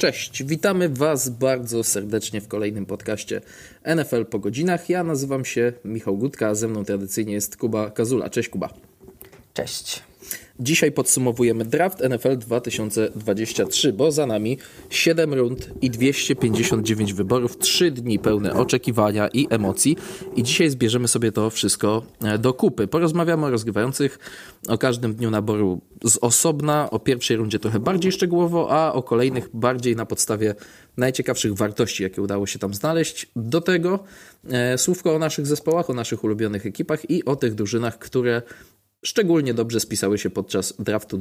Cześć, witamy Was bardzo serdecznie w kolejnym podcaście NFL po godzinach. Ja nazywam się Michał Gutka, a ze mną tradycyjnie jest Kuba Kazula. Cześć Kuba. Cześć. Dzisiaj podsumowujemy draft NFL 2023, bo za nami 7 rund i 259 wyborów, 3 dni pełne oczekiwania i emocji i dzisiaj zbierzemy sobie to wszystko do kupy. Porozmawiamy o rozgrywających, o każdym dniu naboru z osobna, o pierwszej rundzie trochę bardziej szczegółowo, a o kolejnych bardziej na podstawie najciekawszych wartości, jakie udało się tam znaleźć. Do tego słówko o naszych zespołach, o naszych ulubionych ekipach i o tych drużynach, które szczególnie dobrze spisały się podczas draftu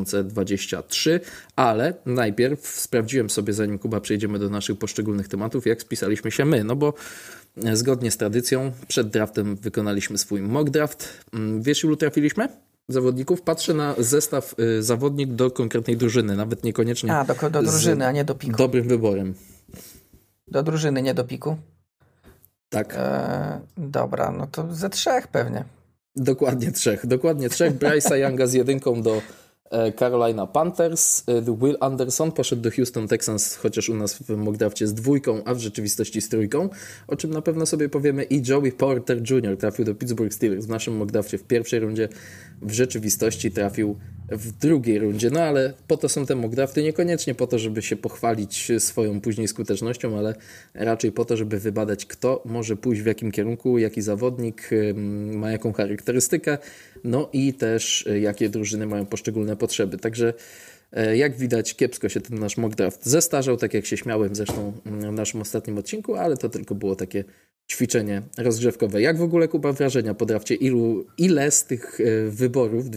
2023, ale najpierw sprawdziłem sobie, zanim Kuba przejdziemy do naszych poszczególnych tematów, jak spisaliśmy się my, no bo zgodnie z tradycją przed draftem wykonaliśmy swój mock draft. Wiesz, ilu trafiliśmy zawodników? Patrzę na zestaw zawodnik do konkretnej drużyny, nawet niekoniecznie do drużyny, a nie do piku. Dobrym wyborem. Do drużyny, nie do piku? Tak. Dobra, no to ze 3 pewnie. Dokładnie trzech. Bryce'a Younga z 1 do Carolina Panthers. Will Anderson poszedł do Houston Texans, chociaż u nas w mock drafcie z 2, a w rzeczywistości z 3, o czym na pewno sobie powiemy. I Joey Porter Jr. trafił do Pittsburgh Steelers w naszym mock drafcie w pierwszej rundzie, w rzeczywistości trafił w drugiej rundzie. No ale po to są te mock drafty, niekoniecznie po to, żeby się pochwalić swoją później skutecznością, ale raczej po to, żeby wybadać, kto może pójść w jakim kierunku, jaki zawodnik ma jaką charakterystykę, no i też jakie drużyny mają poszczególne potrzeby. Także jak widać, kiepsko się ten nasz mock draft zestarzał, tak jak się śmiałem zresztą w naszym ostatnim odcinku, ale to tylko było takie ćwiczenie rozgrzewkowe. Jak w ogóle, Kuba, wrażenia po drafcie? Ile z tych wyborów,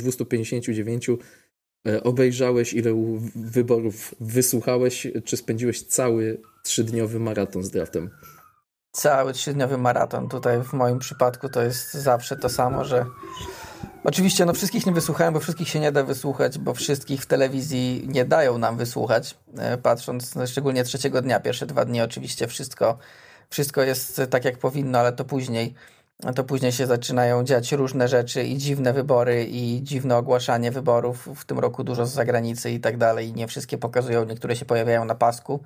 259 obejrzałeś, ile wyborów wysłuchałeś, czy spędziłeś cały 3-dniowy maraton z draftem? Cały 3-dniowy maraton. Tutaj w moim przypadku to jest zawsze to samo, że oczywiście wszystkich nie wysłuchałem, bo wszystkich się nie da wysłuchać, bo wszystkich w telewizji nie dają nam wysłuchać, patrząc szczególnie trzeciego dnia. Pierwsze 2 dni oczywiście wszystko jest tak jak powinno, ale to później się zaczynają dziać różne rzeczy i dziwne wybory i dziwne ogłaszanie wyborów. W tym roku dużo z zagranicy i tak dalej. I nie wszystkie pokazują, niektóre się pojawiają na pasku.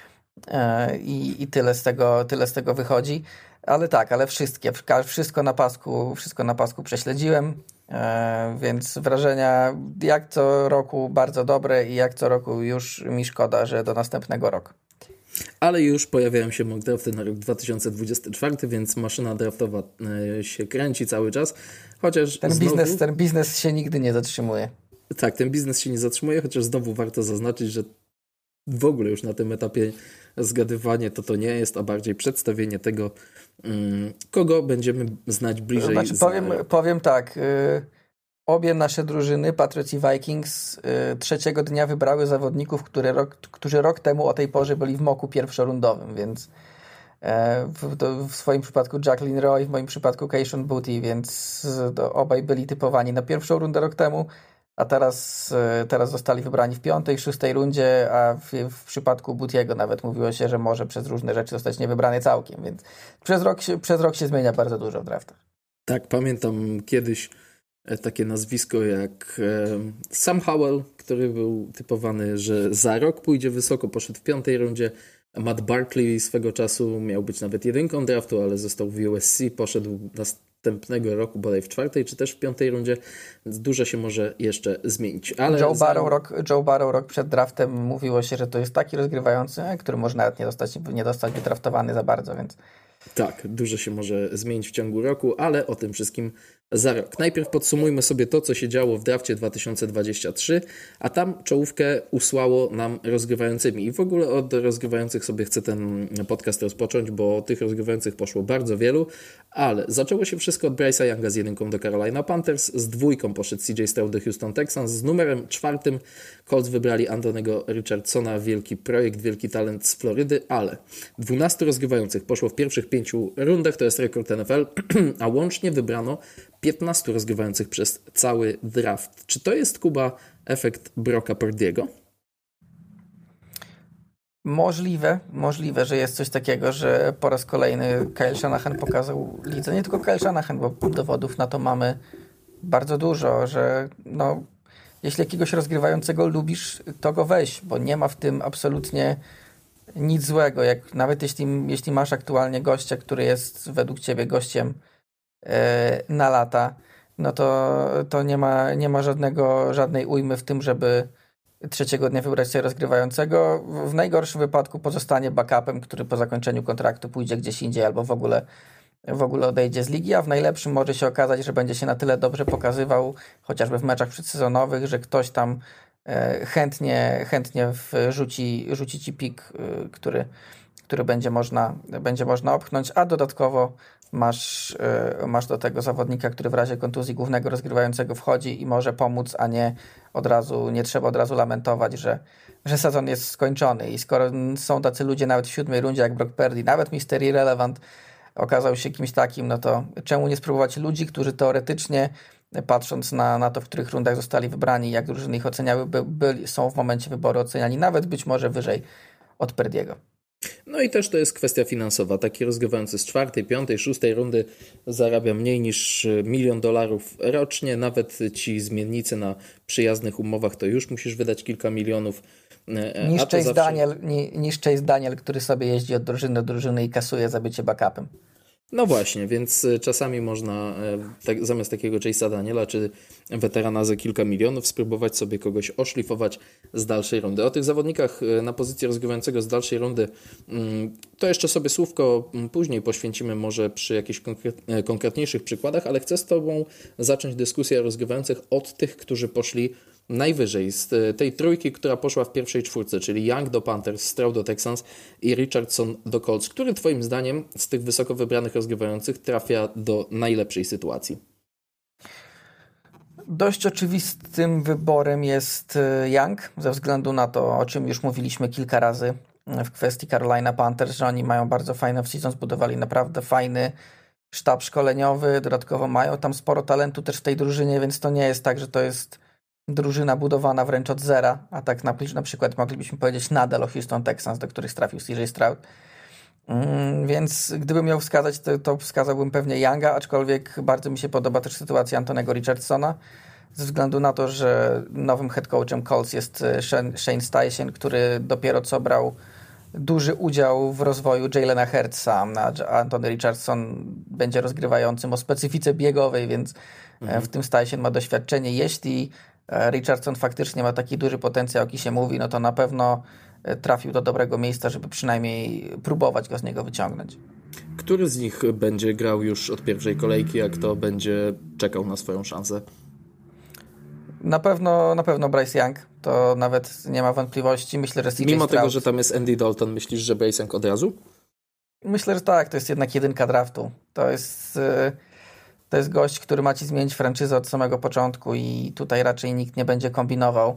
I tyle z tego wychodzi. Ale wszystko na pasku prześledziłem. Więc wrażenia jak co roku bardzo dobre i jak co roku już mi szkoda, że do następnego roku. Ale już pojawiają się mock drafty na rok 2024, więc maszyna draftowa się kręci cały czas. Chociaż ten biznes się nigdy nie zatrzymuje. Tak, ten biznes się nie zatrzymuje, chociaż znowu warto zaznaczyć, że w ogóle już na tym etapie zgadywanie to nie jest, a bardziej przedstawienie tego, kogo będziemy znać bliżej. Powiem tak, obie nasze drużyny, Patriots i Vikings, trzeciego dnia wybrały zawodników, którzy rok temu o tej porze byli w mocku pierwszorundowym, więc w swoim przypadku Jacqueline Roy, w moim przypadku Kayshon Boutte, więc obaj byli typowani na pierwszą rundę rok temu, a teraz zostali wybrani w 5., 6. rundzie, a w przypadku Bouttiego nawet mówiło się, że może przez różne rzeczy zostać niewybrany całkiem, więc przez rok się zmienia bardzo dużo w draftach. Tak, pamiętam kiedyś takie nazwisko jak Sam Howell, który był typowany, że za rok pójdzie wysoko, poszedł w 5. rundzie. Matt Barkley swego czasu miał być nawet 1 draftu, ale został w USC, poszedł następnego roku bodaj w 4. czy też w 5. rundzie, więc dużo się może jeszcze zmienić. Ale Joe Burrow rok przed draftem mówiło się, że to jest taki rozgrywający, który może nawet nie zostać wydraftowany za bardzo, więc tak, dużo się może zmienić w ciągu roku, ale o tym wszystkim za rok. Najpierw podsumujmy sobie to, co się działo w drafcie 2023, a tam czołówkę usłało nam rozgrywającymi. I w ogóle od rozgrywających sobie chcę ten podcast rozpocząć, bo tych rozgrywających poszło bardzo wielu, ale zaczęło się wszystko od Bryce'a Younga z 1 do Carolina Panthers, z 2 poszedł CJ Stroud do Houston Texans, z numerem 4 Colts wybrali Antonego Richardsona, wielki projekt, wielki talent z Florydy, ale 12 rozgrywających poszło w pierwszych 5 rundach, to jest rekord NFL, a łącznie wybrano 15 rozgrywających przez cały draft. Czy to jest, Kuba, efekt Brocka Purdy'ego? Możliwe, że jest coś takiego, że po raz kolejny Kyle Shanahan pokazał lidze. Nie tylko Kyle Shanahan, bo dowodów na to mamy bardzo dużo, że jeśli jakiegoś rozgrywającego lubisz, to go weź, bo nie ma w tym absolutnie nic złego. Nawet jeśli masz aktualnie gościa, który jest według ciebie gościem na lata, no to nie ma żadnej ujmy w tym, żeby trzeciego dnia wybrać sobie rozgrywającego. W najgorszym wypadku pozostanie backupem, który po zakończeniu kontraktu pójdzie gdzieś indziej albo w ogóle odejdzie z ligi, a w najlepszym może się okazać, że będzie się na tyle dobrze pokazywał, chociażby w meczach przedsezonowych, że ktoś tam chętnie rzuci ci pik, który będzie można opchnąć, a dodatkowo masz do tego zawodnika, który w razie kontuzji głównego rozgrywającego wchodzi i może pomóc, a nie trzeba od razu lamentować, że sezon jest skończony. I skoro są tacy ludzie nawet w 7. rundzie jak Brock Purdy, nawet Mr. Irrelevant okazał się kimś takim, no to czemu nie spróbować ludzi, którzy teoretycznie, patrząc na to, w których rundach zostali wybrani, jak drużyny ich oceniały, są w momencie wyboru oceniani nawet być może wyżej od Purdy'ego. No i też to jest kwestia finansowa. Taki rozgrywający z 4., 5., 6. rundy zarabia mniej niż $1 milion rocznie. Nawet ci zmiennicy na przyjaznych umowach to już musisz wydać kilka milionów. Niż Chase Daniel, który sobie jeździ od drużyny do drużyny i kasuje za bycie backupem. No właśnie, więc czasami można zamiast takiego Chase'a Daniela czy weterana za kilka milionów spróbować sobie kogoś oszlifować z dalszej rundy. O tych zawodnikach na pozycji rozgrywającego z dalszej rundy to jeszcze sobie słówko później poświęcimy może przy jakichś konkretniejszych przykładach, ale chcę z Tobą zacząć dyskusję o rozgrywających od tych, którzy poszli najwyżej z tej trójki, która poszła w pierwszej czwórce, czyli Young do Panthers, Stroud do Texans i Richardson do Colts. Który Twoim zdaniem z tych wysoko wybranych rozgrywających trafia do najlepszej sytuacji? Dość oczywistym wyborem jest Young, ze względu na to, o czym już mówiliśmy kilka razy w kwestii Carolina Panthers, że oni mają bardzo fajny off-season, zbudowali naprawdę fajny sztab szkoleniowy, dodatkowo mają tam sporo talentu też w tej drużynie, więc to nie jest tak, że to jest drużyna budowana wręcz od zera, a tak na przykład moglibyśmy powiedzieć nadal o Houston Texans, do których trafił CJ Stroud. Więc gdybym miał wskazać, to wskazałbym pewnie Younga, aczkolwiek bardzo mi się podoba też sytuacja Antonego Richardsona, ze względu na to, że nowym head coachem Colts jest Shane Steichen, który dopiero co brał duży udział w rozwoju Jalena Hurtsa, a Antony Richardson będzie rozgrywającym o specyfice biegowej, więc w tym Steichen ma doświadczenie. Jeśli Richardson faktycznie ma taki duży potencjał, jaki się mówi, no to na pewno trafił do dobrego miejsca, żeby przynajmniej próbować go z niego wyciągnąć. Który z nich będzie grał już od pierwszej kolejki, a kto będzie czekał na swoją szansę? Na pewno Bryce Young, to nawet nie ma wątpliwości. Myślę, że CJ Mimo Stroud, tego, że tam jest Andy Dalton, myślisz, że Bryce Young od razu? Myślę, że tak, to jest jednak jedynka draftu. To jest gość, który ma ci zmienić franczyzę od samego początku i tutaj raczej nikt nie będzie kombinował.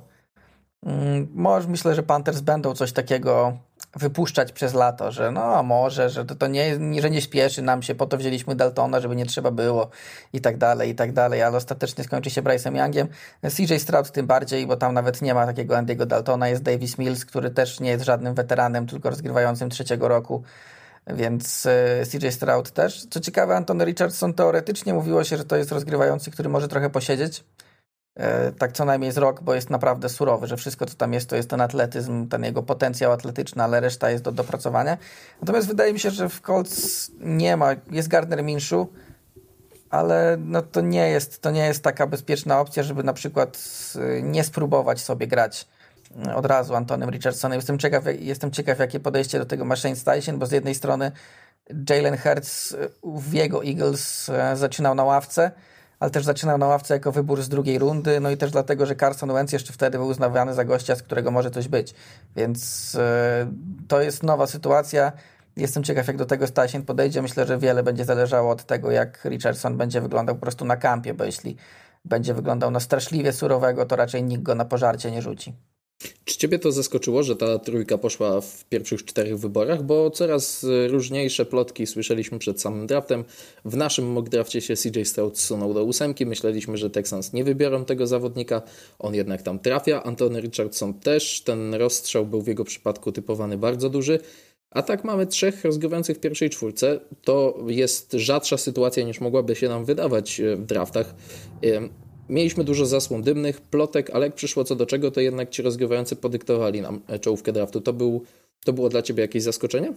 Myślę, że Panthers będą coś takiego wypuszczać przez lato, że może, że to nie śpieszy nam się, po to wzięliśmy Daltona, żeby nie trzeba było i tak dalej, ale ostatecznie skończy się Bryce'em Youngiem. CJ Stroud tym bardziej, bo tam nawet nie ma takiego Andy'ego Daltona, jest Davis Mills, który też nie jest żadnym weteranem, tylko rozgrywającym 3. roku, więc CJ Stroud też. Co ciekawe, Antony Richardson teoretycznie mówiło się, że to jest rozgrywający, który może trochę posiedzieć, tak co najmniej z rok, bo jest naprawdę surowy, że wszystko co tam jest, to jest ten atletyzm, ten jego potencjał atletyczny, ale reszta jest do dopracowania. Natomiast wydaje mi się, że w Colts jest Gardner Minshew, ale to nie jest taka bezpieczna opcja, żeby na przykład nie spróbować sobie grać od razu Antonym Richardsonem. Jestem ciekaw, jakie podejście do tego ma Shane Steichen, bo z jednej strony Jalen Hurts w jego Eagles zaczynał na ławce, ale też zaczynał na ławce jako wybór z 2. rundy, no i też dlatego, że Carson Wentz jeszcze wtedy był uznawany za gościa, z którego może coś być. Więc to jest nowa sytuacja. Jestem ciekaw, jak do tego Steichen podejdzie. Myślę, że wiele będzie zależało od tego, jak Richardson będzie wyglądał po prostu na kampie, bo jeśli będzie wyglądał na straszliwie surowego, to raczej nikt go na pożarcie nie rzuci. Czy Ciebie to zaskoczyło, że ta trójka poszła w pierwszych 4 wyborach? Bo coraz różniejsze plotki słyszeliśmy przed samym draftem. W naszym mock drafcie się CJ Stroud zsunął do 8. Myśleliśmy, że Texans nie wybiorą tego zawodnika. On jednak tam trafia. Antony Richardson też. Ten rozstrzał był w jego przypadku typowany bardzo duży. A tak mamy 3 rozgrywających w pierwszej 4. To jest rzadsza sytuacja niż mogłaby się nam wydawać w draftach. mieliśmy dużo zasłon dymnych, plotek, ale jak przyszło co do czego, to jednak ci rozgrywający podyktowali nam czołówkę draftu. To było dla ciebie jakieś zaskoczenie?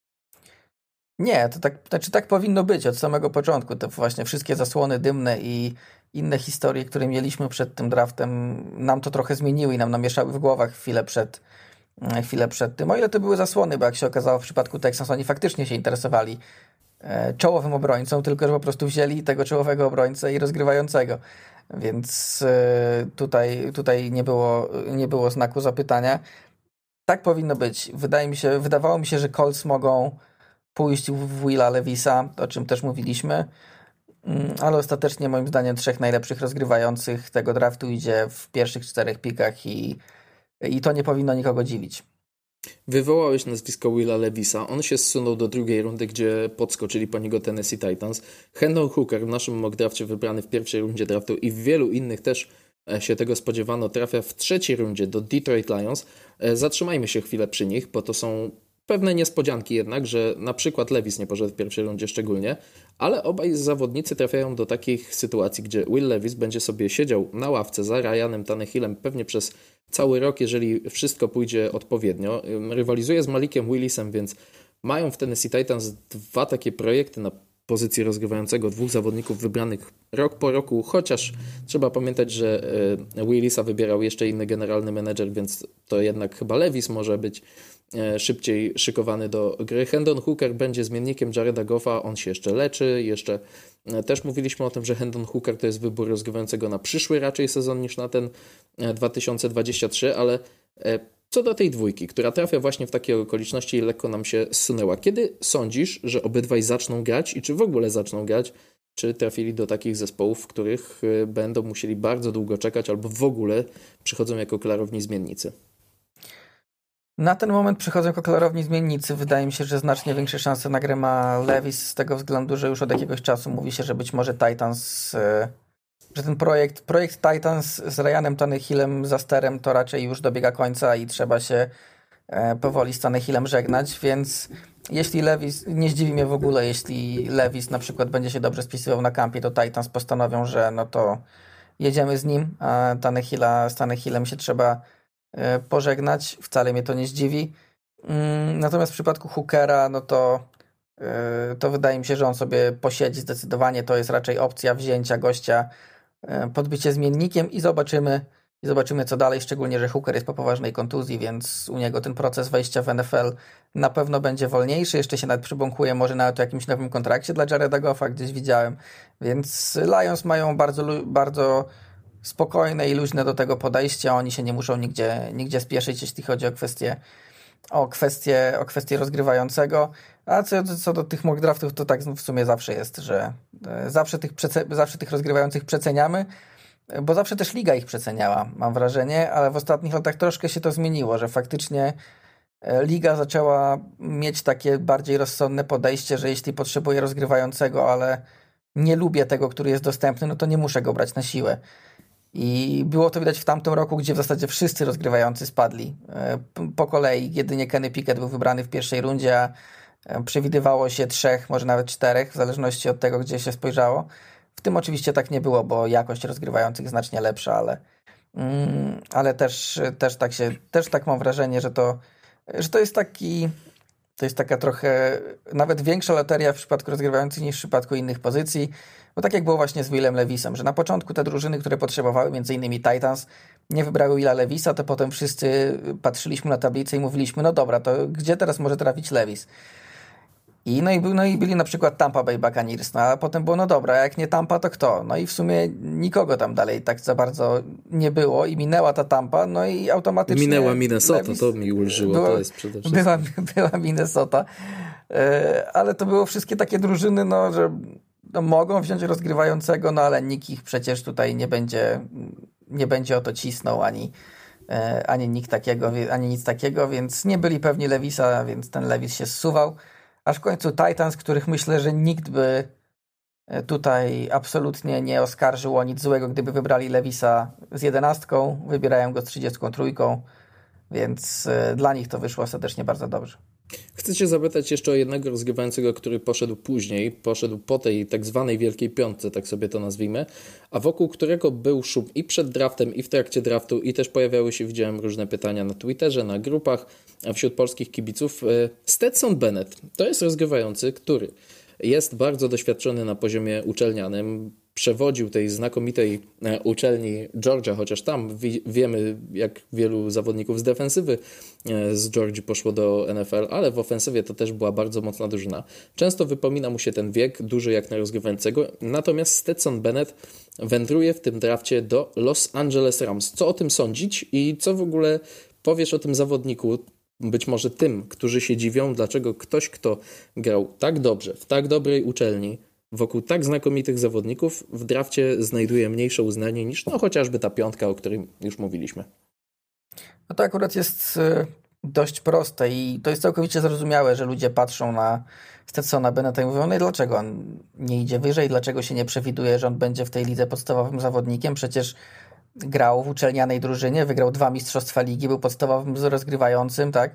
Nie, to tak powinno być od samego początku. Te właśnie wszystkie zasłony dymne i inne historie, które mieliśmy przed tym draftem, nam to trochę zmieniły i nam namieszały w głowach chwilę przed tym. O ile to były zasłony, bo jak się okazało w przypadku Texans, oni faktycznie się interesowali czołowym obrońcą, tylko że po prostu wzięli tego czołowego obrońcę i rozgrywającego. Więc tutaj nie było znaku zapytania. Tak powinno być. Wydawało mi się, że Colts mogą pójść w Willa Levisa, o czym też mówiliśmy, ale ostatecznie moim zdaniem 3 najlepszych rozgrywających tego draftu idzie w pierwszych 4 pikach i to nie powinno nikogo dziwić. Wywołałeś nazwisko Willa Levisa. On się zsunął do 2. rundy, gdzie podskoczyli po niego Tennessee Titans. Hendon Hooker w naszym mock drafcie wybrany w 1. rundzie draftu i w wielu innych też się tego spodziewano, trafia w 3. rundzie do Detroit Lions. Zatrzymajmy się chwilę przy nich, bo to są pewne niespodzianki jednak, że na przykład Levis nie poszedł w 1. rundzie szczególnie, ale obaj zawodnicy trafiają do takich sytuacji, gdzie Will Levis będzie sobie siedział na ławce za Ryanem Tannehillem pewnie przez cały rok, jeżeli wszystko pójdzie odpowiednio. Rywalizuje z Malikiem Willisem, więc mają w Tennessee Titans 2 takie projekty na pozycji rozgrywającego, 2 zawodników wybranych rok po roku, chociaż trzeba pamiętać, że Willisa wybierał jeszcze inny generalny menedżer, więc to jednak chyba Levis może być szybciej szykowany do gry. Hendon Hooker będzie zmiennikiem Jareda Goffa, on się jeszcze leczy, też mówiliśmy o tym, że Hendon Hooker to jest wybór rozgrywającego na przyszły raczej sezon niż na ten 2023, ale co do tej 2, która trafia właśnie w takie okoliczności i lekko nam się zsunęła. Kiedy sądzisz, że obydwaj zaczną grać i czy w ogóle zaczną grać? Czy trafili do takich zespołów, w których będą musieli bardzo długo czekać albo w ogóle przychodzą jako klarowni zmiennicy? Na ten moment przychodzą jako klarowni zmiennicy. Wydaje mi się, że znacznie większe szanse na grę ma Levis z tego względu, że już od jakiegoś czasu mówi się, że być może Titans, że ten projekt Titans z Ryanem Tannehillem za sterem to raczej już dobiega końca i trzeba się powoli z Tannehillem żegnać, więc jeśli Levis, nie zdziwi mnie w ogóle, jeśli Levis na przykład będzie się dobrze spisywał na kampie, to Titans postanowią, że no to jedziemy z nim, a z Tannehillem się trzeba pożegnać. Wcale mnie to nie zdziwi. Natomiast w przypadku Hookera, no to wydaje mi się, że on sobie posiedzi zdecydowanie. To jest raczej opcja wzięcia gościa pod bycie zmiennikiem i zobaczymy, co dalej, szczególnie, że Hooker jest po poważnej kontuzji, więc u niego ten proces wejścia w NFL na pewno będzie wolniejszy. Jeszcze się nawet przybąkuje może nawet o jakimś nowym kontrakcie dla Jareda Goffa, gdzieś widziałem. Więc Lions mają bardzo, bardzo spokojne i luźne do tego podejście. Oni się nie muszą nigdzie spieszyć, jeśli chodzi o kwestię rozgrywającego. A co do tych mock draftów, to tak w sumie zawsze jest, że zawsze tych rozgrywających przeceniamy, bo zawsze też liga ich przeceniała, mam wrażenie, ale w ostatnich latach troszkę się to zmieniło, że faktycznie liga zaczęła mieć takie bardziej rozsądne podejście, że jeśli potrzebuję rozgrywającego, ale nie lubię tego, który jest dostępny, no to nie muszę go brać na siłę. I było to widać w tamtym roku, gdzie w zasadzie wszyscy rozgrywający spadli po kolei. Jedynie Kenny Pickett był wybrany w 1. rundzie, a przewidywało się 3, może nawet 4, w zależności od tego, gdzie się spojrzało. W tym oczywiście tak nie było, bo jakość rozgrywających znacznie lepsza, ale też tak mam wrażenie, że to jest taka trochę nawet większa loteria w przypadku rozgrywających niż w przypadku innych pozycji, bo tak jak było właśnie z Willem Levisem, że na początku te drużyny, które potrzebowały, m.in. Titans, nie wybrały Willa Levisa, to potem wszyscy patrzyliśmy na tablicę i mówiliśmy, no dobra, to gdzie teraz może trafić Levis? I byli na przykład Tampa Bay Buccaneers, no a potem było, no dobra, jak nie Tampa, to kto? No i w sumie nikogo tam dalej tak za bardzo nie było i minęła ta Tampa, no i automatycznie... Minęła Minnesota, Levis, to mi ulżyło, to jest przede wszystkim. Była Minnesota, ale to było wszystkie takie drużyny, no, że mogą wziąć rozgrywającego, no ale nikt ich przecież tutaj nie będzie o to cisnął, ani nic takiego, więc nie byli pewni Levisa, więc ten Levis się zsuwał. Aż w końcu Titans, których myślę, że nikt by tutaj absolutnie nie oskarżył o nic złego, gdyby wybrali Levisa z 11, wybierają go z 33, więc dla nich to wyszło ostatecznie bardzo dobrze. Chcę cię zapytać jeszcze o jednego rozgrywającego, który poszedł później, poszedł po tej tak zwanej Wielkiej Piątce, tak sobie to nazwijmy, a wokół którego był szum i przed draftem, i w trakcie draftu, i też pojawiały się, widziałem różne pytania na Twitterze, na grupach, wśród polskich kibiców. Stetson Bennett to jest rozgrywający, który jest bardzo doświadczony na poziomie uczelnianym, przewodził tej znakomitej uczelni Georgia, chociaż tam wiemy, jak wielu zawodników z defensywy z Georgii poszło do NFL, ale w ofensywie to też była bardzo mocna drużyna. Często wypomina mu się ten wiek, duży jak na rozgrywającego, natomiast Stetson Bennett wędruje w tym drafcie do Los Angeles Rams. Co o tym sądzić i co w ogóle powiesz o tym zawodniku? Być może tym, którzy się dziwią, dlaczego ktoś, kto grał tak dobrze, w tak dobrej uczelni, wokół tak znakomitych zawodników, w drafcie znajduje mniejsze uznanie niż chociażby ta piątka, o której już mówiliśmy. No to akurat jest dość proste i to jest całkowicie zrozumiałe, że ludzie patrzą na Stetsona Bennetta i mówią, no i dlaczego on nie idzie wyżej, dlaczego się nie przewiduje, że on będzie w tej lidze podstawowym zawodnikiem, przecież grał w uczelnianej drużynie, wygrał 2 mistrzostwa ligi, był podstawowym rozgrywającym, tak?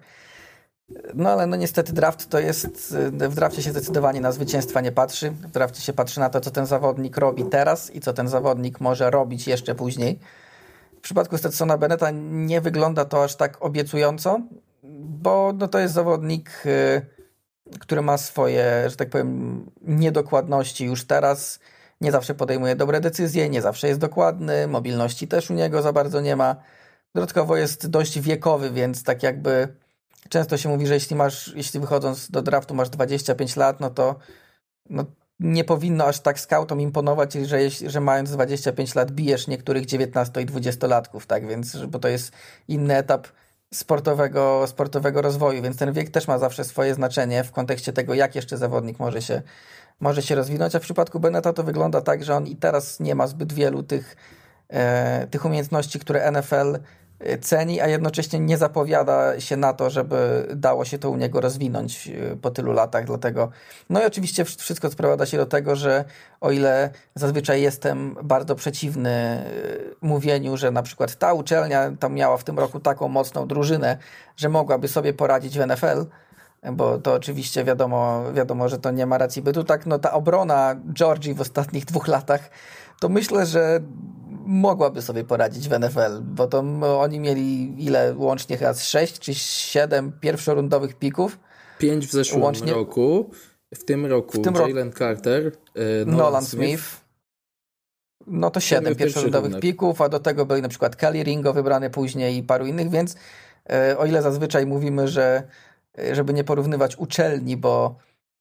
No ale no niestety draft to jest, w drafcie się zdecydowanie na zwycięstwa nie patrzy, w drafcie się patrzy na to, co ten zawodnik robi teraz i co ten zawodnik może robić jeszcze później. W przypadku Stetsona Bennetta nie wygląda to aż tak obiecująco, bo no to jest zawodnik, który ma swoje, że tak powiem, niedokładności już teraz. Nie zawsze podejmuje dobre decyzje, nie zawsze jest dokładny, mobilności też u niego za bardzo nie ma. Dodatkowo jest dość wiekowy, więc tak jakby często się mówi, że jeśli wychodząc do draftu masz 25 lat, no to nie powinno aż tak scoutom imponować, że mając 25 lat bijesz niektórych 19 i 20-latków, tak? Więc, bo to jest inny etap sportowego rozwoju, więc ten wiek też ma zawsze swoje znaczenie w kontekście tego, jak jeszcze zawodnik może się rozwinąć, a w przypadku Bennetta to wygląda tak, że on i teraz nie ma zbyt wielu tych umiejętności, które NFL ceni, a jednocześnie nie zapowiada się na to, żeby dało się to u niego rozwinąć po tylu latach, dlatego no i oczywiście wszystko sprowadza się do tego, że o ile zazwyczaj jestem bardzo przeciwny mówieniu, że na przykład ta uczelnia tam miała w tym roku taką mocną drużynę, że mogłaby sobie poradzić w NFL, bo to oczywiście wiadomo, że to nie ma racji bytu. Tak, no ta obrona Georgii w ostatnich 2 latach, to myślę, że mogłaby sobie poradzić w NFL, bo to oni mieli łącznie chyba 6 czy 7 pierwszorundowych pików. 5 w zeszłym roku. W tym roku Jalen Carter, Nolan Smith. No to 7 pierwszorundowych pików, a do tego byli na przykład Kelly Ringo wybrany później i paru innych, więc o ile zazwyczaj mówimy, że żeby nie porównywać uczelni, bo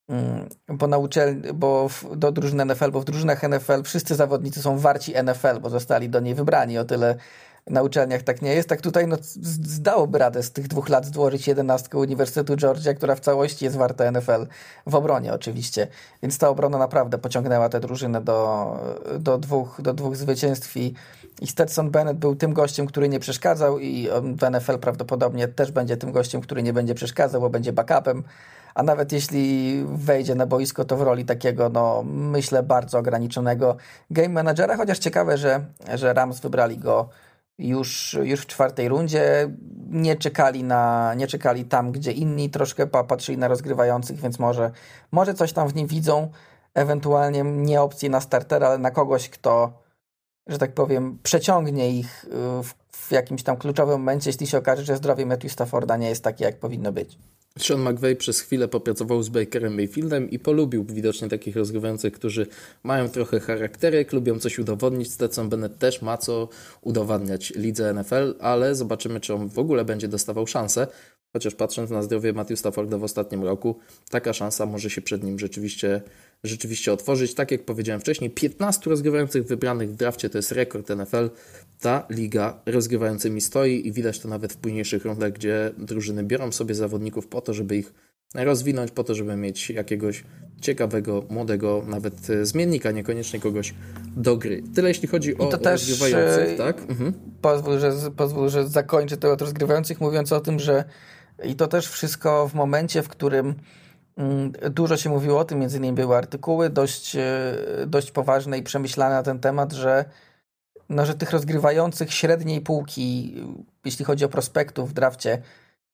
do drużyn NFL, bo w drużynach NFL wszyscy zawodnicy są warci NFL, bo zostali do niej wybrani, o tyle na uczelniach tak nie jest. Tak tutaj zdałoby radę z tych 2 lat złożyć 11 Uniwersytetu Georgia, która w całości jest warta NFL, w obronie oczywiście. Więc ta obrona naprawdę pociągnęła tę drużynę do dwóch zwycięstw i Stetson Bennett był tym gościem, który nie przeszkadzał i w NFL prawdopodobnie też będzie tym gościem, który nie będzie przeszkadzał, bo będzie backupem, a nawet jeśli wejdzie na boisko, to w roli takiego, myślę, bardzo ograniczonego game managera, chociaż ciekawe, że Rams wybrali go już w 4. rundzie, nie czekali tam, gdzie inni troszkę patrzyli na rozgrywających, więc może coś tam w nim widzą, ewentualnie nie opcji na startera, ale na kogoś, kto, że tak powiem, przeciągnie ich w jakimś tam kluczowym momencie, jeśli się okaże, że zdrowie Matthew Stafforda nie jest takie, jak powinno być. Sean McVay przez chwilę popracował z Bakerem Mayfieldem i polubił widocznie takich rozgrywających, którzy mają trochę charakterek, lubią coś udowodnić. Stetson Bennett też ma co udowadniać lidze NFL, ale zobaczymy, czy on w ogóle będzie dostawał szansę. Chociaż patrząc na zdrowie Matthew Stafforda w ostatnim roku, taka szansa może się przed nim rzeczywiście otworzyć. Tak jak powiedziałem wcześniej, 15 rozgrywających wybranych w drafcie to jest rekord NFL. Ta liga rozgrywającymi stoi i widać to nawet w późniejszych rundach, gdzie drużyny biorą sobie zawodników po to, żeby ich rozwinąć, po to, żeby mieć jakiegoś ciekawego, młodego, nawet zmiennika, niekoniecznie kogoś do gry. Tyle jeśli chodzi o rozgrywających, tak? Pozwól, że zakończę to od rozgrywających, mówiąc o tym, że i to też wszystko w momencie, w którym dużo się mówiło o tym, między innymi były artykuły dość poważne i przemyślane na ten temat, że tych rozgrywających średniej półki, jeśli chodzi o prospektów w drafcie,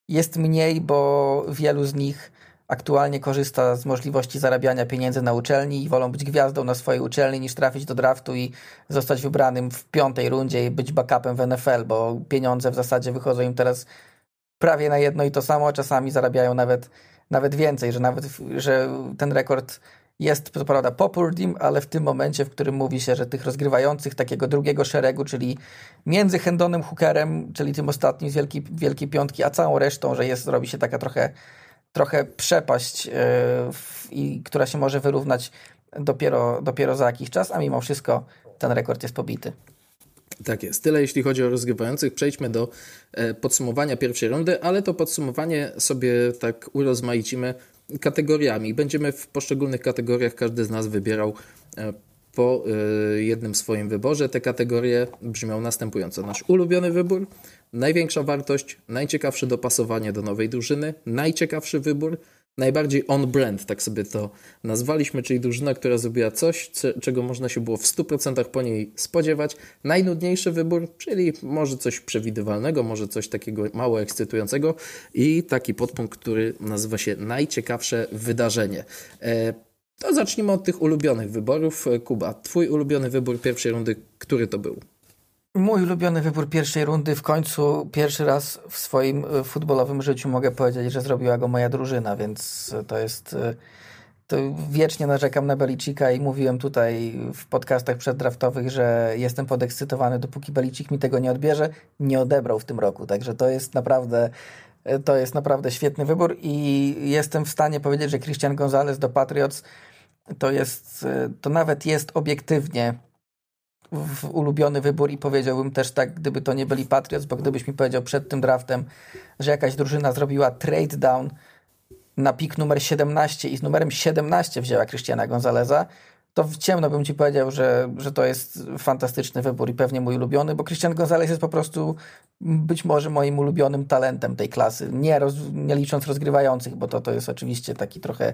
jest mniej, bo wielu z nich aktualnie korzysta z możliwości zarabiania pieniędzy na uczelni i wolą być gwiazdą na swojej uczelni niż trafić do draftu i zostać wybranym w 5. rundzie i być backupem w NFL, bo pieniądze w zasadzie wychodzą im teraz prawie na jedno i to samo, a czasami zarabiają nawet więcej, że ten rekord jest, to prawda, po Purdim, ale w tym momencie, w którym mówi się, że tych rozgrywających takiego drugiego szeregu, czyli między Hendonem Hookerem, czyli tym ostatnim z Wielkiej Piątki, a całą resztą, że robi się taka trochę przepaść, która się może wyrównać dopiero za jakiś czas, a mimo wszystko ten rekord jest pobity. Tak jest. Tyle jeśli chodzi o rozgrywających. Przejdźmy do podsumowania pierwszej rundy, ale to podsumowanie sobie tak urozmaicimy kategoriami. Będziemy w poszczególnych kategoriach, każdy z nas wybierał po jednym swoim wyborze. Te kategorie brzmią następująco. Nasz ulubiony wybór, największa wartość, najciekawsze dopasowanie do nowej drużyny, najciekawszy wybór, najbardziej on-brand, tak sobie to nazwaliśmy, czyli drużyna, która zrobiła coś, czego można się było w 100% po niej spodziewać. Najnudniejszy wybór, czyli może coś przewidywalnego, może coś takiego mało ekscytującego i taki podpunkt, który nazywa się najciekawsze wydarzenie. To zacznijmy od tych ulubionych wyborów. Kuba, twój ulubiony wybór pierwszej rundy, który to był? Mój ulubiony wybór pierwszej rundy, w końcu pierwszy raz w swoim futbolowym życiu mogę powiedzieć, że zrobiła go moja drużyna, więc to wiecznie narzekam na Belichicka i mówiłem tutaj w podcastach przeddraftowych, że jestem podekscytowany, dopóki Belichick mi tego nie odbierze. Nie odebrał w tym roku, także to jest naprawdę świetny wybór i jestem w stanie powiedzieć, że Christian Gonzalez do Patriots to nawet jest obiektywnie ulubiony wybór i powiedziałbym też tak, gdyby to nie byli Patriots, bo gdybyś mi powiedział przed tym draftem, że jakaś drużyna zrobiła trade down na pick numer 17 i z numerem 17 wzięła Christiana Gonzaleza, to w ciemno bym ci powiedział, że to jest fantastyczny wybór i pewnie mój ulubiony, bo Christian Gonzalez jest po prostu być może moim ulubionym talentem tej klasy, nie licząc rozgrywających, bo to jest oczywiście taki trochę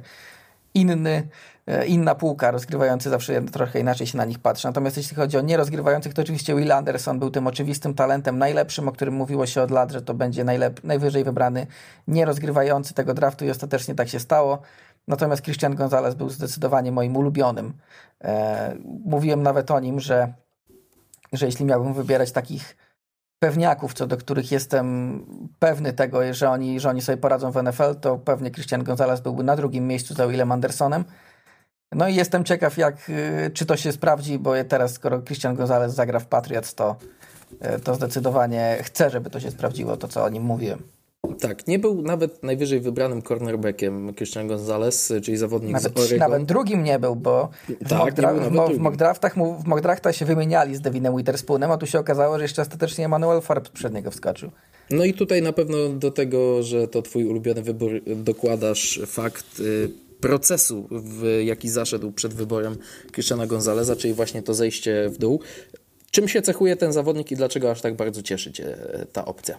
inna półka, rozgrywający zawsze trochę inaczej się na nich patrzy. Natomiast jeśli chodzi o nierozgrywających, to oczywiście Will Anderson był tym oczywistym talentem, najlepszym, o którym mówiło się od lat, że to będzie najwyżej wybrany nierozgrywający tego draftu i ostatecznie tak się stało. Natomiast Christian Gonzalez był zdecydowanie moim ulubionym. Mówiłem nawet o nim, że jeśli miałbym wybierać takich pewniaków, co do których jestem pewny tego, że oni sobie poradzą w NFL, to pewnie Christian Gonzalez byłby na drugim miejscu za Willem Andersonem. No i jestem ciekaw, czy to się sprawdzi, bo teraz, skoro Christian Gonzalez zagra w Patriots, to zdecydowanie chcę, żeby to się sprawdziło, to co o nim mówiłem. Tak, nie był nawet najwyżej wybranym cornerbackiem Christian Gonzalez, czyli zawodnik z Oregon. Nawet drugim nie był, bo w mock draftach się wymieniali z Devinem Witherspoonem, a tu się okazało, że jeszcze ostatecznie Emmanuel Forbes przed niego wskoczył. No i tutaj na pewno do tego, że to twój ulubiony wybór, dokładasz fakt procesu, jaki zaszedł przed wyborem Christiana Gonzaleza, czyli właśnie to zejście w dół. Czym się cechuje ten zawodnik i dlaczego aż tak bardzo cieszy cię ta opcja?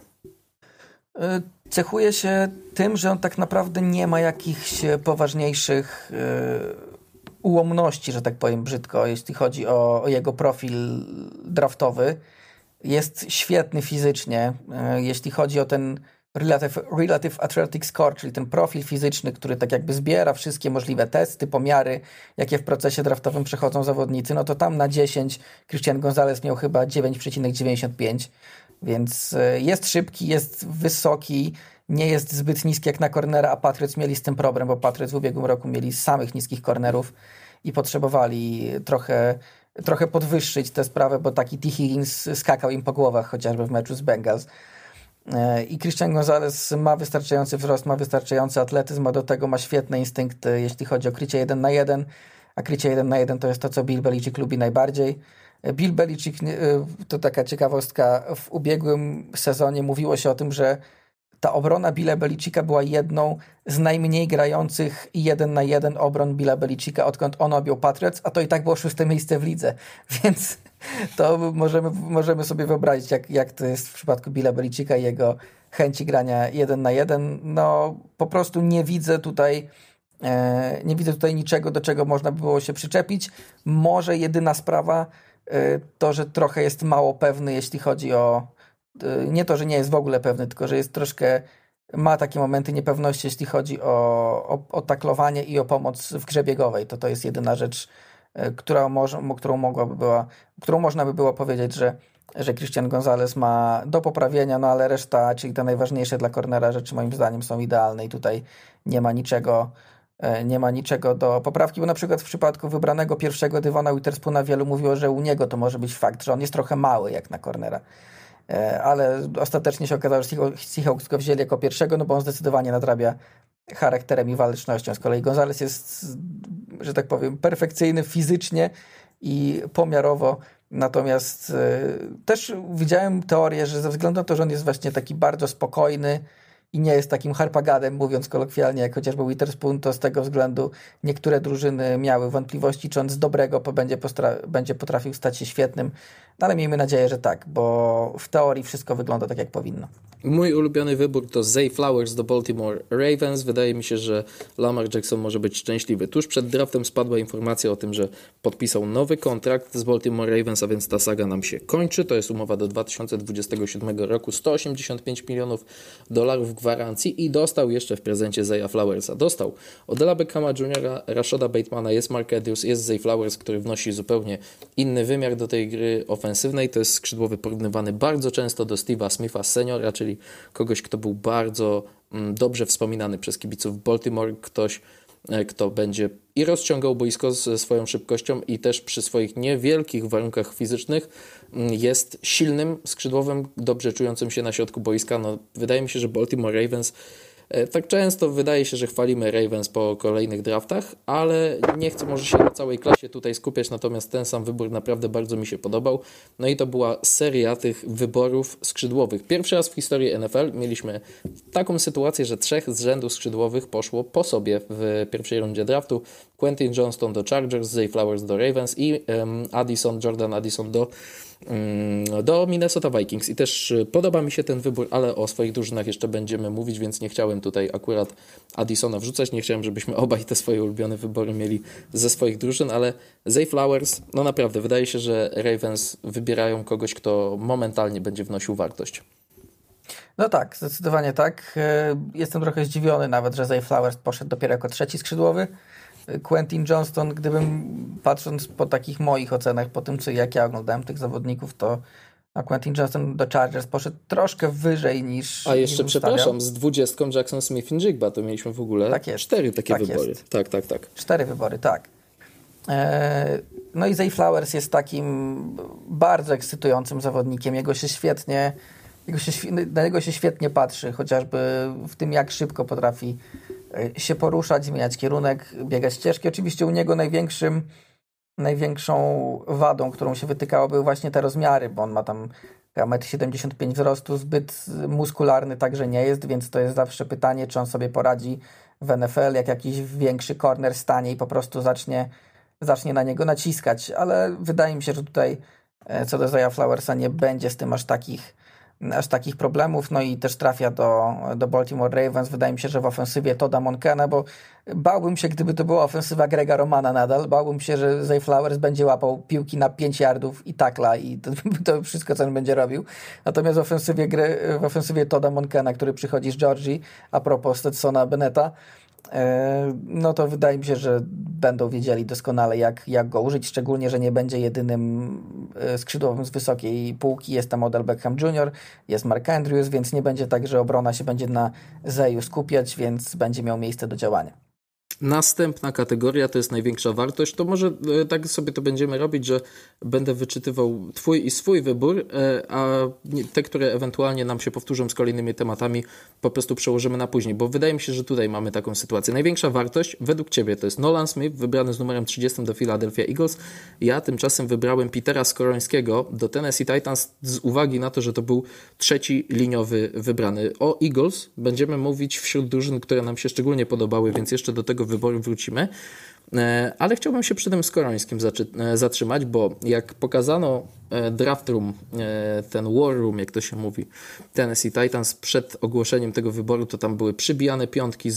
Cechuje się tym, że on tak naprawdę nie ma jakichś poważniejszych ułomności, że tak powiem brzydko, jeśli chodzi o jego profil draftowy. Jest świetny fizycznie, jeśli chodzi o ten Relative Athletic Score, czyli ten profil fizyczny, który tak jakby zbiera wszystkie możliwe testy, pomiary, jakie w procesie draftowym przechodzą zawodnicy, no to tam na 10 Christian Gonzalez miał chyba 9,95, więc jest szybki, jest wysoki, nie jest zbyt niski jak na cornera, a Patriots mieli z tym problem, bo Patriots w ubiegłym roku mieli samych niskich cornerów i potrzebowali trochę podwyższyć tę sprawę, bo taki T. Higgins skakał im po głowach, chociażby w meczu z Bengals. I Christian Gonzalez ma wystarczający wzrost, ma wystarczający atletyzm, a do tego ma świetne instynkty, jeśli chodzi o krycie 1 na 1, a krycie 1 na 1 to jest to, co Bill Belichick lubi najbardziej. Bill Belichick, to taka ciekawostka, w ubiegłym sezonie mówiło się o tym, że ta obrona Billa Belichicka była jedną z najmniej grających 1 na 1 obron Billa Belichicka, odkąd on objął Patriots, a to i tak było 6. miejsce w lidze, więc to możemy sobie wyobrazić, jak to jest w przypadku Billa Belichicka i jego chęci grania 1 na 1. No po prostu nie widzę tutaj niczego, do czego można by było się przyczepić. Może jedyna sprawa to, że trochę jest mało pewny, jeśli chodzi o nie to, że nie jest w ogóle pewny, tylko że jest troszkę ma takie momenty niepewności, jeśli chodzi o taklowanie i o pomoc w grze biegowej. To jest jedyna rzecz, którą można by było powiedzieć, że Christian Gonzalez ma do poprawienia, no ale reszta, czyli te najważniejsze dla cornera rzeczy moim zdaniem są idealne i tutaj nie ma niczego do poprawki, bo na przykład w przypadku wybranego pierwszego Devona Witherspoona wielu mówiło, że u niego to może być fakt, że on jest trochę mały jak na cornera. Ale ostatecznie się okazało, że Seahawks go wzięli jako pierwszego, no bo on zdecydowanie nadrabia charakterem i walecznością. Z kolei Gonzalez jest, że tak powiem, perfekcyjny fizycznie i pomiarowo. Natomiast też widziałem teorię, że ze względu na to, że on jest właśnie taki bardzo spokojny i nie jest takim harpagadem, mówiąc kolokwialnie, jak chociażby Witherspoon, to z tego względu niektóre drużyny miały wątpliwości, czy on z dobrego będzie potrafił stać się świetnym. No ale miejmy nadzieję, że tak, bo w teorii wszystko wygląda tak, jak powinno. Mój ulubiony wybór to Zay Flowers do Baltimore Ravens. Wydaje mi się, że Lamar Jackson może być szczęśliwy. Tuż przed draftem spadła informacja o tym, że podpisał nowy kontrakt z Baltimore Ravens, a więc ta saga nam się kończy. To jest umowa do 2027 roku, $185 milionów gwarancji i dostał jeszcze w prezencie Zaya Flowersa. Dostał Odella Beckhama Jr., Rashada Batemana, jest Mark Andrews, jest Zay Flowers, który wnosi zupełnie inny wymiar do tej gry ofensywnej. To jest skrzydłowy porównywany bardzo często do Steve'a Smitha seniora, czyli kogoś, kto był bardzo dobrze wspominany przez kibiców Baltimore, ktoś, kto będzie i rozciągał boisko ze swoją szybkością i też przy swoich niewielkich warunkach fizycznych jest silnym skrzydłowym, dobrze czującym się na środku boiska. No, wydaje mi się, że Baltimore Ravens, tak często wydaje się, że chwalimy Ravens po kolejnych draftach, ale nie chcę może się na całej klasie tutaj skupiać, natomiast ten sam wybór naprawdę bardzo mi się podobał. No i to była seria tych wyborów skrzydłowych. Pierwszy raz w historii NFL mieliśmy taką sytuację, że 3 z rzędu skrzydłowych poszło po sobie w pierwszej rundzie draftu. Quentin Johnston do Chargers, Zay Flowers do Ravens i Jordan Addison do Minnesota Vikings. I też podoba mi się ten wybór, ale o swoich drużynach jeszcze będziemy mówić, więc nie chciałem tutaj akurat Addisona wrzucać. Nie chciałem, żebyśmy obaj te swoje ulubione wybory mieli ze swoich drużyn, ale Zay Flowers, no naprawdę, wydaje się, że Ravens wybierają kogoś, kto momentalnie będzie wnosił wartość. No tak, zdecydowanie tak. Jestem trochę zdziwiony nawet, że Zay Flowers poszedł dopiero jako 3. skrzydłowy. Quentin Johnston, gdybym patrząc po takich moich ocenach, po tym, jak ja oglądałem tych zawodników, to Quentin Johnston do Chargers poszedł troszkę wyżej niż... A jeszcze, przepraszam, z 20 Jackson Smith-Njigba to mieliśmy w ogóle tak jest, 4 takie wybory. Tak. 4 wybory, tak. No i Zay Flowers jest takim bardzo ekscytującym zawodnikiem. Na niego się świetnie patrzy, chociażby w tym, jak szybko potrafi się poruszać, zmieniać kierunek, biegać ścieżki. Oczywiście u niego największą wadą, którą się wytykało, były właśnie te rozmiary, bo on ma tam 1,75 m wzrostu, zbyt muskularny także nie jest, więc to jest zawsze pytanie, czy on sobie poradzi w NFL, jak jakiś większy corner stanie i po prostu zacznie na niego naciskać, ale wydaje mi się, że tutaj co do Zaya Flowersa nie będzie z tym aż takich problemów, no i też trafia do Baltimore Ravens. Wydaje mi się, że w ofensywie Toda Monkena, bo bałbym się, gdyby to była ofensywa Grega Romana nadal, bałbym się, że Zay Flowers będzie łapał piłki na 5 yardów i takla i to wszystko, co on będzie robił. Natomiast w ofensywie Toda Monkena, który przychodzi z Georgii, a propos Stetsona Bennetta, no to wydaje mi się, że będą wiedzieli doskonale, jak go użyć, szczególnie, że nie będzie jedynym skrzydłowym z wysokiej półki. Jest tam Odell Beckham Jr., jest Mark Andrews, więc nie będzie tak, że obrona się będzie na Zayu skupiać, więc będzie miał miejsce do działania. Następna kategoria to jest największa wartość. To może tak sobie to będziemy robić, że będę wyczytywał twój i swój wybór, a te, które ewentualnie nam się powtórzą z kolejnymi tematami, po prostu przełożymy na później, bo wydaje mi się, że tutaj mamy taką sytuację. Największa wartość według ciebie to jest Nolan Smith, wybrany z numerem 30 do Philadelphia Eagles. Ja tymczasem wybrałem Petera Skorońskiego do Tennessee Titans z uwagi na to, że to był 3. liniowy wybrany. O Eagles będziemy mówić wśród drużyn, które nam się szczególnie podobały, więc jeszcze do tego wyboru wrócimy, ale chciałbym się przy tym Skorońskim zatrzymać, bo jak pokazano draft room, ten war room, jak to się mówi, Tennessee Titans przed ogłoszeniem tego wyboru, to tam były przybijane piątki,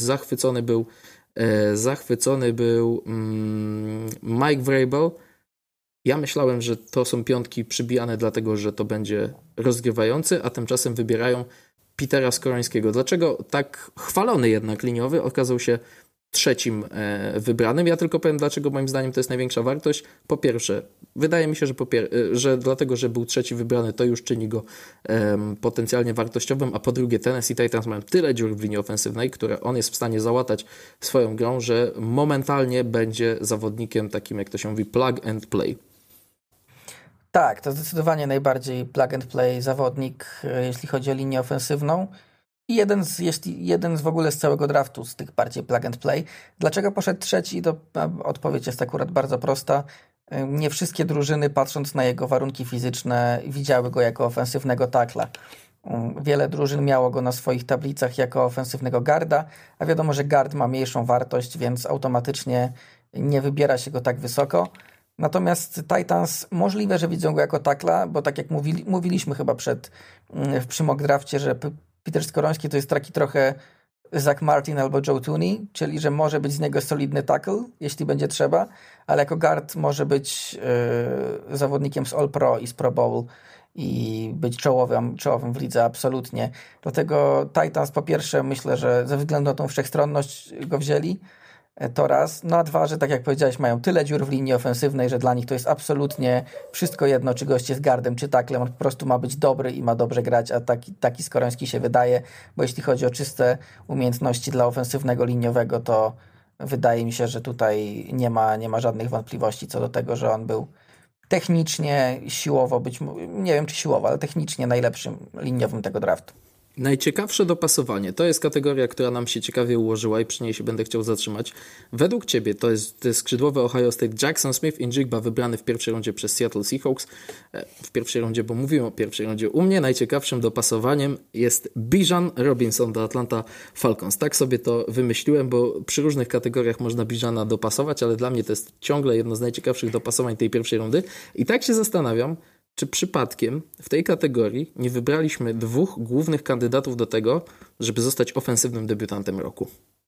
zachwycony był Mike Vrabel. Ja myślałem, że to są piątki przybijane dlatego, że to będzie rozgrywający, a tymczasem wybierają Petera Skorońskiego. Dlaczego tak chwalony jednak liniowy okazał się trzecim wybranym? Ja tylko powiem, dlaczego moim zdaniem to jest największa wartość. Po pierwsze, wydaje mi się, że dlatego, że był trzeci wybrany, to już czyni go potencjalnie wartościowym, a po drugie Tennessee Titans mają tyle dziur w linii ofensywnej, które on jest w stanie załatać swoją grą, że momentalnie będzie zawodnikiem takim, jak to się mówi, plug and play. Tak, to zdecydowanie najbardziej plug and play zawodnik, jeśli chodzi o linię ofensywną. I jeden z w ogóle z całego draftu z tych bardziej plug and play. Dlaczego poszedł trzeci? To odpowiedź jest akurat bardzo prosta. Nie wszystkie drużyny, patrząc na jego warunki fizyczne, widziały go jako ofensywnego tackla. Wiele drużyn miało go na swoich tablicach jako ofensywnego garda, a wiadomo, że guard ma mniejszą wartość, więc automatycznie nie wybiera się go tak wysoko. Natomiast Titans możliwe, że widzą go jako tackla, bo tak jak mówiliśmy chyba przy mock drafcie, że Peter Skoroński to jest taki trochę Zach Martin albo Joe Thuney, czyli że może być z niego solidny tackle, jeśli będzie trzeba, ale jako guard może być zawodnikiem z All Pro i z Pro Bowl i być czołowym w lidze absolutnie. Dlatego Titans po pierwsze myślę, że ze względu na tą wszechstronność go wzięli, to raz. No a dwa, że tak jak powiedziałeś, mają tyle dziur w linii ofensywnej, że dla nich to jest absolutnie wszystko jedno, czy gość jest gardem, czy taklem. On po prostu ma być dobry i ma dobrze grać, a taki Skoroński się wydaje, bo jeśli chodzi o czyste umiejętności dla ofensywnego liniowego, to wydaje mi się, że tutaj nie ma żadnych wątpliwości co do tego, że on był technicznie, siłowo, nie wiem czy siłowo, ale technicznie najlepszym liniowym tego draftu. Najciekawsze dopasowanie. To jest kategoria, która nam się ciekawie ułożyła i przy niej się będę chciał zatrzymać. Według Ciebie to jest skrzydłowy Ohio State Jackson Smith-Njigba wybrany w pierwszej rundzie przez Seattle Seahawks. W pierwszej rundzie, bo mówiłem o pierwszej rundzie. U mnie najciekawszym dopasowaniem jest Bijan Robinson do Atlanta Falcons. Tak sobie to wymyśliłem, bo przy różnych kategoriach można Bijana dopasować, ale dla mnie to jest ciągle jedno z najciekawszych dopasowań tej pierwszej rundy. I tak się zastanawiam, czy przypadkiem w tej kategorii nie wybraliśmy dwóch głównych kandydatów do tego, żeby zostać ofensywnym debiutantem roku?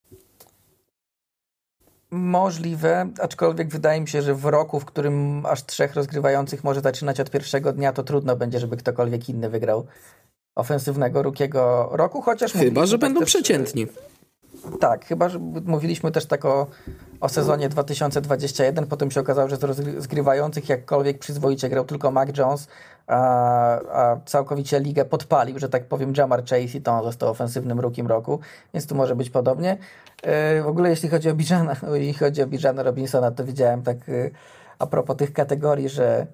Możliwe, aczkolwiek wydaje mi się, że w roku, w którym aż 3 rozgrywających może zaczynać od pierwszego dnia, to trudno będzie, żeby ktokolwiek inny wygrał ofensywnego rookiego roku, chociaż... Chyba, że będą przeciętni. Tak, chyba, że mówiliśmy też tak o sezonie 2021, potem się okazało, że z rozgrywających jakkolwiek przyzwoicie grał tylko Mac Jones, a całkowicie ligę podpalił, że tak powiem, Jamar Chase i to on został ofensywnym rookiem roku, więc tu może być podobnie. W ogóle jeśli chodzi o Bijana Robinsona, to widziałem tak a propos tych kategorii, że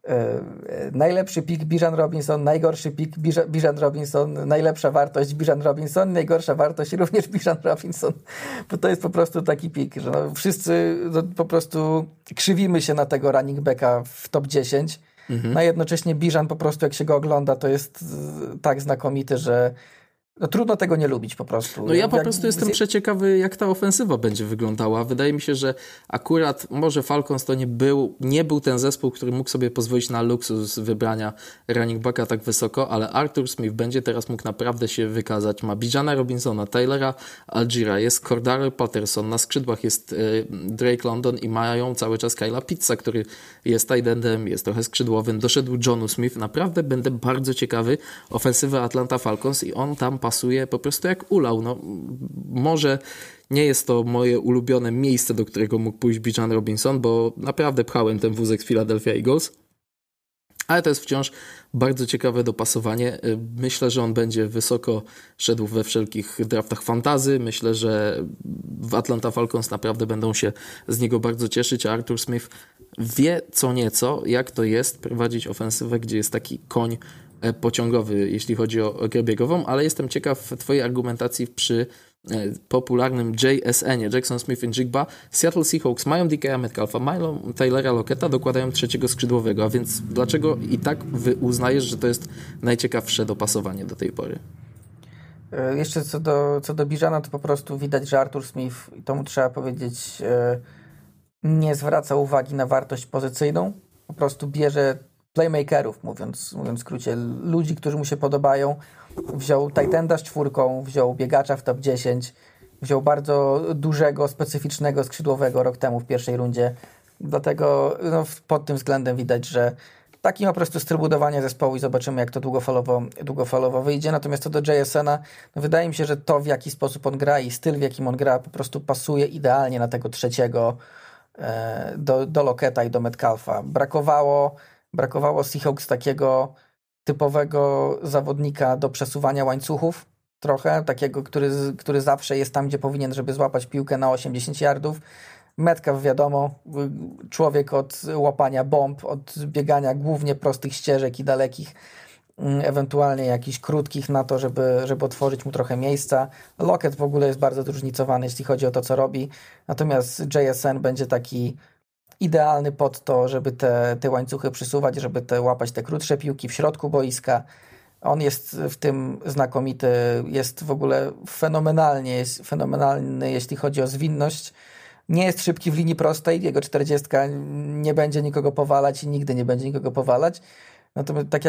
najlepszy pick Bijan Robinson, najgorszy pick Bijan Robinson, najlepsza wartość Bijan Robinson, najgorsza wartość również Bijan Robinson, bo to jest po prostu taki pick, że no wszyscy po prostu krzywimy się na tego running backa w top 10, a jednocześnie Bijan po prostu jak się go ogląda, to jest tak znakomity, że no trudno tego nie lubić po prostu. No ja po prostu jestem przeciekawy, jak ta ofensywa będzie wyglądała. Wydaje mi się, że akurat może Falcons to nie był ten zespół, który mógł sobie pozwolić na luksus wybrania running backa tak wysoko, ale Arthur Smith będzie teraz mógł naprawdę się wykazać. Ma Bijana Robinsona, Taylora Algiera, jest Cordaro Patterson, na skrzydłach jest Drake London i mają cały czas Kyla Pittsa, który jest tight endem, jest trochę skrzydłowym. Doszedł Jonu Smith. Naprawdę będę bardzo ciekawy ofensywy Atlanta Falcons i on tam pasuje po prostu jak ulał. No, może nie jest to moje ulubione miejsce, do którego mógł pójść Bijan Robinson, bo naprawdę pchałem ten wózek z Philadelphia Eagles, ale to jest wciąż bardzo ciekawe dopasowanie. Myślę, że on będzie wysoko szedł we wszelkich draftach fantasy. Myślę, że w Atlanta Falcons naprawdę będą się z niego bardzo cieszyć, a Arthur Smith wie co nieco, jak to jest prowadzić ofensywę, gdzie jest taki koń pociągowy, jeśli chodzi o grę biegową, ale jestem ciekaw twojej argumentacji przy popularnym JSN-ie, Jackson Smith-Njigba. Seattle Seahawks mają DK Metcalfa, mają Taylora Locketta, dokładają trzeciego skrzydłowego, a więc dlaczego i tak uznajesz, że to jest najciekawsze dopasowanie do tej pory? Jeszcze co do Bijana, to po prostu widać, że Arthur Smith, i to mu trzeba powiedzieć, nie zwraca uwagi na wartość pozycyjną, po prostu bierze playmakerów, mówiąc w skrócie, ludzi, którzy mu się podobają. Wziął tight enda z 4, wziął biegacza w top 10, wziął bardzo dużego, specyficznego skrzydłowego rok temu w pierwszej rundzie. Dlatego no, pod tym względem widać, że Taki po prostu styl budowania zespołu i zobaczymy, jak to długofalowo wyjdzie. Natomiast co do JSN-a, no wydaje mi się, że to, w jaki sposób on gra i styl, w jakim on gra, po prostu pasuje idealnie na tego trzeciego do Locketta i do Metcalfa. Brakowało Seahawks takiego typowego zawodnika do przesuwania łańcuchów, trochę, takiego, który zawsze jest tam, gdzie powinien, żeby złapać piłkę na 80 yardów. Metcalf, wiadomo, człowiek od łapania bomb, od biegania głównie prostych ścieżek i dalekich, ewentualnie jakichś krótkich na to, żeby otworzyć mu trochę miejsca. Lockett w ogóle jest bardzo zróżnicowany, jeśli chodzi o to, co robi. Natomiast JSN będzie taki idealny pod to, żeby te łańcuchy przysuwać, żeby łapać te krótsze piłki w środku boiska. On jest w tym znakomity, jest w ogóle fenomenalny, jeśli chodzi o zwinność. Nie jest szybki w linii prostej, jego 40 nie będzie nikogo powalać i nigdy nie będzie nikogo powalać. Natomiast tak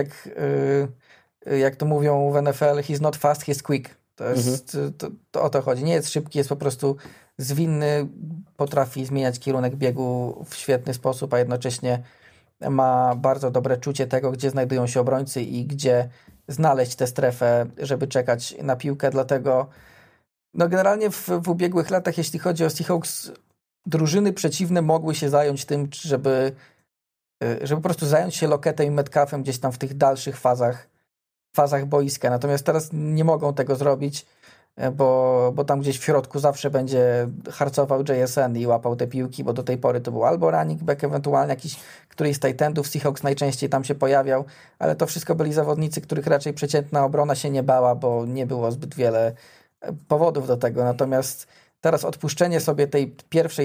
jak to mówią w NFL, he's not fast, he's quick. To o to chodzi. Nie jest szybki, jest po prostu zwinny, potrafi zmieniać kierunek biegu w świetny sposób, a jednocześnie ma bardzo dobre czucie tego, gdzie znajdują się obrońcy i gdzie znaleźć tę strefę, żeby czekać na piłkę. Dlatego no generalnie w ubiegłych latach, jeśli chodzi o Seahawks, drużyny przeciwne mogły się zająć tym, żeby po prostu zająć się Lockettem i Metcalfem gdzieś tam w tych dalszych fazach boiska. Natomiast teraz nie mogą tego zrobić, bo tam gdzieś w środku zawsze będzie harcował JSN i łapał te piłki, bo do tej pory to był albo running back, ewentualnie jakiś któryś z tight endów. Seahawks najczęściej tam się pojawiał, ale to wszystko byli zawodnicy, których raczej przeciętna obrona się nie bała, bo nie było zbyt wiele powodów do tego. Natomiast teraz odpuszczenie sobie tej pierwszej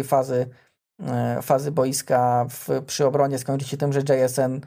fazy boiska przy obronie skończy się tym, że JSN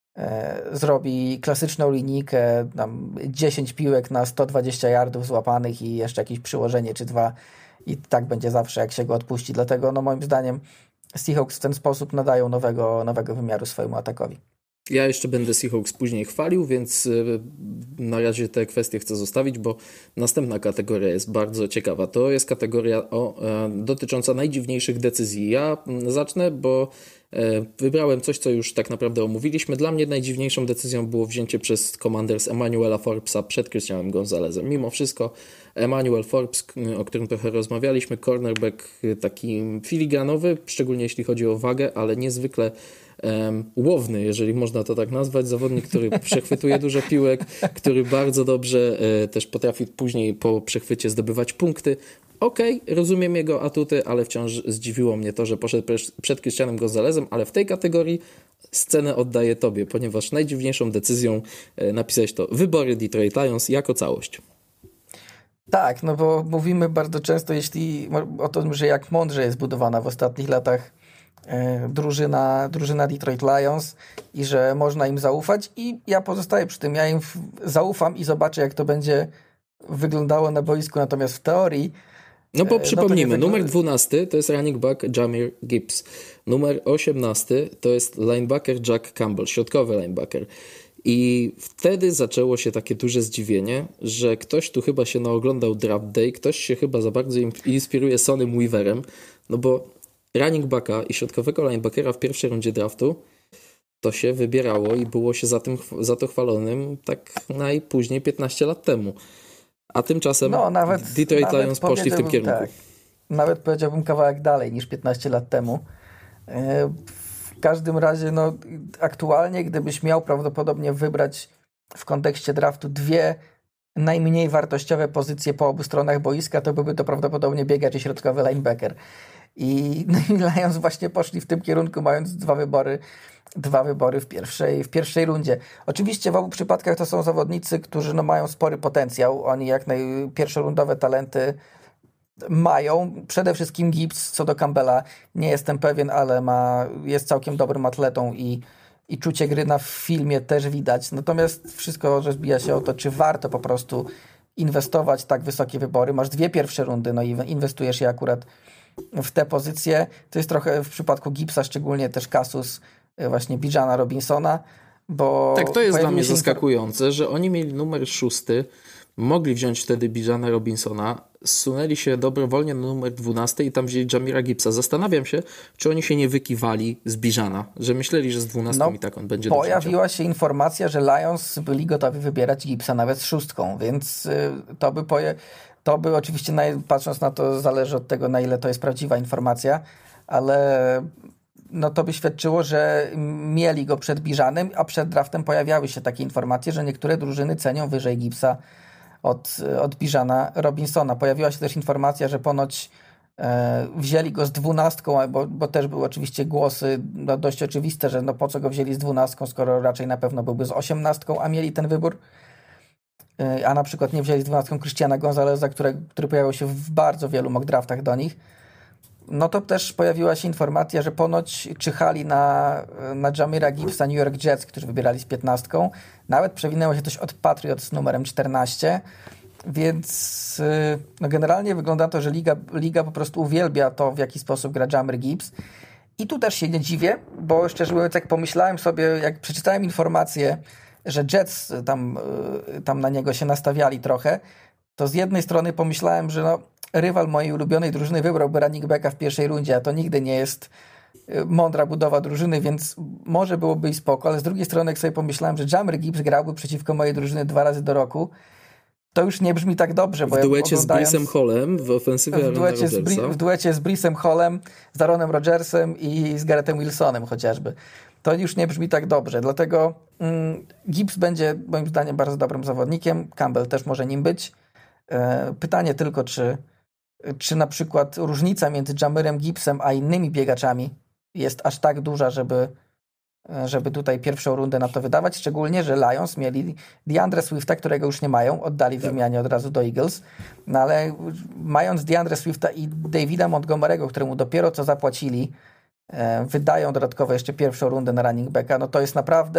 zrobi klasyczną linijkę, tam 10 piłek na 120 yardów złapanych i jeszcze jakieś przyłożenie czy dwa i tak będzie zawsze, jak się go odpuści. Dlatego no moim zdaniem Seahawks w ten sposób nadają nowego wymiaru swojemu atakowi. Ja jeszcze będę Seahawks później chwalił, więc na razie te kwestie chcę zostawić, bo następna kategoria jest bardzo ciekawa. To jest kategoria dotycząca najdziwniejszych decyzji. Ja zacznę, bo wybrałem coś, co już tak naprawdę omówiliśmy. Dla mnie najdziwniejszą decyzją było wzięcie przez Commanders Emmanuela Forbesa przed Christianem Gonzalezem. Mimo wszystko Emmanuel Forbes, o którym trochę rozmawialiśmy, cornerback taki filigranowy, szczególnie jeśli chodzi o wagę, ale niezwykle łowny, jeżeli można to tak nazwać, zawodnik, który przechwytuje dużo piłek, który bardzo dobrze też potrafi później po przechwycie zdobywać punkty. Okej, rozumiem jego atuty, ale wciąż zdziwiło mnie to, że poszedł przed Christianem Gonzalezem, ale w tej kategorii scenę oddaję tobie, ponieważ najdziwniejszą decyzją napisałeś to wybory Detroit Lions jako całość. Tak, no bo mówimy bardzo często o tym, że jak mądrze jest budowana w ostatnich latach drużyna Detroit Lions i że można im zaufać i ja pozostaję przy tym. Ja im zaufam i zobaczę, jak to będzie wyglądało na boisku, natomiast w teorii no bo przypomnijmy, numer 12 to jest running back Jahmyr Gibbs, numer 18 to jest linebacker Jack Campbell, środkowy linebacker. I wtedy zaczęło się takie duże zdziwienie, że ktoś tu chyba się naoglądał Draft Day, ktoś się chyba za bardzo inspiruje Sonym Weaverem, no bo running backa i środkowego linebackera w pierwszej rundzie draftu to się wybierało i było się za to chwalonym tak najpóźniej 15 lat temu. A tymczasem Detroit Lions poszli w tym kierunku. Tak, nawet powiedziałbym kawałek dalej niż 15 lat temu. W każdym razie aktualnie, gdybyś miał prawdopodobnie wybrać w kontekście draftu dwie najmniej wartościowe pozycje po obu stronach boiska, to byłby to prawdopodobnie biegacz i środkowy linebacker. I Lions właśnie poszli w tym kierunku, mając dwa wybory w pierwszej rundzie. Oczywiście w obu przypadkach to są zawodnicy, którzy mają spory potencjał. Oni jak pierwszorundowe talenty mają. Przede wszystkim Gibbs, co do Campbella nie jestem pewien, ale jest całkiem dobrym atletą i czucie gry na filmie też widać. Natomiast wszystko rozbija się o to, czy warto po prostu inwestować tak wysokie wybory. Masz 2 pierwsze rundy, no i inwestujesz je akurat w te pozycje. To jest trochę w przypadku Gibbsa, szczególnie też kasus właśnie Bijana Robinsona, bo tak, to jest dla mnie zaskakujące, że oni mieli numer 6, mogli wziąć wtedy Bijana Robinsona, zsunęli się dobrowolnie na numer 12 i tam wzięli Jamira Gibbsa. Zastanawiam się, czy oni się nie wykiwali z Bijana, że myśleli, że z 12 i tak on będzie pojawiła się informacja, że Lions byli gotowi wybierać Gibbsa nawet z 6, więc to by oczywiście, patrząc na to, zależy od tego, na ile to jest prawdziwa informacja, ale no to by świadczyło, że mieli go przed Bijanem, a przed draftem pojawiały się takie informacje, że niektóre drużyny cenią wyżej Gibbsa od Bijana Robinsona. Pojawiła się też informacja, że ponoć wzięli go z 12, bo też były oczywiście głosy dość oczywiste, że no po co go wzięli z 12, skoro raczej na pewno byłby z 18, a mieli ten wybór. A na przykład nie wzięli z 12 Christiana Gonzaleza, który pojawił się w bardzo wielu mock draftach do nich. No to też pojawiła się informacja, że ponoć czyhali na Jamira Gibbsa New York Jets, którzy wybierali z 15. Nawet przewinęło się coś od Patriots z numerem 14. Więc no generalnie wygląda to, że liga po prostu uwielbia to, w jaki sposób gra Jamir Gibbs. I tu też się nie dziwię, bo szczerze mówiąc, jak pomyślałem sobie, jak przeczytałem informację, że Jets tam na niego się nastawiali trochę, to z jednej strony pomyślałem, że no, rywal mojej ulubionej drużyny wybrałby running backa w pierwszej rundzie, a to nigdy nie jest mądra budowa drużyny, więc może byłoby i spoko, ale z drugiej strony jak sobie pomyślałem, że Jamir Gibbs grałby przeciwko mojej drużyny 2 razy do roku, to już nie brzmi tak dobrze. Bo w duecie z Breesem Hallem w ofensywie w duecie z Breesem Hallem, z Aaronem Rodgersem i z Garrettem Wilsonem chociażby. To już nie brzmi tak dobrze, dlatego Gibbs będzie moim zdaniem bardzo dobrym zawodnikiem, Campbell też może nim być. Pytanie tylko, czy na przykład różnica między Jamirem Gibbsem a innymi biegaczami jest aż tak duża, żeby tutaj pierwszą rundę na to wydawać, szczególnie, że Lions mieli DeAndre Swifta, którego już nie mają, oddali w wymianie od razu do Eagles, no ale mając DeAndre Swifta i Davida Montgomery'ego, któremu dopiero co zapłacili, wydają dodatkowo jeszcze pierwszą rundę na running backa, no to jest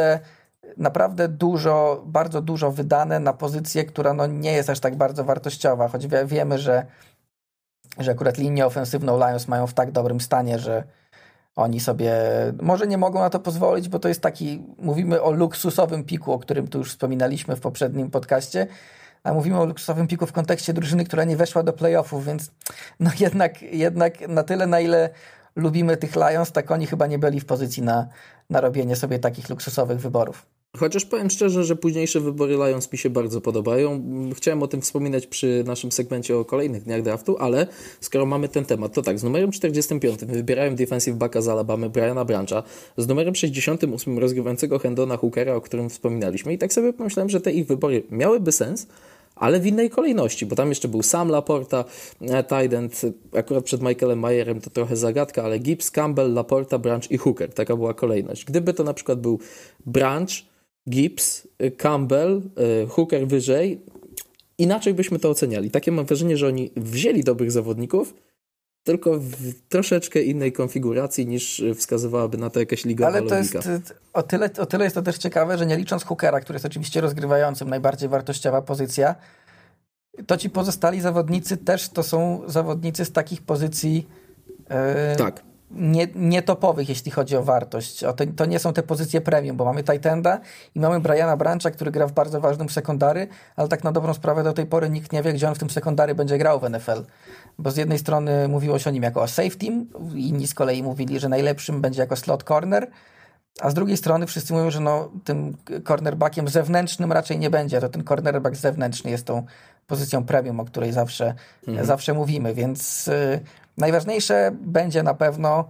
naprawdę dużo, bardzo dużo wydane na pozycję, która no nie jest aż tak bardzo wartościowa, choć wiemy, że akurat linię ofensywną Lions mają w tak dobrym stanie, że oni sobie może nie mogą na to pozwolić, bo to jest taki, mówimy o luksusowym piku, o którym tu już wspominaliśmy w poprzednim podcaście, a mówimy o luksusowym piku w kontekście drużyny, która nie weszła do playoffów, więc no jednak na tyle, na ile lubimy tych Lions, tak oni chyba nie byli w pozycji na robienie sobie takich luksusowych wyborów. Chociaż powiem szczerze, że późniejsze wybory Lions mi się bardzo podobają. Chciałem o tym wspominać przy naszym segmencie o kolejnych dniach draftu, ale skoro mamy ten temat, to tak, z numerem 45 wybierają defensive backa z Alabamy Briana Brancha, z numerem 68 rozgrywającego Hendona Hookera, o którym wspominaliśmy i tak sobie pomyślałem, że te ich wybory miałyby sens, ale w innej kolejności, bo tam jeszcze był Sam Laporta, tight end, akurat przed Michaelem Mayerem to trochę zagadka, ale Gibbs, Campbell, Laporta, Branch i Hooker. Taka była kolejność. Gdyby to na przykład był Branch, Gibbs, Campbell, Hooker wyżej, inaczej byśmy to oceniali. Takie mam wrażenie, że oni wzięli dobrych zawodników, tylko w troszeczkę innej konfiguracji niż wskazywałaby na to jakaś ligowa logika. Ale to jest o tyle jest to też ciekawe, że nie licząc Hookera, który jest oczywiście rozgrywającym, najbardziej wartościowa pozycja, to ci pozostali zawodnicy też to są zawodnicy z takich pozycji tak. Nie topowych, jeśli chodzi o wartość. To nie są te pozycje premium, bo mamy tight enda i mamy Briana Brancha, który gra w bardzo ważnym sekundary, ale tak na dobrą sprawę do tej pory nikt nie wie, gdzie on w tym sekundary będzie grał w NFL. Bo z jednej strony mówiło się o nim jako o safety, inni z kolei mówili, że najlepszym będzie jako slot corner, a z drugiej strony wszyscy mówią, że tym cornerbackiem zewnętrznym raczej nie będzie. To ten cornerback zewnętrzny jest tą pozycją premium, o której zawsze mówimy, więc najważniejsze będzie na pewno,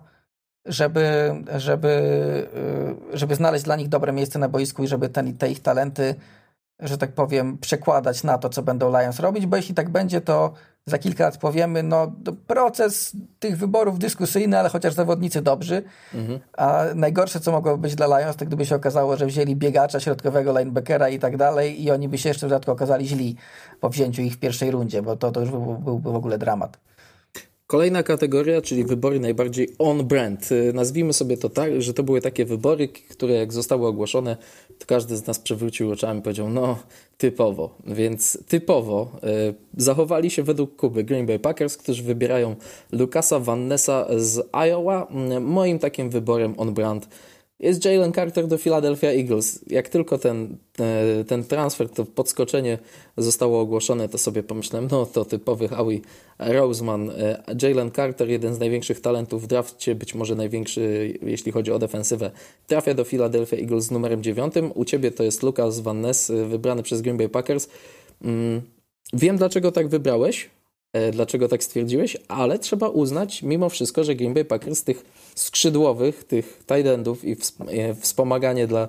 żeby znaleźć dla nich dobre miejsce na boisku i żeby te ich talenty, że tak powiem, przekładać na to, co będą Lions robić, bo jeśli tak będzie, to za kilka lat powiemy, proces tych wyborów dyskusyjny, ale chociaż zawodnicy dobrzy, a najgorsze, co mogłoby być dla Lions, to gdyby się okazało, że wzięli biegacza, środkowego linebackera i tak dalej i oni by się jeszcze w dodatku okazali źli po wzięciu ich w pierwszej rundzie, bo to już byłby w ogóle dramat. Kolejna kategoria, czyli wybory najbardziej on-brand. Nazwijmy sobie to tak, że to były takie wybory, które jak zostały ogłoszone, to każdy z nas przewrócił oczami i powiedział, typowo. Więc typowo zachowali się według Kuby Green Bay Packers, którzy wybierają Lucasa Van Nessa z Iowa. Moim takim wyborem on-brand jest Jalen Carter do Philadelphia Eagles. Jak tylko ten transfer, to podskoczenie zostało ogłoszone, to sobie pomyślałem, no to typowy Howie Roseman. Jalen Carter, jeden z największych talentów w drafcie, być może największy, jeśli chodzi o defensywę, trafia do Philadelphia Eagles z numerem 9. U ciebie to jest Lucas Van Ness, wybrany przez Green Bay Packers. Wiem, dlaczego tak wybrałeś, dlaczego tak stwierdziłeś, ale trzeba uznać mimo wszystko, że Green Bay Packers tych skrzydłowych, tych tight endów i wspomaganie dla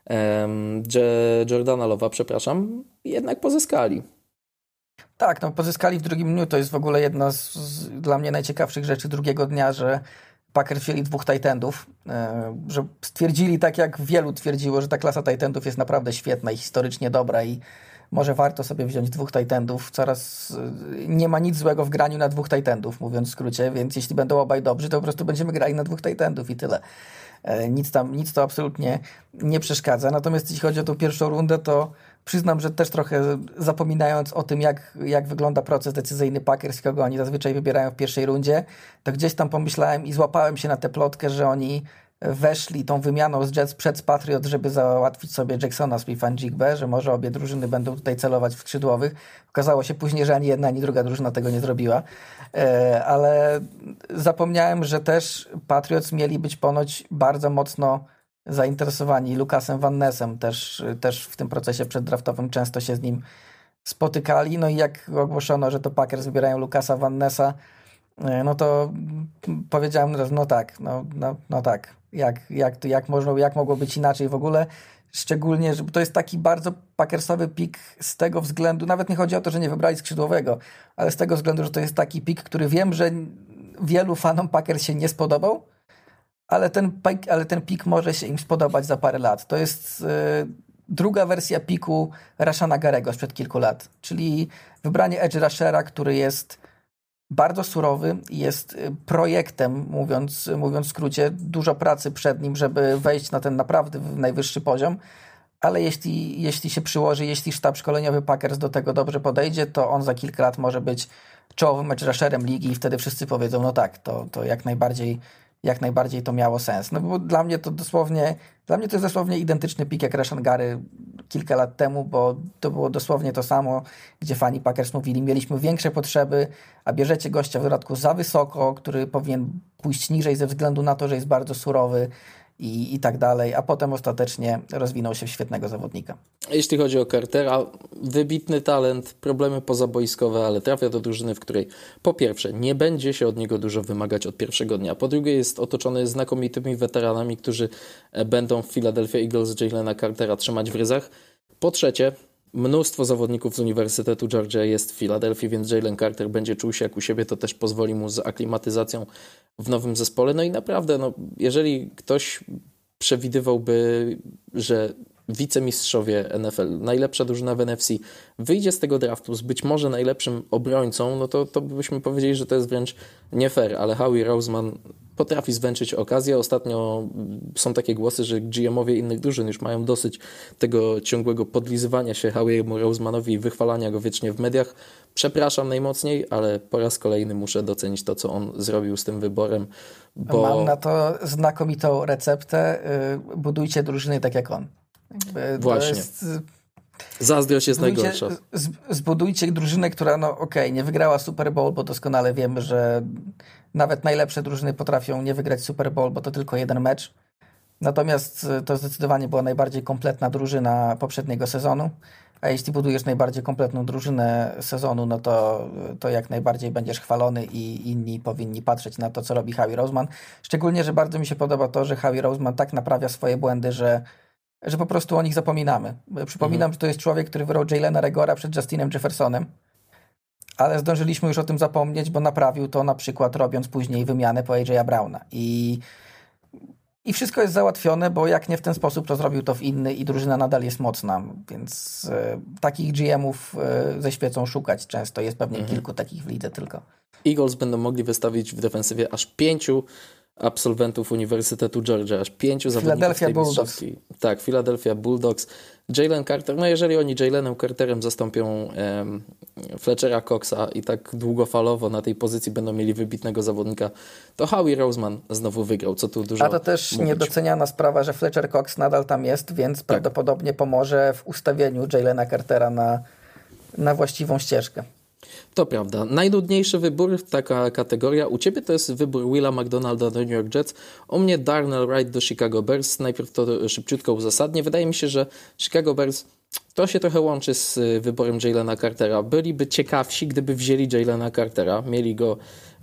Jordana Love'a, przepraszam, jednak pozyskali. Tak, no pozyskali w drugim dniu, to jest w ogóle jedna dla mnie najciekawszych rzeczy drugiego dnia, że Packers wzięli 2 tight endów, że stwierdzili, tak jak wielu twierdziło, że ta klasa tight endów jest naprawdę świetna i historycznie dobra i może warto sobie wziąć 2 tight endów. Coraz nie ma nic złego w graniu na 2 tight endów, mówiąc w skrócie, więc jeśli będą obaj dobrzy, to po prostu będziemy grali na 2 tight endów i tyle. Nic to absolutnie nie przeszkadza. Natomiast jeśli chodzi o tą pierwszą rundę, to przyznam, że też trochę zapominając o tym, jak wygląda proces decyzyjny Packers, kogo oni zazwyczaj wybierają w pierwszej rundzie, to gdzieś tam pomyślałem i złapałem się na tę plotkę, że oni weszli tą wymianą z Jets przed Patriot, żeby załatwić sobie Jacksona Smith-Njigbe, że może obie drużyny będą tutaj celować w skrzydłowych. Okazało się później, że ani jedna, ani druga drużyna tego nie zrobiła. Ale zapomniałem, że też Patriots mieli być ponoć bardzo mocno zainteresowani Lucasem Van Nessem. Też w tym procesie przeddraftowym często się z nim spotykali. No i jak ogłoszono, że to Packers wybierają Lucasa Van Nessa, no to powiedziałem, no tak, no tak. Jak mogło być inaczej w ogóle? Szczególnie, że to jest taki bardzo packersowy pik z tego względu, nawet nie chodzi o to, że nie wybrali skrzydłowego, ale z tego względu, że to jest taki pik, który wiem, że wielu fanom Packers się nie spodobał, ale ten pik może się im spodobać za parę lat. To jest druga wersja piku Rashana Garego sprzed kilku lat, czyli wybranie edge rushera, który jest bardzo surowy, jest projektem, mówiąc w skrócie, dużo pracy przed nim, żeby wejść na ten naprawdę najwyższy poziom, ale jeśli się przyłoży, jeśli sztab szkoleniowy Packers do tego dobrze podejdzie, to on za kilka lat może być czołowym edge rusherem ligi i wtedy wszyscy powiedzą, no tak, to jak najbardziej to miało sens. No bo dla mnie to jest dosłownie identyczny pik jak Rashan Gary kilka lat temu, bo to było dosłownie to samo, gdzie fani Packers mówili, mieliśmy większe potrzeby, a bierzecie gościa w dodatku za wysoko, który powinien pójść niżej ze względu na to, że jest bardzo surowy i tak dalej, a potem ostatecznie rozwinął się w świetnego zawodnika. Jeśli chodzi o Cartera, wybitny talent, problemy pozaboiskowe, ale trafia do drużyny, w której po pierwsze nie będzie się od niego dużo wymagać od pierwszego dnia, po drugie jest otoczony znakomitymi weteranami, którzy będą w Philadelphia Eagles Jalena Cartera trzymać w ryzach, po trzecie mnóstwo zawodników z Uniwersytetu Georgia jest w Filadelfii, więc Jalen Carter będzie czuł się jak u siebie, to też pozwoli mu z aklimatyzacją w nowym zespole. No i naprawdę, jeżeli ktoś przewidywałby, że wicemistrzowie NFL, najlepsza drużyna w NFC, wyjdzie z tego draftu z być może najlepszym obrońcą, no to byśmy powiedzieli, że to jest wręcz nie fair, ale Howie Roseman potrafi zwęczyć okazję. Ostatnio są takie głosy, że GM-owie innych drużyn już mają dosyć tego ciągłego podlizywania się Howiemu Rosemanowi i wychwalania go wiecznie w mediach. Przepraszam najmocniej, ale po raz kolejny muszę docenić to, co on zrobił z tym wyborem. Bo... Mam na to znakomitą receptę. Budujcie drużyny tak jak on. Właśnie. Zazdrość jest najgorsza. Zbudujcie drużynę, która nie wygrała Super Bowl, bo doskonale wiemy, że nawet najlepsze drużyny potrafią nie wygrać Super Bowl, bo to tylko jeden mecz. Natomiast to zdecydowanie była najbardziej kompletna drużyna poprzedniego sezonu. A jeśli budujesz najbardziej kompletną drużynę sezonu, no to jak najbardziej będziesz chwalony i inni powinni patrzeć na to, co robi Howie Roseman. Szczególnie, że bardzo mi się podoba to, że Howie Roseman tak naprawia swoje błędy, że po prostu o nich zapominamy. Przypominam, że to jest człowiek, który wybrał Jalena Regora przed Justinem Jeffersonem, ale zdążyliśmy już o tym zapomnieć, bo naprawił to na przykład robiąc później wymianę po A.J. Browna. I wszystko jest załatwione, bo jak nie w ten sposób, to zrobił to w inny i drużyna nadal jest mocna, więc takich GM-ów ze świecą szukać często. Jest pewnie kilku takich w lidze tylko. Eagles będą mogli wystawić w defensywie aż 5 absolwentów Uniwersytetu Georgia, aż 5 zawodników Philadelphia z tej Bulldogs. mistrzowskiej. Tak, Philadelphia Bulldogs. Jalen Carter, no jeżeli oni Jalenem Carterem zastąpią Fletchera Coxa i tak długofalowo na tej pozycji będą mieli wybitnego zawodnika, to Howie Roseman znowu wygrał, co tu dużo A to też mówić. niedoceniana sprawa, że Fletcher Cox nadal tam jest, więc prawdopodobnie pomoże w ustawieniu Jalena Cartera na właściwą ścieżkę. To prawda. Najnudniejszy wybór, taka kategoria. U ciebie to jest wybór Willa McDonalda do New York Jets. U mnie Darnell Wright do Chicago Bears. Najpierw to szybciutko uzasadnię. Wydaje mi się, że Chicago Bears to się trochę łączy z wyborem Jalena Cartera. Byliby ciekawsi, gdyby wzięli Jalena Cartera. Mieli go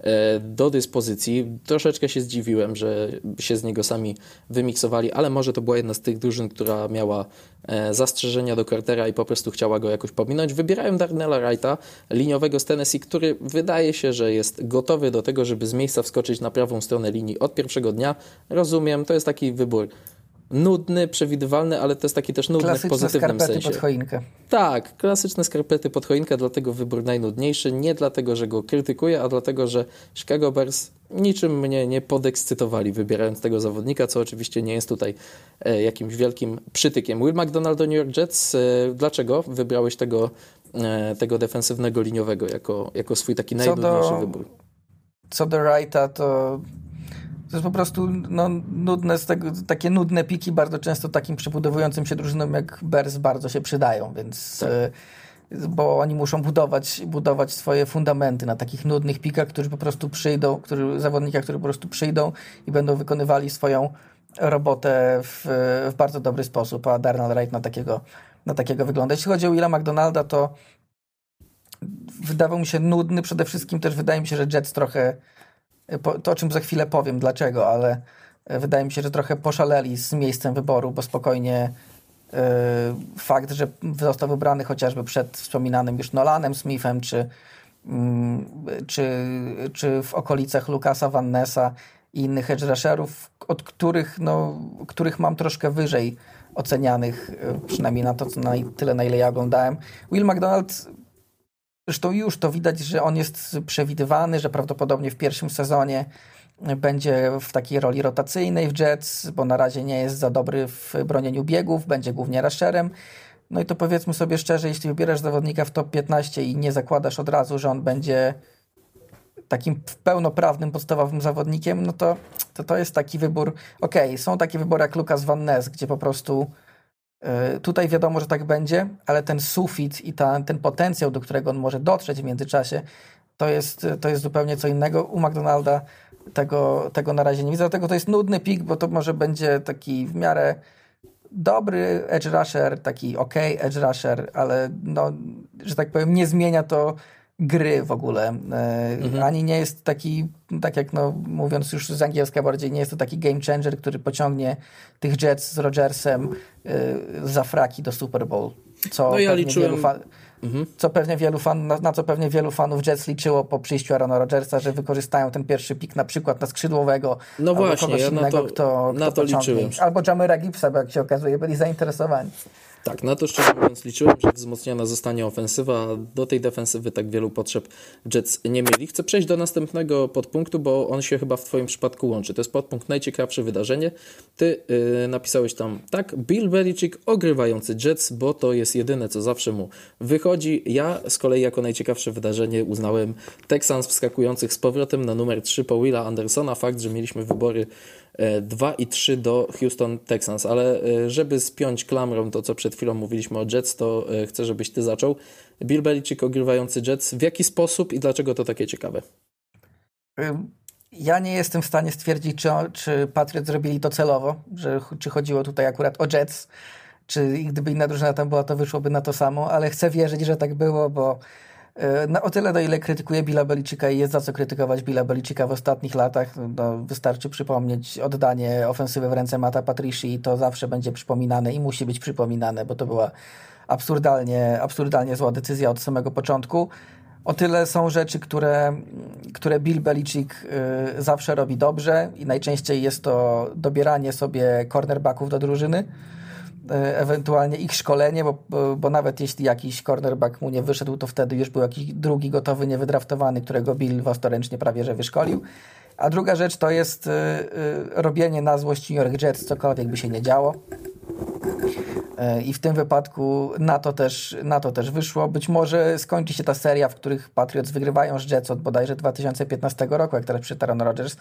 do dyspozycji. Troszeczkę się zdziwiłem, że się z niego sami wymiksowali, ale może to była jedna z tych drużyn, która miała zastrzeżenia do Cartera i po prostu chciała go jakoś pominąć. Wybierają Darnella Wrighta, liniowego z Tennessee, który wydaje się, że jest gotowy do tego, żeby z miejsca wskoczyć na prawą stronę linii od pierwszego dnia. Rozumiem, to jest taki wybór nudny, przewidywalny, ale to jest taki też nudny w pozytywnym sensie. Klasyczne skarpety pod choinkę. Tak, klasyczne skarpety pod choinkę, dlatego wybór najnudniejszy. Nie dlatego, że go krytykuję, a dlatego, że Chicago Bears niczym mnie nie podekscytowali wybierając tego zawodnika, co oczywiście nie jest tutaj jakimś wielkim przytykiem. Will McDonald do New York Jets. Dlaczego wybrałeś tego defensywnego liniowego jako swój taki najnudniejszy wybór? Co do Wrighta, to jest po prostu nudne takie nudne piki bardzo często takim przebudowującym się drużynom jak Bears bardzo się przydają, więc bo oni muszą budować swoje fundamenty na takich nudnych pikach, którzy po prostu przyjdą, zawodnikach, którzy po prostu przyjdą i będą wykonywali swoją robotę w bardzo dobry sposób, a Darnell Wright na takiego wygląda. Jeśli chodzi o Willa McDonalda, to wydawał mi się nudny, przede wszystkim też wydaje mi się, że Jets trochę, to o czym za chwilę powiem, dlaczego, ale wydaje mi się, że trochę poszaleli z miejscem wyboru, bo spokojnie fakt, że został wybrany chociażby przed wspominanym już Nolanem Smithem, czy w okolicach Lucasa Van Nessa i innych edge rusherów, od których mam troszkę wyżej ocenianych, przynajmniej na tyle, na ile ja oglądałem. Will McDonald, zresztą już to widać, że on jest przewidywany, że prawdopodobnie w pierwszym sezonie będzie w takiej roli rotacyjnej w Jets, bo na razie nie jest za dobry w bronieniu biegów, będzie głównie rusherem. No i to powiedzmy sobie szczerze, jeśli wybierasz zawodnika w top 15 i nie zakładasz od razu, że on będzie takim pełnoprawnym, podstawowym zawodnikiem, no to jest taki wybór. Okej, są takie wybory jak Lucas Van Ness, gdzie po prostu tutaj wiadomo, że tak będzie, ale ten sufit i ten potencjał, do którego on może dotrzeć w międzyczasie, to jest zupełnie co innego. U McDonalda tego na razie nie widzę, dlatego to jest nudny pick, bo to może będzie taki w miarę dobry edge rusher, taki edge rusher, ale że tak powiem, nie zmienia to gry w ogóle. Ani nie jest taki, tak jak mówiąc już z angielska bardziej, nie jest to taki game changer, który pociągnie tych Jets z Rodgersem za fraki do Super Bowl. Na co pewnie wielu fanów Jets liczyło po przyjściu Aarona Rodgersa, że wykorzystają ten pierwszy pik na przykład na skrzydłowego, albo kogoś innego, kto liczyłem. Albo Jamera Gibbsa, bo jak się okazuje, byli zainteresowani. Tak, na to szczerze mówiąc liczyłem, że wzmocniona zostanie ofensywa. Do tej defensywy tak wielu potrzeb Jets nie mieli. Chcę przejść do następnego podpunktu, bo on się chyba w twoim przypadku łączy. To jest podpunkt najciekawsze wydarzenie. Ty napisałeś tam tak, Bill Belichick ogrywający Jets, bo to jest jedyne, co zawsze mu wychodzi. Ja z kolei jako najciekawsze wydarzenie uznałem Texans wskakujących z powrotem na numer 3 po Willa Andersona. Fakt, że mieliśmy wybory 2 i 3 do Houston Texans, ale żeby spiąć klamrą to, co przed chwilą mówiliśmy o Jets, to chcę, żebyś ty zaczął. Bill Belichick ogrywający Jets. W jaki sposób i dlaczego to takie ciekawe? Ja nie jestem w stanie stwierdzić, czy Patriots zrobili to celowo, czy chodziło tutaj akurat o Jets, czy gdyby inna drużyna tam była, to wyszłoby na to samo, ale chcę wierzyć, że tak było, bo o tyle, do ile krytykuję Billa Belichicka i jest za co krytykować Billa Belichicka w ostatnich latach, wystarczy przypomnieć oddanie ofensywy w ręce Matta Patricia i to zawsze będzie przypominane i musi być przypominane, bo to była absurdalnie zła decyzja od samego początku. O tyle są rzeczy, które Bill Belichick zawsze robi dobrze i najczęściej jest to dobieranie sobie cornerbacków do drużyny, ewentualnie ich szkolenie, bo nawet jeśli jakiś cornerback mu nie wyszedł, to wtedy już był jakiś drugi gotowy, niewydraftowany, którego Bill własnoręcznie prawie że wyszkolił. A druga rzecz to jest robienie na złość New York Jets, cokolwiek by się nie działo. I w tym wypadku na to też wyszło. Być może skończy się ta seria, w których Patriots wygrywają z Jets od bodajże 2015 roku, jak teraz przyszedł Aaron Rodgers.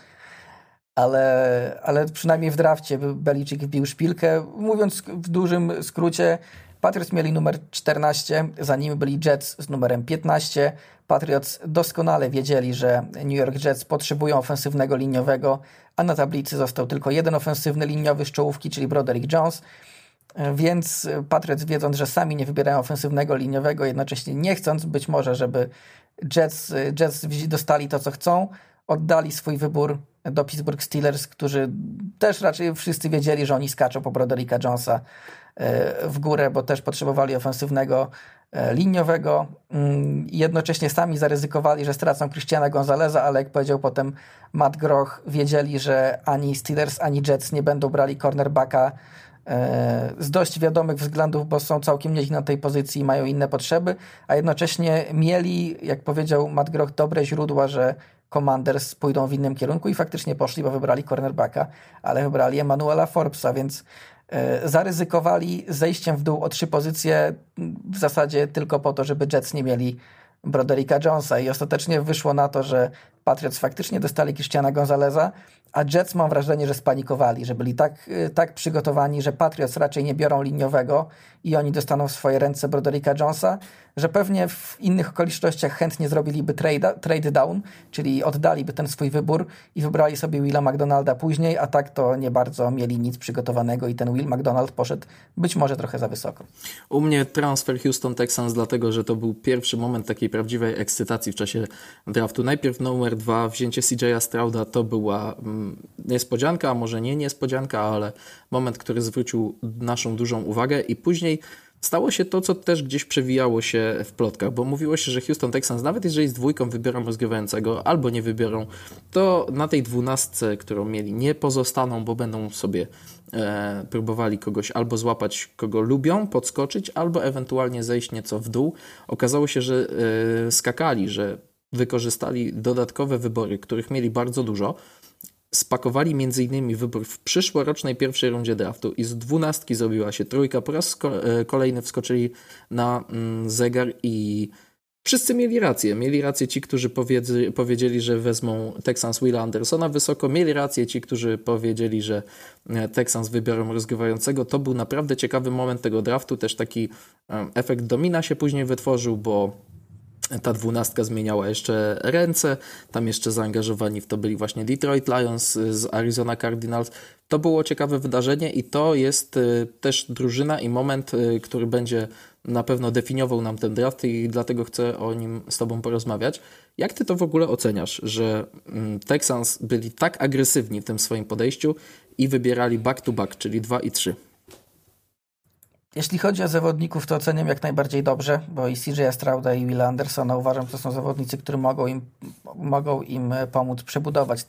Ale przynajmniej w drafcie Belichick wbił szpilkę. Mówiąc w dużym skrócie, Patriots mieli numer 14, za nimi byli Jets z numerem 15. Patriots doskonale wiedzieli, że New York Jets potrzebują ofensywnego liniowego, a na tablicy został tylko jeden ofensywny liniowy z czołówki, czyli Broderick Jones. Więc Patriots, wiedząc, że sami nie wybierają ofensywnego liniowego, jednocześnie nie chcąc być może, żeby Jets dostali to, co chcą, oddali swój wybór do Pittsburgh Steelers, którzy też raczej wszyscy wiedzieli, że oni skaczą po Brodericka Jonesa w górę, bo też potrzebowali ofensywnego liniowego. Jednocześnie sami zaryzykowali, że stracą Christiana Gonzaleza, ale jak powiedział potem Matt Groch, wiedzieli, że ani Steelers, ani Jets nie będą brali cornerbacka z dość wiadomych względów, bo są całkiem nieźli na tej pozycji i mają inne potrzeby, a jednocześnie mieli, jak powiedział Matt Groch, dobre źródła, że Commanders pójdą w innym kierunku i faktycznie poszli, bo wybrali cornerbacka, ale wybrali Emmanuela Forbesa, więc zaryzykowali zejściem w dół o 3 pozycje w zasadzie tylko po to, żeby Jets nie mieli Brodericka Jonesa i ostatecznie wyszło na to, że Patriots faktycznie dostali Christiana Gonzaleza, a Jets mam wrażenie, że spanikowali, że byli tak przygotowani, że Patriots raczej nie biorą liniowego i oni dostaną w swoje ręce Brodericka Jonesa, że pewnie w innych okolicznościach chętnie zrobiliby trade down, czyli oddaliby ten swój wybór i wybrali sobie Willa McDonalda później, a tak to nie bardzo mieli nic przygotowanego i ten Will McDonald poszedł być może trochę za wysoko. U mnie transfer Houston Texans, dlatego że to był pierwszy moment takiej prawdziwej ekscytacji w czasie draftu. Najpierw numer 2, wzięcie CJ'a Strouda, to była niespodzianka, a może nie niespodzianka, ale moment, który zwrócił naszą dużą uwagę i później stało się to, co też gdzieś przewijało się w plotkach, bo mówiło się, że Houston Texans, nawet jeżeli z 2 wybiorą rozgrywającego albo nie wybiorą, to na tej 12, którą mieli, nie pozostaną, bo będą sobie próbowali kogoś albo złapać, kogo lubią, podskoczyć, albo ewentualnie zejść nieco w dół. Okazało się, że skakali, że wykorzystali dodatkowe wybory, których mieli bardzo dużo. Spakowali m.in. wybór w przyszłorocznej pierwszej rundzie draftu i z 12 zrobiła się 3. Po raz kolejny wskoczyli na zegar i wszyscy mieli rację. Mieli rację ci, którzy powiedzieli, że wezmą Texans Willa Andersona wysoko. Mieli rację ci, którzy powiedzieli, że Texans wybiorą rozgrywającego. To był naprawdę ciekawy moment tego draftu. Też taki efekt domina się później wytworzył, bo ta 12 zmieniała jeszcze ręce, tam jeszcze zaangażowani w to byli właśnie Detroit Lions z Arizona Cardinals. To było ciekawe wydarzenie i to jest też drużyna i moment, który będzie na pewno definiował nam ten draft i dlatego chcę o nim z Tobą porozmawiać. Jak Ty to w ogóle oceniasz, że Texans byli tak agresywni w tym swoim podejściu i wybierali back-to-back, czyli 2 i 3? Jeśli chodzi o zawodników, to oceniam jak najbardziej dobrze, bo i CJ Strouda i Willa Andersona uważam, że to są zawodnicy, którzy mogą im pomóc przebudować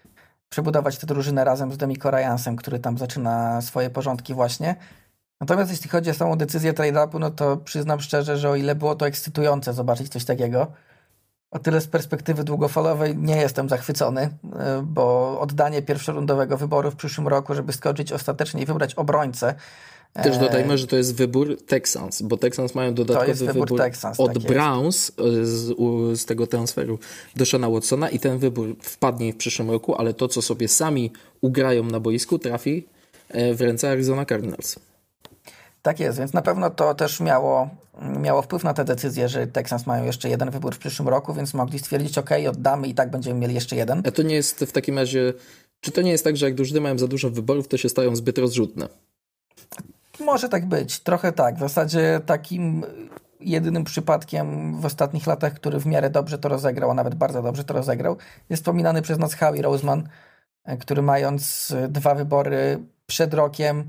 tę drużynę razem z Demico Ryansem, który tam zaczyna swoje porządki właśnie. Natomiast jeśli chodzi o samą decyzję trade-upu, no to przyznam szczerze, że o ile było to ekscytujące zobaczyć coś takiego, o tyle z perspektywy długofalowej nie jestem zachwycony, bo oddanie pierwszorundowego wyboru w przyszłym roku, żeby skoczyć ostatecznie i wybrać obrońcę. Też dodajmy, że to jest wybór Texans, bo Texans mają dodatkowy wybór Texans, od tak Browns z tego transferu do Shana Watsona i ten wybór wpadnie w przyszłym roku, ale to, co sobie sami ugrają na boisku, trafi w ręce Arizona Cardinals. Tak jest, więc na pewno to też miało wpływ na tę decyzję, że Texans mają jeszcze jeden wybór w przyszłym roku, więc mogli stwierdzić, oddamy i tak będziemy mieli jeszcze jeden. A to nie jest w takim razie, czy to nie jest tak, że jak drużyny mają za dużo wyborów, to się stają zbyt rozrzutne? Może tak być, trochę tak. W zasadzie takim jedynym przypadkiem w ostatnich latach, który w miarę dobrze to rozegrał, a nawet bardzo dobrze to rozegrał, jest wspominany przez nas Howie Roseman, który mając 2 wybory przed rokiem,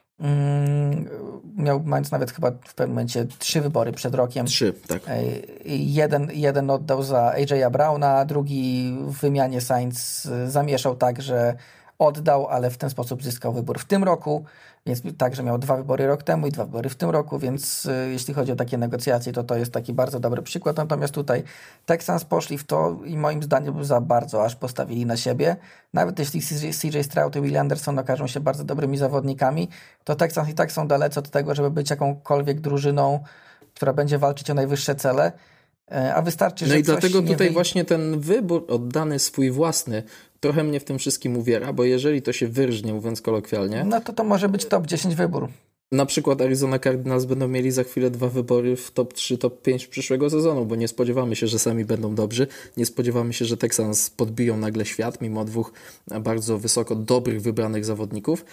mając nawet chyba w pewnym momencie 3 wybory przed rokiem. 3, tak. Jeden oddał za AJ'a Browna, a drugi w wymianie Saints zamieszał tak, że oddał, ale w ten sposób zyskał wybór w tym roku, więc także miał 2 wybory rok temu i 2 wybory w tym roku, więc jeśli chodzi o takie negocjacje, to jest taki bardzo dobry przykład. Natomiast tutaj Texans poszli w to i moim zdaniem za bardzo aż postawili na siebie. Nawet jeśli CJ Stroud i Will Anderson okażą się bardzo dobrymi zawodnikami, to Texans i tak są dalece od tego, żeby być jakąkolwiek drużyną, która będzie walczyć o najwyższe cele. A wystarczy, że no i coś dlatego nie tutaj właśnie ten wybór oddany swój własny trochę mnie w tym wszystkim uwiera, bo jeżeli to się wyrżnie, mówiąc kolokwialnie, no to może być top 10 wybór. Na przykład Arizona Cardinals będą mieli za chwilę 2 wybory w top 3, top 5 przyszłego sezonu, bo nie spodziewamy się, że sami będą dobrzy. Nie spodziewamy się, że Texans podbiją nagle świat, mimo 2 bardzo wysoko dobrych wybranych zawodników.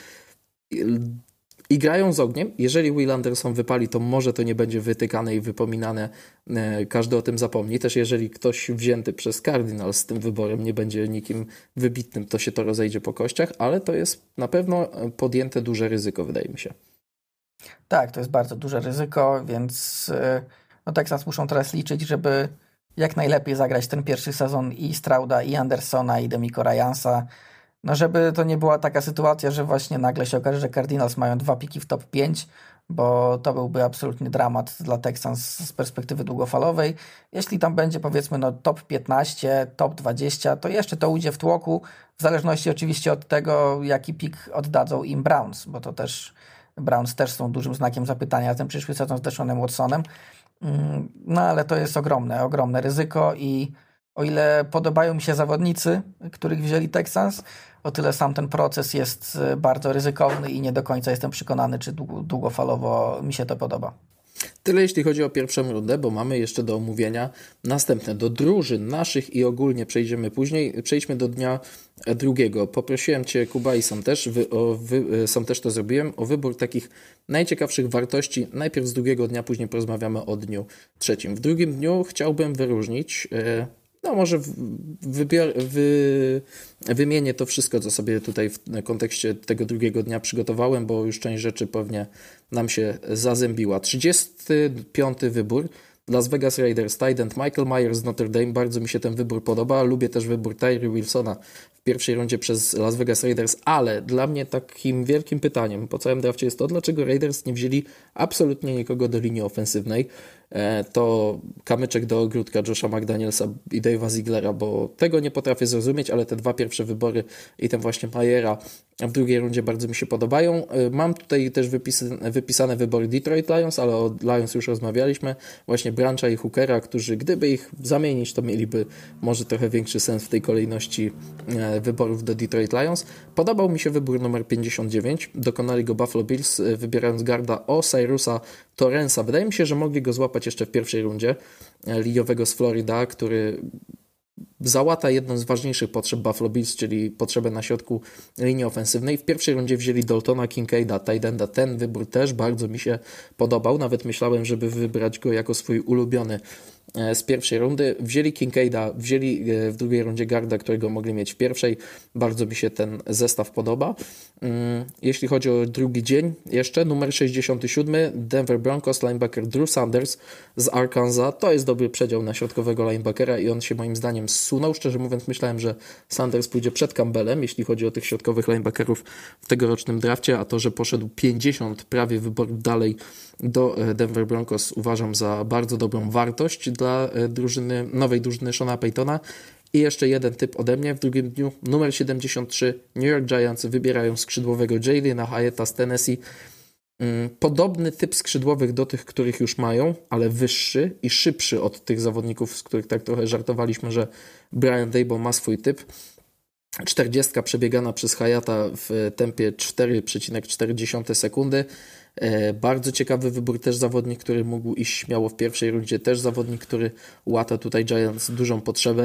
I grają z ogniem. Jeżeli Will Anderson wypali, to może to nie będzie wytykane i wypominane. Każdy o tym zapomni. Też jeżeli ktoś wzięty przez Cardinals z tym wyborem nie będzie nikim wybitnym, to się to rozejdzie po kościach, ale to jest na pewno podjęte duże ryzyko, wydaje mi się. Tak, to jest bardzo duże ryzyko, więc Texans muszą teraz liczyć, żeby jak najlepiej zagrać ten pierwszy sezon i Strouda, i Andersona, i Demico Ryansa. No żeby to nie była taka sytuacja, że właśnie nagle się okaże, że Cardinals mają 2 piki w top 5, bo to byłby absolutny dramat dla Texans z perspektywy długofalowej. Jeśli tam będzie powiedzmy top 15, top 20, to jeszcze to ujdzie w tłoku, w zależności oczywiście od tego, jaki pik oddadzą im Browns, bo to też Browns też są dużym znakiem zapytania ten przyszły sezon z Deshaunem Watsonem. No ale to jest ogromne ryzyko i o ile podobają mi się zawodnicy, których wzięli Texans, o tyle sam ten proces jest bardzo ryzykowny i nie do końca jestem przekonany, czy długofalowo mi się to podoba. Tyle jeśli chodzi o pierwszą rundę, bo mamy jeszcze do omówienia następne. Do drużyn naszych i ogólnie przejdziemy później. Przejdźmy do dnia drugiego. Poprosiłem Cię, Kuba, i sam też to zrobiłem, o wybór takich najciekawszych wartości. Najpierw z drugiego dnia, później porozmawiamy o dniu trzecim. W drugim dniu chciałbym wyróżnić... może wymienię to wszystko, co sobie tutaj w kontekście tego drugiego dnia przygotowałem, bo już część rzeczy pewnie nam się zazębiła. 35. wybór. Las Vegas Raiders, tight end Michael Myers z Notre Dame. Bardzo mi się ten wybór podoba. Lubię też wybór Tyree Wilsona w pierwszej rundzie przez Las Vegas Raiders, ale dla mnie takim wielkim pytaniem po całym drafcie jest to, dlaczego Raiders nie wzięli absolutnie nikogo do linii ofensywnej. To kamyczek do ogródka Josha McDanielsa i Dave'a Zieglera, bo tego nie potrafię zrozumieć, ale te 2 pierwsze wybory i ten właśnie Myera w drugiej rundzie bardzo mi się podobają. Mam tutaj też wypisane wybory Detroit Lions, ale o Lions już rozmawialiśmy. Właśnie Brancha i Hookera, którzy gdyby ich zamienić, to mieliby może trochę większy sens w tej kolejności wyborów do Detroit Lions. Podobał mi się wybór numer 59. Dokonali go Buffalo Bills, wybierając garda Osirusa Torrensa. Wydaje mi się, że mogli go złapać jeszcze w pierwszej rundzie. Liniowego z Florida, który załata jedną z ważniejszych potrzeb Buffalo Bills, czyli potrzebę na środku linii ofensywnej. W pierwszej rundzie wzięli Daltona Kincaida, tight enda. Ten wybór też bardzo mi się podobał. Nawet myślałem, żeby wybrać go jako swój ulubiony z pierwszej rundy. Wzięli Kincaida, wzięli w drugiej rundzie garda, którego mogli mieć w pierwszej. Bardzo mi się ten zestaw podoba. Jeśli chodzi o drugi dzień, jeszcze numer 67, Denver Broncos, linebacker Drew Sanders z Arkansas. To jest dobry przedział na środkowego linebackera i on się moim zdaniem zsunął. Szczerze mówiąc, myślałem, że Sanders pójdzie przed Campbellem, jeśli chodzi o tych środkowych linebackerów w tegorocznym drafcie, a to, że poszedł 50 prawie wyborów dalej do Denver Broncos, uważam za bardzo dobrą wartość dla nowej drużyny Seana Paytona. I jeszcze jeden typ ode mnie w drugim dniu. Numer 73 New York Giants wybierają skrzydłowego Jalena Hyetta z Tennessee. Podobny typ skrzydłowych do tych, których już mają, ale wyższy i szybszy od tych zawodników, z których tak trochę żartowaliśmy, że Brian Daboll ma swój typ. 40 przebiegana przez Hyata w tempie 4,4 sekundy. Bardzo ciekawy wybór, też zawodnik, który mógł iść śmiało w pierwszej rundzie, też zawodnik, który łata tutaj Giants dużą potrzebę.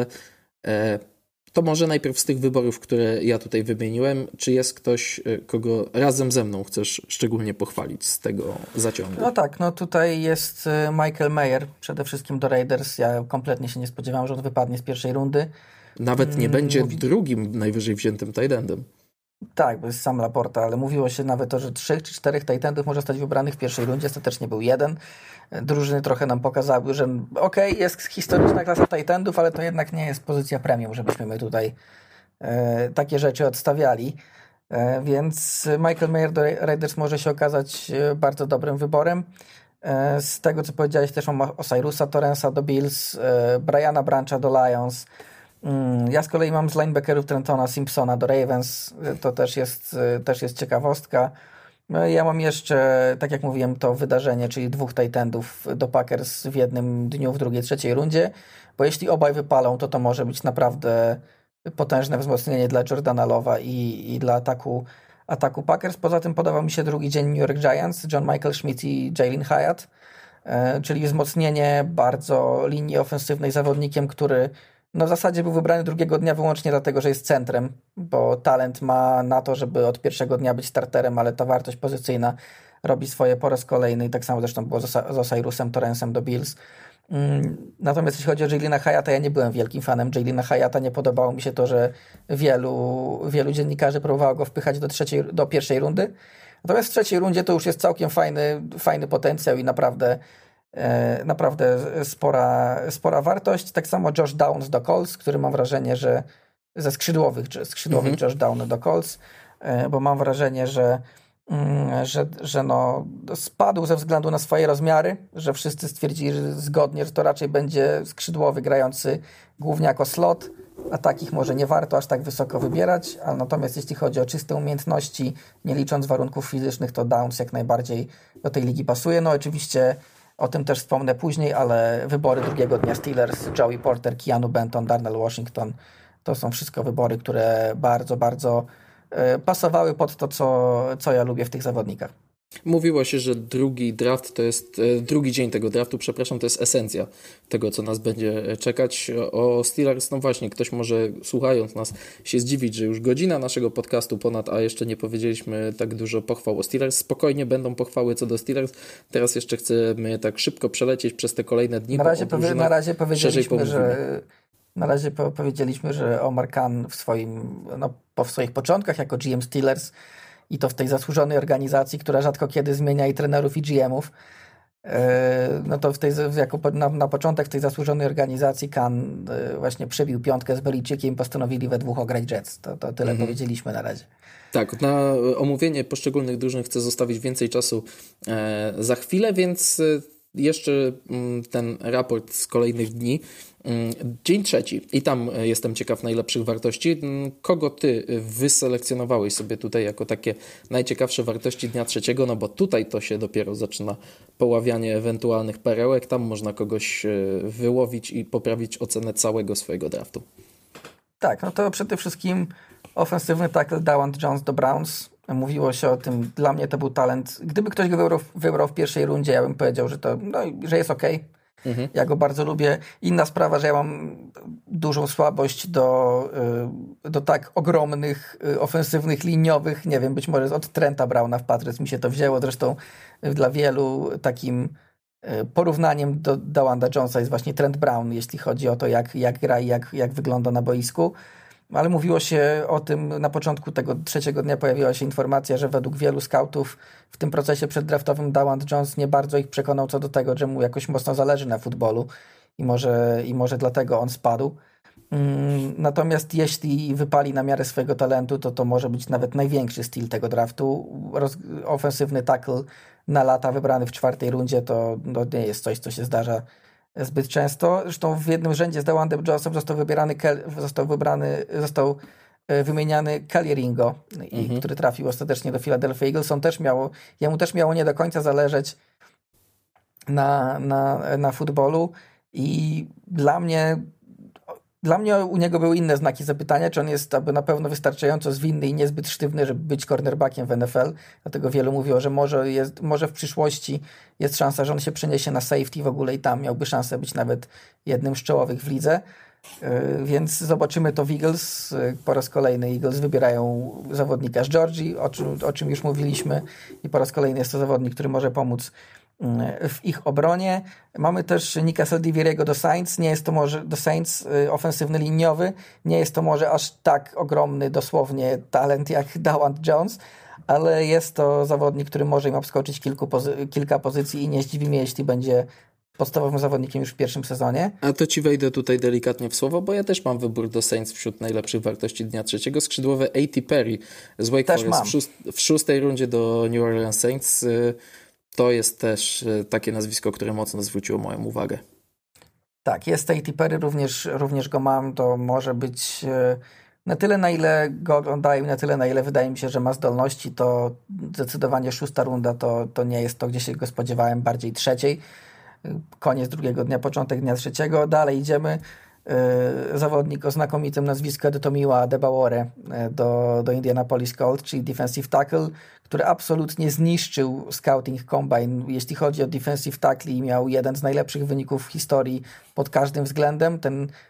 To może najpierw z tych wyborów, które ja tutaj wymieniłem, czy jest ktoś, kogo razem ze mną chcesz szczególnie pochwalić z tego zaciągu? No tak, tutaj jest Michael Mayer, przede wszystkim do Raiders. Ja kompletnie się nie spodziewałem, że on wypadnie z pierwszej rundy. Nawet nie będzie drugim najwyżej wziętym tight endem. Tak, bo jest sam Laporta, ale mówiło się nawet o, że 3 czy 4 tight endów może zostać wybranych w pierwszej rundzie, ostatecznie był jeden. Drużyny trochę nam pokazały, że jest historyczna klasa tight endów, ale to jednak nie jest pozycja premium, żebyśmy my tutaj takie rzeczy odstawiali. Więc Michael Mayer do Raiders może się okazać bardzo dobrym wyborem. Z tego, co powiedziałeś, też mam Osirusa Torrensa do Bills, Briana Brancha do Lions. Ja z kolei mam z linebackerów Trentona Simpsona do Ravens. To też jest ciekawostka. Ja mam jeszcze, tak jak mówiłem, to wydarzenie, czyli 2 tight endów do Packers w jednym dniu, w drugiej, trzeciej rundzie, bo jeśli obaj wypalą, to może być naprawdę potężne wzmocnienie dla Jordana Love'a i dla ataku Packers. Poza tym podobał mi się drugi dzień New York Giants, John Michael Schmidt i Jalen Hyatt, czyli wzmocnienie bardzo linii ofensywnej zawodnikiem, który w zasadzie był wybrany drugiego dnia wyłącznie dlatego, że jest centrem, bo talent ma na to, żeby od pierwszego dnia być starterem, ale ta wartość pozycyjna robi swoje po raz kolejny i tak samo zresztą było z Osirusem Torrensem do Bills. Natomiast jeśli chodzi o Jalena Hyatta, ja nie byłem wielkim fanem Jalena Hyatta, nie podobało mi się to, że wielu dziennikarzy próbowało go wpychać do pierwszej rundy. Natomiast w trzeciej rundzie to już jest całkiem fajny potencjał i naprawdę spora wartość. Tak samo Josh Downs do Colts, który mam wrażenie, że ze skrzydłowych Josh Downs do Colts, bo mam wrażenie, że spadł ze względu na swoje rozmiary, że wszyscy stwierdzili że zgodnie, że to raczej będzie skrzydłowy grający głównie jako slot, a takich może nie warto aż tak wysoko wybierać, ale natomiast jeśli chodzi o czyste umiejętności, nie licząc warunków fizycznych, to Downs jak najbardziej do tej ligi pasuje. No oczywiście o tym też wspomnę później, ale wybory drugiego dnia Steelers, Joey Porter, Keanu Benton, Darnell Washington, to są wszystko wybory, które bardzo, bardzo pasowały pod to, co ja lubię w tych zawodnikach. Mówiło się, że drugi dzień tego draftu, to jest esencja tego, co nas będzie czekać. O Steelers, no właśnie, ktoś może słuchając nas się zdziwić, że już godzina naszego podcastu ponad, a jeszcze nie powiedzieliśmy tak dużo pochwał o Steelers. Spokojnie będą pochwały co do Steelers. Teraz jeszcze chcemy tak szybko przelecieć przez te kolejne dni. Na razie powiedzieliśmy, że Omar Khan po swoich początkach jako GM Steelers i to w tej zasłużonej organizacji, która rzadko kiedy zmienia i trenerów i GM-ów, no to na początek w tej zasłużonej organizacji Khan właśnie przebił piątkę z Belichickiem i postanowili we dwóch ograć Jets. To tyle powiedzieliśmy na razie. Tak, na omówienie poszczególnych drużyn chcę zostawić więcej czasu za chwilę, więc jeszcze ten raport z kolejnych dni. Dzień trzeci i tam jestem ciekaw najlepszych wartości. Kogo ty wyselekcjonowałeś sobie tutaj jako takie najciekawsze wartości dnia trzeciego? No bo tutaj to się dopiero zaczyna poławianie ewentualnych perełek. Tam można kogoś wyłowić i poprawić ocenę całego swojego draftu. Tak, no to przede wszystkim ofensywny tackle Dawand Jones do Browns. Mówiło się o tym, dla mnie to był talent. Gdyby ktoś go wybrał w pierwszej rundzie, ja bym powiedział, że jest okej. Ja go bardzo lubię. Inna sprawa, że ja mam dużą słabość do tak ogromnych, ofensywnych, liniowych, nie wiem, być może od Trenta Browna w Patriots mi się to wzięło. Zresztą dla wielu takim porównaniem do Dawanda Jonesa jest właśnie Trent Brown, jeśli chodzi o to, jak gra i jak wygląda na boisku. Ale mówiło się o tym na początku tego trzeciego dnia, pojawiła się informacja, że według wielu scoutów w tym procesie przeddraftowym Dawand Jones nie bardzo ich przekonał co do tego, że mu jakoś mocno zależy na futbolu i może dlatego on spadł. Natomiast jeśli wypali na miarę swojego talentu, to może być nawet największy styl tego draftu. Ofensywny tackle na lata wybrany w czwartej rundzie to nie jest coś, co się zdarza zbyt często. Zresztą w jednym rzędzie z Dawandem Jonesem został wymieniany Kelly Ringo, który trafił ostatecznie do Philadelphia Eagles. Jemu też miało nie do końca zależeć na futbolu i dla mnie u niego były inne znaki zapytania, czy on jest na pewno wystarczająco zwinny i niezbyt sztywny, żeby być cornerbackiem w NFL. Dlatego wielu mówiło, że może w przyszłości jest szansa, że on się przeniesie na safety w ogóle i tam miałby szansę być nawet jednym z czołowych w lidze. Więc zobaczymy to w Eagles. Po raz kolejny Eagles wybierają zawodnika z Georgii, o czym już mówiliśmy i po raz kolejny jest to zawodnik, który może pomóc w ich obronie. Mamy też Nika Saldivierego do Saints. Nie jest to może do Saints ofensywny liniowy. Nie jest to może aż tak ogromny dosłownie talent jak Dawand Jones, ale jest to zawodnik, który może im obskoczyć kilka pozycji i nie zdziwi mnie, jeśli będzie podstawowym zawodnikiem już w pierwszym sezonie. A to ci wejdę tutaj delikatnie w słowo, bo ja też mam wybór do Saints wśród najlepszych wartości dnia trzeciego. Skrzydłowy A.T. Perry z Wake Forest w szóstej rundzie do New Orleans Saints. To jest też takie nazwisko, które mocno zwróciło moją uwagę. Tak, jest A.T. Perry, również go mam. To może być na tyle, na ile go oglądają, na tyle, na ile wydaje mi się, że ma zdolności, to zdecydowanie szósta runda to nie jest to, gdzie się go spodziewałem, bardziej trzeciej. Koniec drugiego dnia, początek dnia trzeciego. Dalej idziemy. Zawodnik o znakomitym nazwisku Tomiwa Adebawore do Indianapolis Colts, czyli defensive tackle, który absolutnie zniszczył scouting combine. Jeśli chodzi o defensive tackle, miał jeden z najlepszych wyników w historii pod każdym względem.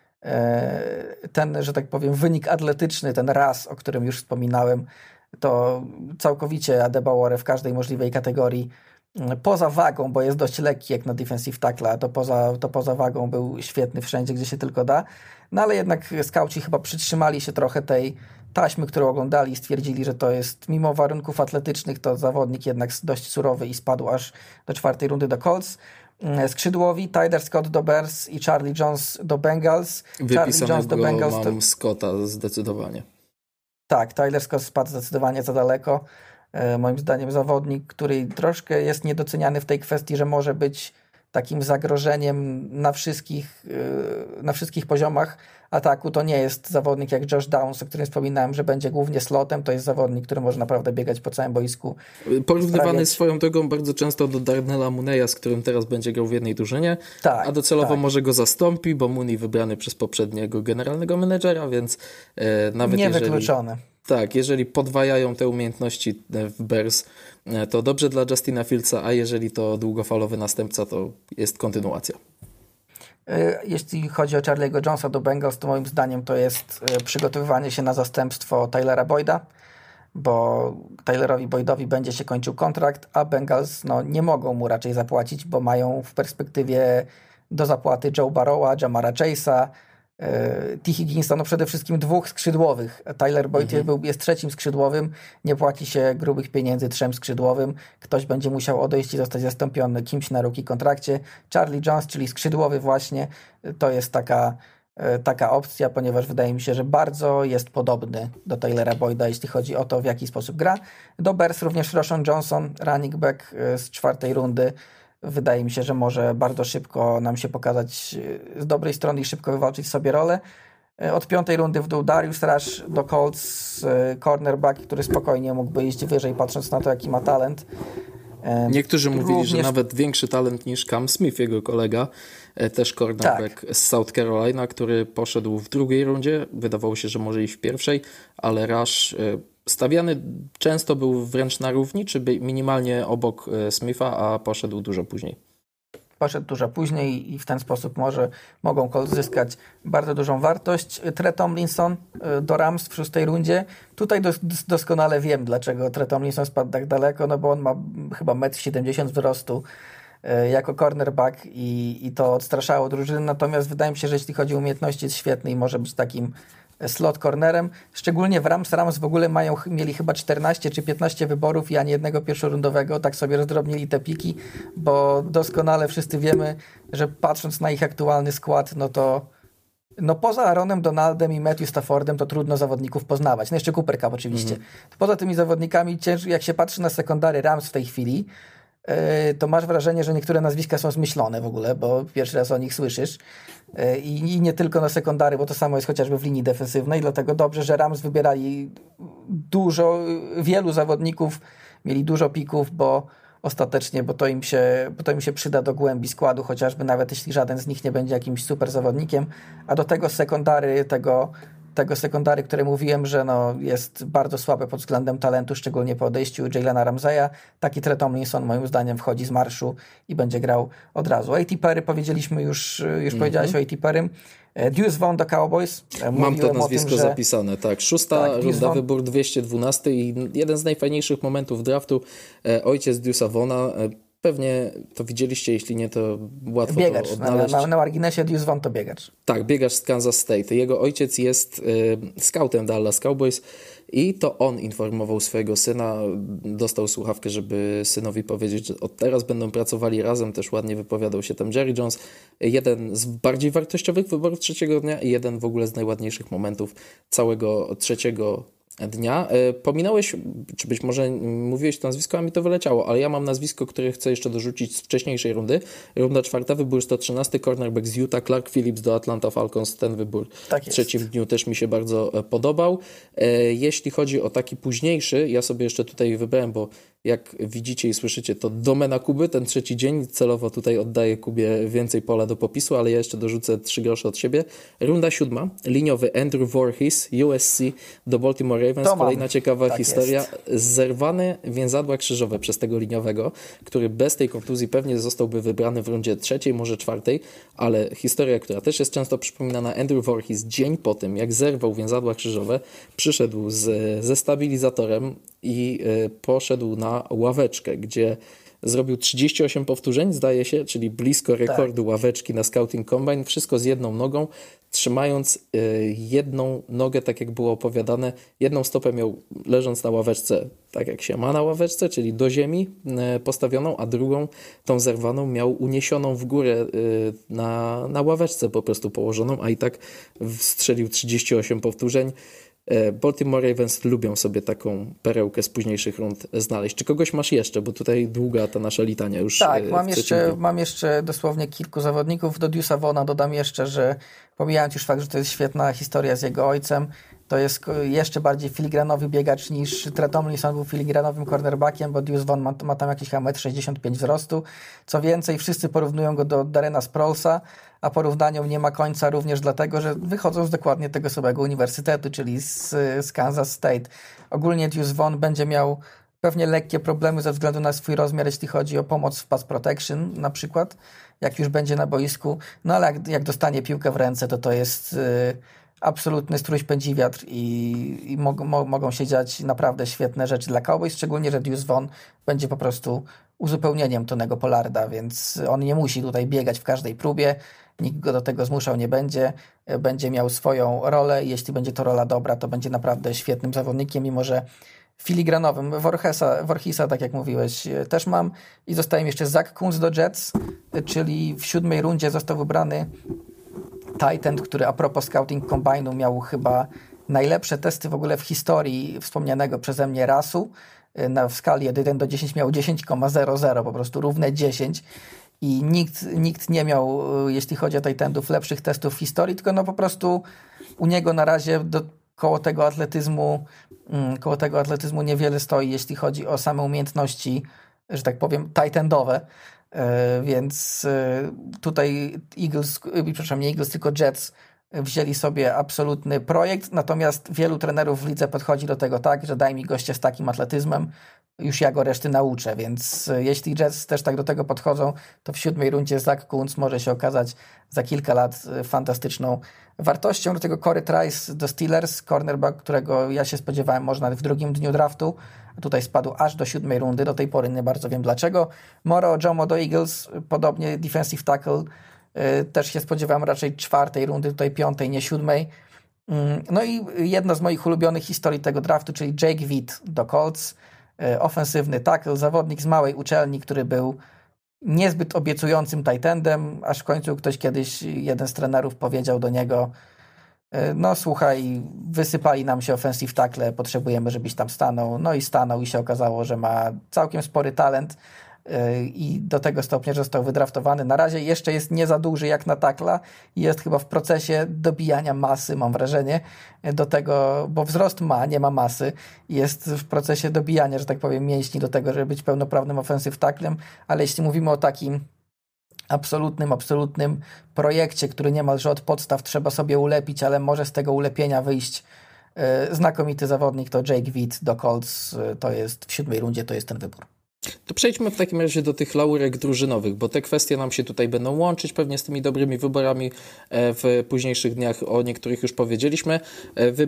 Ten, że tak powiem, wynik atletyczny, ten raz, o którym już wspominałem, to całkowicie Adebawore w każdej możliwej kategorii. Poza wagą, bo jest dość lekki jak na defensive tackla, to poza wagą był świetny wszędzie, gdzie się tylko da. No ale jednak skauci chyba przytrzymali się trochę tej taśmy, którą oglądali i stwierdzili, że to jest, mimo warunków atletycznych, to zawodnik jednak dość surowy i spadł aż do czwartej rundy do Colts. Skrzydłowi Tyler Scott do Bears i Charlie Jones do Bengals. Wypisanego mam Scotta zdecydowanie. Tak, Tyler Scott spadł zdecydowanie za daleko. Moim zdaniem zawodnik, który troszkę jest niedoceniany w tej kwestii, że może być takim zagrożeniem na wszystkich poziomach ataku. To nie jest zawodnik jak Josh Downs, o którym wspominałem, że będzie głównie slotem. To jest zawodnik, który może naprawdę biegać po całym boisku. Porównywany swoją drogą bardzo często do Darnella Mooneya, z którym teraz będzie grał w jednej drużynie, a docelowo może go zastąpi, bo Mooney wybrany przez poprzedniego generalnego menedżera, więc nawet niewykluczone. Tak, jeżeli podwajają te umiejętności w Bears, to dobrze dla Justina Fieldsa, a jeżeli to długofalowy następca, to jest kontynuacja. Jeśli chodzi o Charlie'ego Jonesa do Bengals, to moim zdaniem to jest przygotowywanie się na zastępstwo Tylera Boyda, bo Tylerowi Boydowi będzie się kończył kontrakt, a Bengals nie mogą mu raczej zapłacić, bo mają w perspektywie do zapłaty Joe Burrowa, Jamara Chase'a, T. Higginsa, przede wszystkim dwóch skrzydłowych. Tyler Boyd jest trzecim skrzydłowym, nie płaci się grubych pieniędzy trzem skrzydłowym. Ktoś będzie musiał odejść i zostać zastąpiony kimś na rookie kontrakcie. Charlie Jones, czyli skrzydłowy właśnie, to jest taka opcja, ponieważ wydaje mi się, że bardzo jest podobny do Tylera Boyda, jeśli chodzi o to, w jaki sposób gra. Do Bears również Roschon Johnson, running back z czwartej rundy. Wydaje mi się, że może bardzo szybko nam się pokazać z dobrej strony i szybko wywalczyć sobie rolę. Od piątej rundy w dół Darius Rush do Colts, cornerback, który spokojnie mógłby iść wyżej, patrząc na to, jaki ma talent. Niektórzy mówili, że nawet większy talent niż Cam Smith, jego kolega, też cornerback z South Carolina, który poszedł w drugiej rundzie. Wydawało się, że może iść w pierwszej, ale Rush stawiany często był wręcz na równi, czy minimalnie obok Smitha, a poszedł dużo później. Poszedł dużo później i w ten sposób mogą Colts zyskać bardzo dużą wartość. Trey Tomlinson do Rams w szóstej rundzie. Tutaj doskonale wiem, dlaczego Trey Tomlinson spadł tak daleko, bo on ma chyba 1,70 m wzrostu jako cornerback i to odstraszało drużyny. Natomiast wydaje mi się, że jeśli chodzi o umiejętności, jest świetny i może być takim slot cornerem, szczególnie w Rams. Rams w ogóle mieli chyba 14 czy 15 wyborów i ani jednego pierwszorundowego, tak sobie rozdrobnili te piki, bo doskonale wszyscy wiemy, że patrząc na ich aktualny skład, poza Aaronem Donaldem i Matthew Staffordem to trudno zawodników poznawać. Jeszcze Cooper Kupp oczywiście. Poza tymi zawodnikami, jak się patrzy na sekundary Rams w tej chwili, to masz wrażenie, że niektóre nazwiska są zmyślone w ogóle, bo pierwszy raz o nich słyszysz. I nie tylko na sekundary, bo to samo jest chociażby w linii defensywnej, dlatego dobrze, że Rams wybierali wielu zawodników, mieli dużo pików, bo ostatecznie, bo to im się przyda do głębi składu, chociażby nawet jeśli żaden z nich nie będzie jakimś super zawodnikiem, a do tego sekundary, tego sekundary, które mówiłem, że jest bardzo słabe pod względem talentu, szczególnie po odejściu Jalena Ramseya. Taki Trey Tomlinson moim zdaniem wchodzi z marszu i będzie grał od razu. A.T. Perry powiedzieliśmy już powiedziałeś o A.T. Perrym. Deuce Vaughn do Cowboys. Mam to nazwisko zapisane, tak. Szósta runda, wybór 212 i jeden z najfajniejszych momentów draftu. Ojciec Deuce'a Vaughna, pewnie to widzieliście, jeśli nie, to łatwo biegacz. to odnaleźć. Na marginesie Deuce Vaughn to biegacz. Tak, biegacz z Kansas State. Jego ojciec jest scoutem Dallas Cowboys i to on informował swojego syna, dostał słuchawkę, żeby synowi powiedzieć, że od teraz będą pracowali razem, też ładnie wypowiadał się tam Jerry Jones. Jeden z bardziej wartościowych wyborów trzeciego dnia i jeden w ogóle z najładniejszych momentów całego trzeciego dnia. Pominąłeś, czy być może mówiłeś to nazwisko, a mi to wyleciało, ale ja mam nazwisko, które chcę jeszcze dorzucić z wcześniejszej rundy. Runda 4, wybór 113, cornerback z Utah, Clark Phillips do Atlanta Falcons. Ten wybór w trzecim dniu też mi się bardzo podobał. Jeśli chodzi o taki późniejszy, ja sobie jeszcze tutaj wybrałem, bo jak widzicie i słyszycie, to domena Kuby, ten trzeci dzień. Celowo tutaj oddaję Kubie więcej pola do popisu, ale ja jeszcze dorzucę 3 grosze od siebie. Runda 7, liniowy Andrew Voorhees, USC do Baltimore Ravens. Kolejna ciekawa historia. Zerwane więzadła krzyżowe przez tego liniowego, który bez tej kontuzji pewnie zostałby wybrany w rundzie 3, może 4, ale historia, która też jest często przypominana, Andrew Voorhees dzień po tym, jak zerwał więzadła krzyżowe, przyszedł ze stabilizatorem i poszedł na ławeczkę, gdzie zrobił 38 powtórzeń, zdaje się, czyli blisko rekordu ławeczki na Scouting Combine. Wszystko z jedną nogą, trzymając jedną nogę, tak jak było opowiadane. Jedną stopę miał leżąc na ławeczce, tak jak się ma na ławeczce, czyli do ziemi postawioną, a drugą, tą zerwaną, miał uniesioną w górę na ławeczce po prostu położoną, a i tak strzelił 38 powtórzeń. Baltimore Ravens lubią sobie taką perełkę z późniejszych rund znaleźć. Czy kogoś masz jeszcze? Bo tutaj długa ta nasza litania już. Tak, mam jeszcze dosłownie kilku zawodników. Do Deuce'a Vaughna dodam jeszcze, że pomijając już fakt, że to jest świetna historia z jego ojcem, to jest jeszcze bardziej filigranowy biegacz niż Trey Tomlinson był filigranowym cornerbackiem, bo Deuce Vaughn ma tam jakieś 1,65 m wzrostu. Co więcej, wszyscy porównują go do Darrena Sproulsa, a porównaniom nie ma końca również dlatego, że wychodzą z dokładnie tego samego uniwersytetu, czyli z Kansas State. Ogólnie Deuce Vaughn będzie miał pewnie lekkie problemy ze względu na swój rozmiar, jeśli chodzi o pomoc w pass protection na przykład, jak już będzie na boisku. No ale jak dostanie piłkę w ręce, to jest absolutny struś pędzi wiatr i mogą się dziać naprawdę świetne rzeczy dla Cowboys, szczególnie, że Deuce Vaughn będzie po prostu uzupełnieniem Tonego Pollarda, więc on nie musi tutaj biegać w każdej próbie, nikt go do tego zmuszał nie będzie miał swoją rolę i jeśli będzie to rola dobra, to będzie naprawdę świetnym zawodnikiem, mimo że filigranowym. Voorheesa, tak jak mówiłeś, też mam i zostaje mi jeszcze Zach Kuntz do Jets, czyli w 7 rundzie został wybrany tight end, który a propos Scouting Combine'u miał chyba najlepsze testy w ogóle w historii wspomnianego przeze mnie rasu. W skali od 1 do 10 miał 10,00, po prostu równe 10 i nikt nie miał, jeśli chodzi o tight endów, lepszych testów w historii, tylko po prostu u niego na razie koło tego atletyzmu niewiele stoi, jeśli chodzi o same umiejętności, że tak powiem, tight endowe. Więc tutaj nie Eagles, tylko Jets wzięli sobie absolutny projekt, natomiast wielu trenerów w lidze podchodzi do tego tak, że daj mi gościa z takim atletyzmem, już ja go reszty nauczę, więc jeśli Jets też tak do tego podchodzą, to w 7 rundzie Zach Kuntz może się okazać za kilka lat fantastyczną wartością. Do tego Corey Trice do Steelers, cornerback, którego ja się spodziewałem może nawet w 2 dniu draftu, tutaj spadł aż do 7 rundy, do tej pory nie bardzo wiem dlaczego. Moro Ojomo do Eagles, podobnie defensive tackle, też się spodziewałem raczej 4 rundy, tutaj 5, nie 7. No i jedna z moich ulubionych historii tego draftu, czyli Jake Witt do Colts, ofensywny tackle, zawodnik z małej uczelni, który był niezbyt obiecującym tight endem, aż w końcu ktoś kiedyś, jeden z trenerów powiedział do niego: no słuchaj, wysypali nam się offensive tackle, potrzebujemy, żebyś tam stanął. No i stanął i się okazało, że ma całkiem spory talent i do tego stopnia, że został wydraftowany. Na razie jeszcze jest nie za duży jak na tackla i jest chyba w procesie dobijania masy, mam wrażenie, do tego, bo wzrost nie ma masy, jest w procesie dobijania, że tak powiem, mięśni do tego, żeby być pełnoprawnym offensive tacklem, ale jeśli mówimy o takim absolutnym projekcie, który niemalże od podstaw trzeba sobie ulepić, ale może z tego ulepienia wyjść znakomity zawodnik, to Jake Witt do Colts, to jest w 7 rundzie, to jest ten wybór. To przejdźmy w takim razie do tych laurek drużynowych, bo te kwestie nam się tutaj będą łączyć pewnie z tymi dobrymi wyborami w późniejszych dniach, o niektórych już powiedzieliśmy.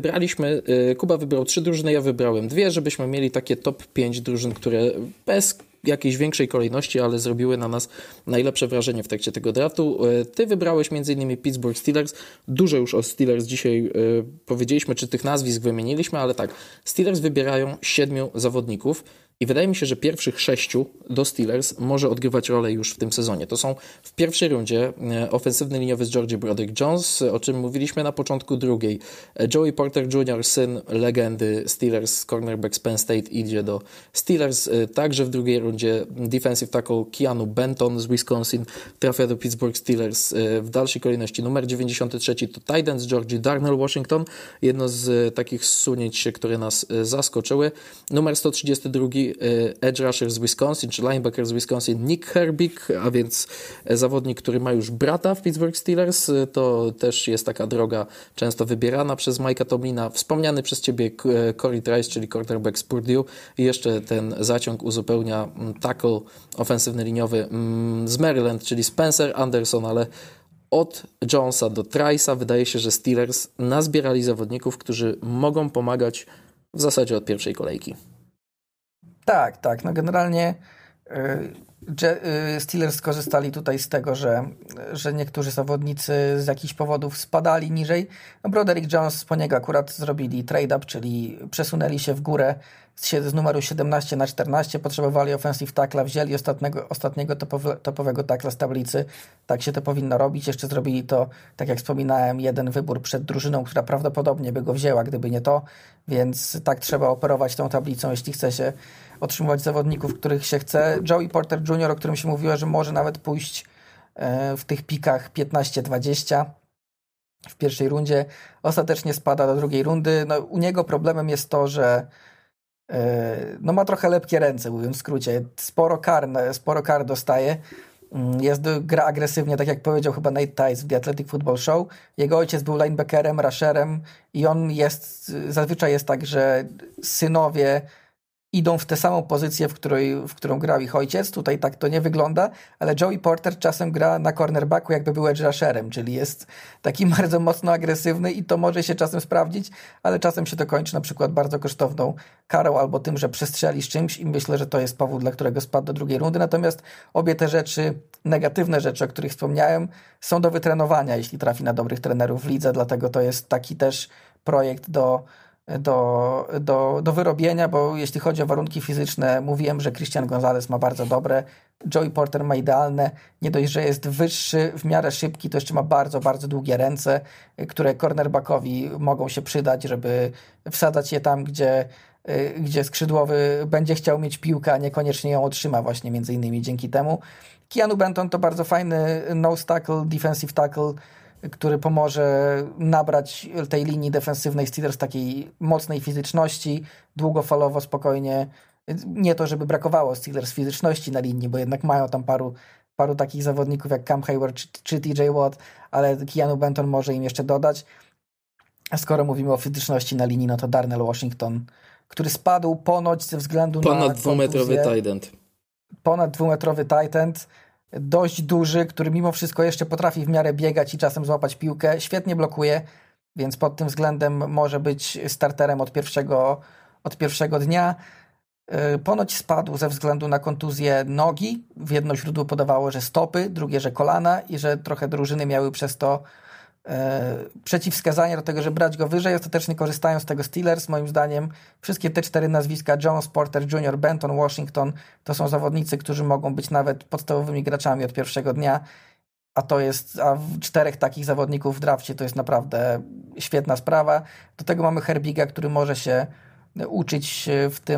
Kuba wybrał 3 drużyny, ja wybrałem 2, żebyśmy mieli takie top 5 drużyn, które bez jakiejś większej kolejności, ale zrobiły na nas najlepsze wrażenie w trakcie tego draftu. Ty wybrałeś m.in. Pittsburgh Steelers. Dużo już o Steelers dzisiaj powiedzieliśmy, czy tych nazwisk wymieniliśmy, ale tak, Steelers wybierają 7 zawodników. I wydaje mi się, że pierwszych 6 do Steelers może odgrywać rolę już w tym sezonie. To są w pierwszej rundzie ofensywny liniowy z Georgia Broderick Jones, o czym mówiliśmy na początku drugiej. Joey Porter Jr., syn legendy Steelers, cornerback z Penn State, idzie do Steelers. Także w drugiej rundzie defensive tackle Keanu Benton z Wisconsin trafia do Pittsburgh Steelers. W dalszej kolejności numer 93 to tight end z Georgia Darnell Washington. Jedno z takich zsunięć, które nas zaskoczyły. Numer 132 edge rusher z Wisconsin, czy linebacker z Wisconsin Nick Herbig, a więc zawodnik, który ma już brata w Pittsburgh Steelers. To też jest taka droga często wybierana przez Mike'a Tomlina. Wspomniany przez ciebie Corey Trice, czyli quarterback z Purdue. I jeszcze ten zaciąg uzupełnia tackle ofensywny liniowy z Maryland, czyli Spencer Anderson, ale od Jonesa do Trice'a wydaje się, że Steelers nazbierali zawodników, którzy mogą pomagać w zasadzie od pierwszej kolejki. Tak. No generalnie Steelers skorzystali tutaj z tego, że niektórzy zawodnicy z jakichś powodów spadali niżej. No Broderick Jones, po niego akurat zrobili trade-up, czyli przesunęli się w górę z numeru 17 na 14, potrzebowali offensive tackla, wzięli ostatniego topowego tackla z tablicy. Tak się to powinno robić. Jeszcze zrobili to, tak jak wspominałem, jeden wybór przed drużyną, która prawdopodobnie by go wzięła, gdyby nie to, więc tak trzeba operować tą tablicą, jeśli chce się otrzymywać zawodników, których się chce. Joey Porter Jr., o którym się mówiło, że może nawet pójść w tych pikach 15-20 w pierwszej rundzie, ostatecznie spada do drugiej rundy. No, u niego problemem jest to, że no ma trochę lepkie ręce, mówiąc w skrócie. Sporo kar dostaje. Gra agresywnie, tak jak powiedział chyba Nate Tice w The Athletic Football Show. Jego ojciec był linebackerem, rusherem i zazwyczaj jest tak, że synowie idą w tę samą pozycję, w którą grał ich ojciec. Tutaj tak to nie wygląda, ale Joey Porter czasem gra na cornerbacku, jakby był edge rusherem, czyli jest taki bardzo mocno agresywny i to może się czasem sprawdzić, ale czasem się to kończy na przykład bardzo kosztowną karą albo tym, że przestrzeli z czymś i myślę, że to jest powód, dla którego spadł do drugiej rundy. Natomiast obie te rzeczy, negatywne rzeczy, o których wspomniałem, są do wytrenowania, jeśli trafi na dobrych trenerów w lidze, dlatego to jest taki też projekt do wyrobienia, bo jeśli chodzi o warunki fizyczne, mówiłem, że Christian Gonzalez ma bardzo dobre, Joey Porter ma idealne, nie dość, że jest wyższy, w miarę szybki, to jeszcze ma bardzo, bardzo długie ręce, które cornerbackowi mogą się przydać, żeby wsadzać je tam, gdzie skrzydłowy będzie chciał mieć piłkę, a niekoniecznie ją otrzyma właśnie między innymi dzięki temu. Keanu Benton to bardzo fajny nose tackle, defensive tackle, który pomoże nabrać tej linii defensywnej Steelers takiej mocnej fizyczności, długofalowo, spokojnie. Nie to, żeby brakowało Steelers fizyczności na linii, bo jednak mają tam paru takich zawodników jak Cam Hayward czy TJ Watt, ale Keanu Benton może im jeszcze dodać. A skoro mówimy o fizyczności na linii, no to Darnell Washington, który spadł ponoć ze względu na ponad 2-metrowy tight end. Ponad 2-metrowy tight end. Dość duży, który mimo wszystko jeszcze potrafi w miarę biegać i czasem złapać piłkę. Świetnie blokuje, więc pod tym względem może być starterem od pierwszego dnia. Ponoć spadł ze względu na kontuzję nogi. W jedno źródło podawało, że stopy, drugie, że kolana i że trochę drużyny miały przez to przeciwwskazania do tego, że brać go wyżej. Ostatecznie korzystają z tego Steelers. Moim zdaniem wszystkie te 4 nazwiska, Jones, Porter Jr., Benton, Washington, to są zawodnicy, którzy mogą być nawet podstawowymi graczami od pierwszego dnia, a 4 takich zawodników w drafcie to jest naprawdę świetna sprawa. Do tego mamy Herbiga, który może się uczyć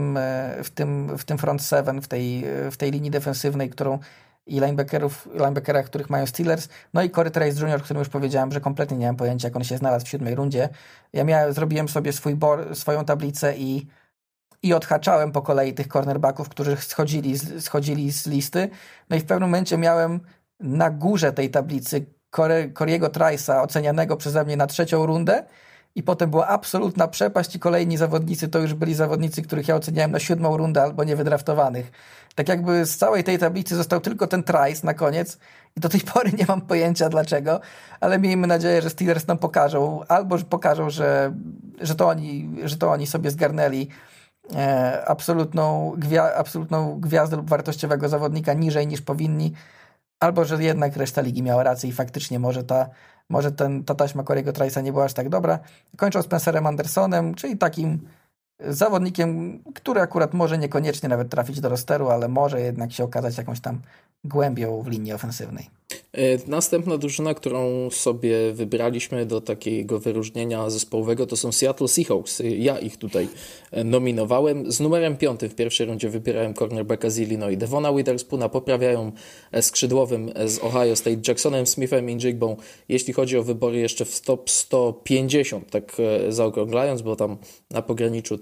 w tym front seven, w tej linii defensywnej, którą i linebackerach, których mają Steelers. No i Corey Trice Jr., o którym już powiedziałem, że kompletnie nie mam pojęcia, jak on się znalazł w 7 rundzie. Zrobiłem sobie swoją tablicę i odhaczałem po kolei tych cornerbacków, którzy schodzili z listy. No i w pewnym momencie miałem na górze tej tablicy Corey'ego Trice'a, ocenianego przeze mnie na 3. rundę, i potem była absolutna przepaść i kolejni zawodnicy to już byli zawodnicy, których ja oceniałem na 7. rundę albo niewydraftowanych. Tak jakby z całej tej tablicy został tylko ten Trice na koniec i do tej pory nie mam pojęcia dlaczego, ale miejmy nadzieję, że Steelers nam pokażą, albo że pokażą, że to oni sobie zgarnęli absolutną gwiazdę lub wartościowego zawodnika niżej niż powinni, albo że jednak reszta ligi miała rację i faktycznie może ta taśma Corey'ego Trice'a nie była aż tak dobra. Kończą Spencerem Andersonem, czyli takim zawodnikiem, który akurat może niekoniecznie nawet trafić do rosteru, ale może jednak się okazać jakąś tam głębią w linii ofensywnej. Następna drużyna, którą sobie wybraliśmy do takiego wyróżnienia zespołowego, to są Seattle Seahawks. Ja ich tutaj nominowałem. Z numerem 5 w pierwszej rundzie wybierałem cornerbacka z Illinois Devona Witherspoona, poprawiają skrzydłowym z Ohio State Jacksonem Smithem i Jigbą. Jeśli chodzi o wybory jeszcze w top 150, tak zaokrąglając, bo tam na pograniczu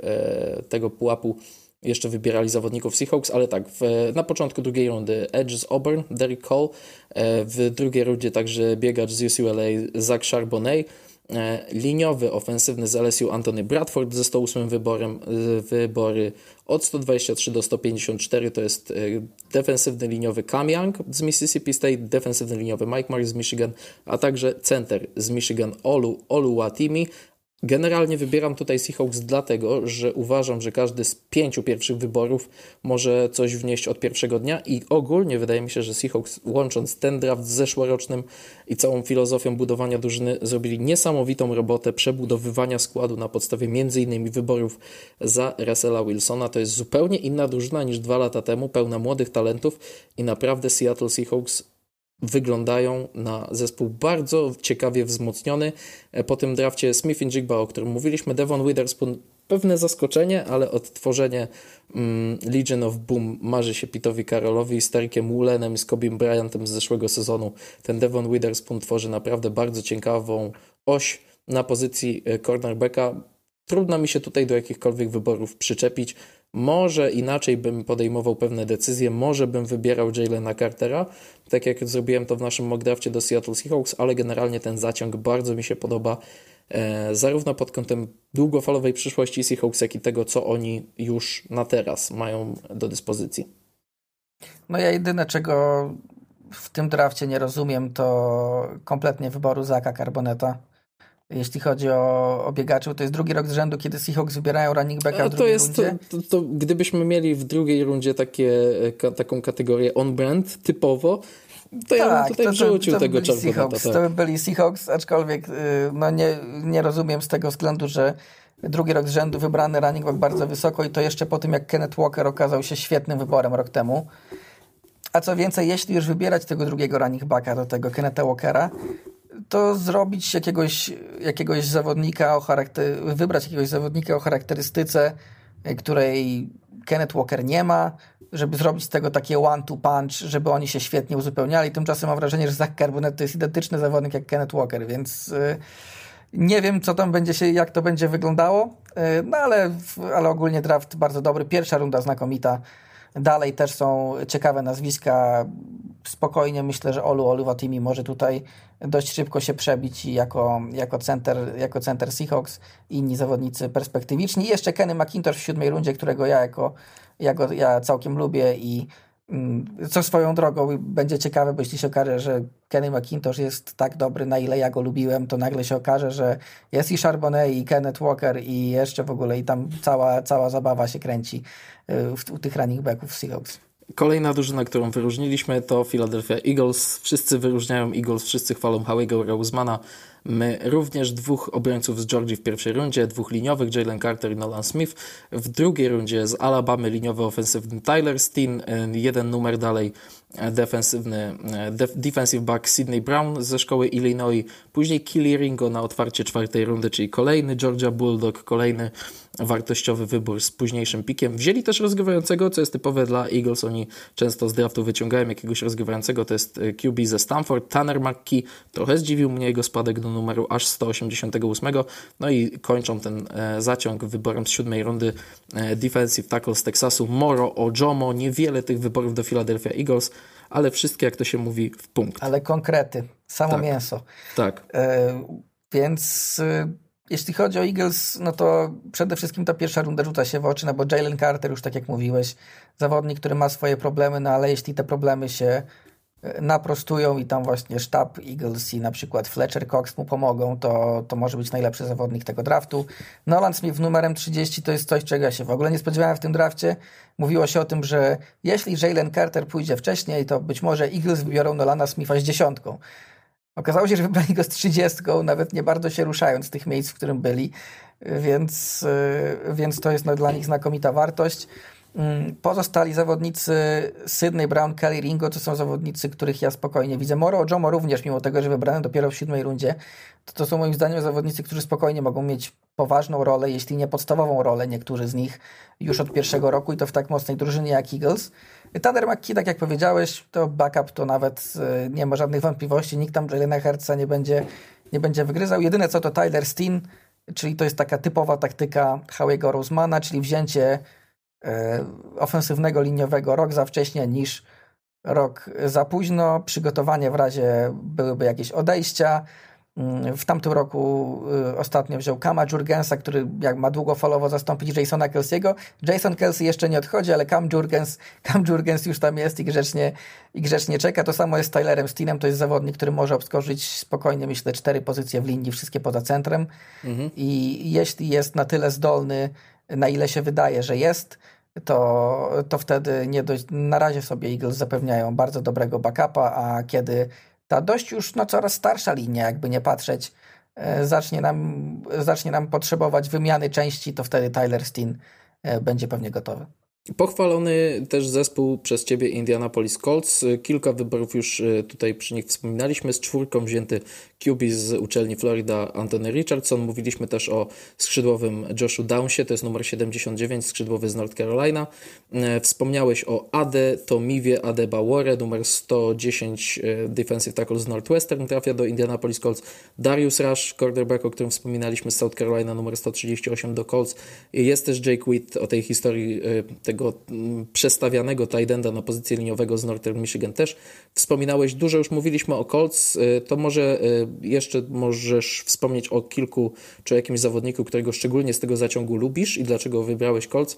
tego pułapu jeszcze wybierali zawodników Seahawks, ale tak, na początku drugiej rundy Edge z Auburn, Derek Cole, w drugiej rundzie także biegacz z UCLA Zach Charbonnet, liniowy, ofensywny z LSU Anthony Bradford ze 108 wyborem, wybory od 123 do 154 to jest defensywny liniowy Cam Young z Mississippi State, defensywny liniowy Mike Morris z Michigan, a także center z Michigan Oluwatimi. Generalnie wybieram tutaj Seahawks dlatego, że uważam, że każdy z 5 pierwszych wyborów może coś wnieść od pierwszego dnia i ogólnie wydaje mi się, że Seahawks, łącząc ten draft z zeszłorocznym i całą filozofią budowania drużyny, zrobili niesamowitą robotę przebudowywania składu na podstawie m.in. wyborów za Russella Wilsona. To jest zupełnie inna drużyna niż 2 lata temu, pełna młodych talentów i naprawdę Seattle Seahawks wyglądają na zespół bardzo ciekawie wzmocniony. Po tym drafcie Smith-Njigba, o którym mówiliśmy, Devon Witherspoon, pewne zaskoczenie, ale odtworzenie Legion of Boom marzy się Pitowi Carrollowi z Tarikiem Woolenem i z Kobim Bryantem z zeszłego sezonu. Ten Devon Witherspoon tworzy naprawdę bardzo ciekawą oś na pozycji cornerbacka. Trudno mi się tutaj do jakichkolwiek wyborów przyczepić. Może inaczej bym podejmował pewne decyzje, może bym wybierał Jalena Cartera, tak jak zrobiłem to w naszym mock drafcie do Seattle Seahawks, ale generalnie ten zaciąg bardzo mi się podoba, zarówno pod kątem długofalowej przyszłości Seahawks, jak i tego, co oni już na teraz mają do dyspozycji. No ja jedyne, czego w tym drafcie nie rozumiem, to kompletnie wyboru Zacha Charbonneta. Jeśli chodzi o biegaczy, to jest drugi rok z rzędu, kiedy Seahawks wybierają running backa w drugiej rundzie. To gdybyśmy mieli w drugiej rundzie taką kategorię on-brand typowo, to ja bym tutaj wrzucił tego Charbonneta. Tak. To by byli Seahawks, aczkolwiek nie rozumiem z tego względu, że drugi rok z rzędu wybrany running back bardzo wysoko i to jeszcze po tym, jak Kenneth Walker okazał się świetnym wyborem rok temu. A co więcej, jeśli już wybierać tego drugiego running backa, do tego Kennetha Walkera, to zrobić jakiegoś zawodnika wybrać jakiegoś zawodnika o charakterystyce, której Kenneth Walker nie ma, żeby zrobić z tego takie one-two punch, żeby oni się świetnie uzupełniali. Tymczasem mam wrażenie, że Zach Charbonnet to jest identyczny zawodnik jak Kenneth Walker, więc nie wiem, jak to będzie wyglądało, no ale ogólnie draft bardzo dobry. Pierwsza runda znakomita. Dalej też są ciekawe nazwiska. Spokojnie myślę, że Oluwatimi może tutaj dość szybko się przebić i jako center Seahawks i inni zawodnicy perspektywiczni. I jeszcze Kenny McIntosh w 7 rundzie, którego ja całkiem lubię i co swoją drogą będzie ciekawe, bo jeśli się okaże, że Kenny McIntosh jest tak dobry, na ile ja go lubiłem, to nagle się okaże, że jest i Charbonnet, i Kenneth Walker, i jeszcze w ogóle i tam cała zabawa się kręci u tych running backów Seahawks. Kolejna drużyna, którą wyróżniliśmy, to Philadelphia Eagles. Wszyscy wyróżniają Eagles, wszyscy chwalą Howiego Rosemana. My również 2 obrońców z Georgii w pierwszej rundzie, 2 liniowych, Jalen Carter i Nolan Smith. W drugiej rundzie z Alabamy liniowy ofensywny Tyler Steen, 1 numer dalej defensive back Sidney Brown ze szkoły Illinois, później Keely Ringo na otwarcie 4. rundy, czyli kolejny Georgia Bulldog, kolejny wartościowy wybór z późniejszym pikiem. Wzięli też rozgrywającego, co jest typowe dla Eagles, oni często z draftu wyciągają jakiegoś rozgrywającego, to jest QB ze Stanford, Tanner McKee, trochę zdziwił mnie jego spadek do numeru aż 188, no i kończą ten zaciąg wyborem z 7. rundy defensive tackle z Teksasu Moro Ojomo. Niewiele tych wyborów do Philadelphia Eagles, ale wszystkie, jak to się mówi, w punkt. Ale konkrety, samo mięso. Tak. Więc jeśli chodzi o Eagles, no to przede wszystkim ta pierwsza runda rzuca się w oczy, no bo Jalen Carter, już tak jak mówiłeś, zawodnik, który ma swoje problemy, no ale jeśli te problemy się naprostują i tam właśnie sztab Eagles i na przykład Fletcher Cox mu pomogą, to może być najlepszy zawodnik tego draftu. Nolan Smith numerem 30 to jest coś, czego ja się w ogóle nie spodziewałem w tym drafcie. Mówiło się o tym, że jeśli Jalen Carter pójdzie wcześniej, to być może Eagles wybiorą Nolana Smitha z 10. Okazało się, że wybrali go z 30, nawet nie bardzo się ruszając z tych miejsc, w którym byli, więc to jest dla nich znakomita wartość. Pozostali zawodnicy Sydney Brown, Kelly Ringo to są zawodnicy, których ja spokojnie widzę. Moro Ojomo również, mimo tego, że wybrany dopiero w 7. rundzie, to są moim zdaniem zawodnicy, którzy spokojnie mogą mieć poważną rolę, jeśli nie podstawową rolę, niektórzy z nich już od pierwszego roku i to w tak mocnej drużynie jak Eagles. Tanner McKee, tak jak powiedziałeś, to backup, to nawet nie ma żadnych wątpliwości, nikt tam Jalena Hurtsa nie będzie wygryzał. Jedyne co to Tyler Steen, czyli to jest taka typowa taktyka Howiego Rosemana, czyli wzięcie ofensywnego liniowego rok za wcześnie niż rok za późno, przygotowanie w razie byłyby jakieś odejścia. W tamtym roku ostatnio wziął Cama Jurgensa, który ma długofalowo zastąpić Jasona Kelsey'ego. Jason Kelce jeszcze nie odchodzi, ale Cam Jurgens już tam jest i grzecznie czeka. To samo jest z Tylerem Steenem, to jest zawodnik, który może obskoczyć spokojnie, myślę, 4 pozycje w linii, wszystkie poza centrem. I jeśli jest na tyle zdolny, na ile się wydaje, że jest, to wtedy na razie sobie Eagles zapewniają bardzo dobrego backupa, a kiedy ta dość już coraz starsza linia, jakby nie patrzeć, zacznie nam potrzebować wymiany części, to wtedy Tyler Steen będzie pewnie gotowy. Pochwalony też zespół przez Ciebie Indianapolis Colts. Kilka wyborów już tutaj przy nich wspominaliśmy. Z 4 wzięty QB z uczelni Florida Anthony Richardson. Mówiliśmy też o skrzydłowym Joshu Downsie, to jest numer 79, skrzydłowy z North Carolina. Wspomniałeś o Tomiwie Adebawore, numer 110, defensive tackle z Northwestern, trafia do Indianapolis Colts. Darius Rush, quarterback, o którym wspominaliśmy z South Carolina, numer 138 do Colts. Jest też Jake Witt, o tej historii tego przestawianego tight enda na pozycję liniowego z Northern Michigan też wspominałeś. Dużo już mówiliśmy o Colts, to może jeszcze możesz wspomnieć o kilku, czy o jakimś zawodniku, którego szczególnie z tego zaciągu lubisz i dlaczego wybrałeś Colts,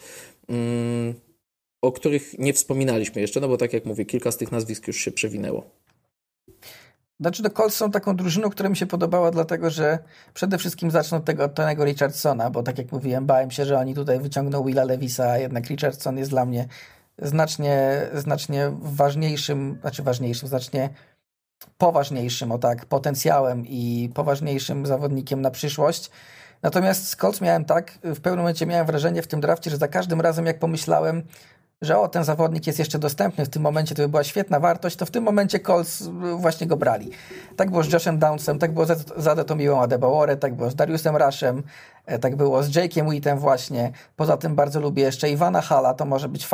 o których nie wspominaliśmy jeszcze, no bo tak jak mówię, kilka z tych nazwisk już się przewinęło. Znaczy, Colts są taką drużyną, która mi się podobała, dlatego że przede wszystkim zacznę od tego Tonego Richardsona, bo tak jak mówiłem, bałem się, że oni tutaj wyciągną Willa Levisa, a jednak Richardson jest dla mnie znacznie znacznie poważniejszym potencjałem i poważniejszym zawodnikiem na przyszłość. Natomiast z Colts w pewnym momencie miałem wrażenie w tym drafcie, że za każdym razem jak pomyślałem, że ten zawodnik jest jeszcze dostępny w tym momencie, to by była świetna wartość, to w tym momencie Colts właśnie go brali. Tak było z Joshem Downsem, tak było z Adetomiwą Adebawore, tak było z Dariusem Rushem, tak było z Jake'em Wittem właśnie. Poza tym bardzo lubię jeszcze Ivana Halla, to może być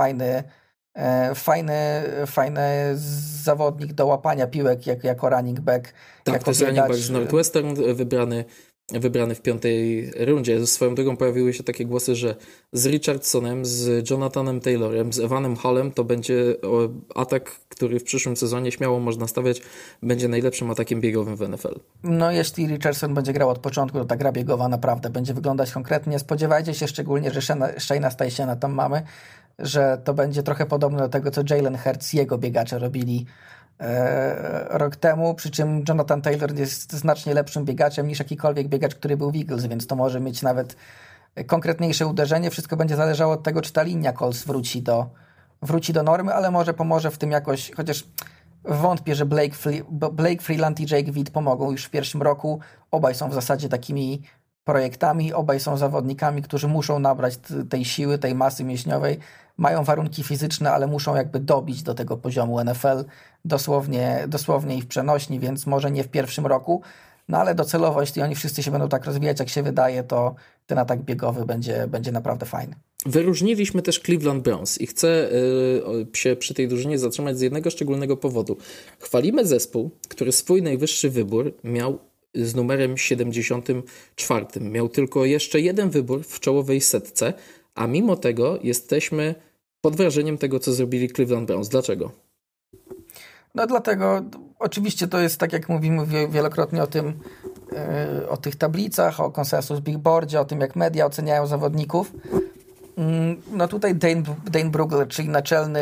fajny zawodnik do łapania piłek jako running back. Tak, to jest running back z Northwestern, wybrany w 5. rundzie. Swoją drogą pojawiły się takie głosy, że z Richardsonem, z Jonathanem Taylorem, z Evanem Hallem to będzie atak, który w przyszłym sezonie śmiało można stawiać, będzie najlepszym atakiem biegowym w NFL. No jeśli Richardson będzie grał od początku, to ta gra biegowa naprawdę będzie wyglądać konkretnie. Spodziewajcie się szczególnie, że Shayna Steichena tam mamy, że to będzie trochę podobne do tego, co Jalen Hurts i jego biegacze robili rok temu, przy czym Jonathan Taylor jest znacznie lepszym biegaczem niż jakikolwiek biegacz, który był w Eagles, więc to może mieć nawet konkretniejsze uderzenie. Wszystko będzie zależało od tego, czy ta linia Colts wróci do normy, ale może pomoże w tym jakoś, chociaż wątpię, że Blake Freeland i Jake Witt pomogą już w pierwszym roku. Obaj są w zasadzie takimi projektami, obaj są zawodnikami, którzy muszą nabrać tej siły, tej masy mięśniowej, mają warunki fizyczne, ale muszą jakby dobić do tego poziomu NFL dosłownie i w przenośni, więc może nie w pierwszym roku, no ale docelowo, jeśli oni wszyscy się będą tak rozwijać, jak się wydaje, to ten atak biegowy będzie naprawdę fajny. Wyróżniliśmy też Cleveland Browns i chcę się przy tej drużynie zatrzymać z jednego szczególnego powodu. Chwalimy zespół, który swój najwyższy wybór miał z numerem 74. Miał tylko jeszcze jeden wybór w czołowej setce, a mimo tego jesteśmy pod wrażeniem tego, co zrobili Cleveland Browns. Dlaczego? No dlatego, oczywiście to jest tak, jak mówimy wielokrotnie o tych tablicach, o konsensus Big Boardzie, o tym, jak media oceniają zawodników. No tutaj Dane Brugler, czyli naczelny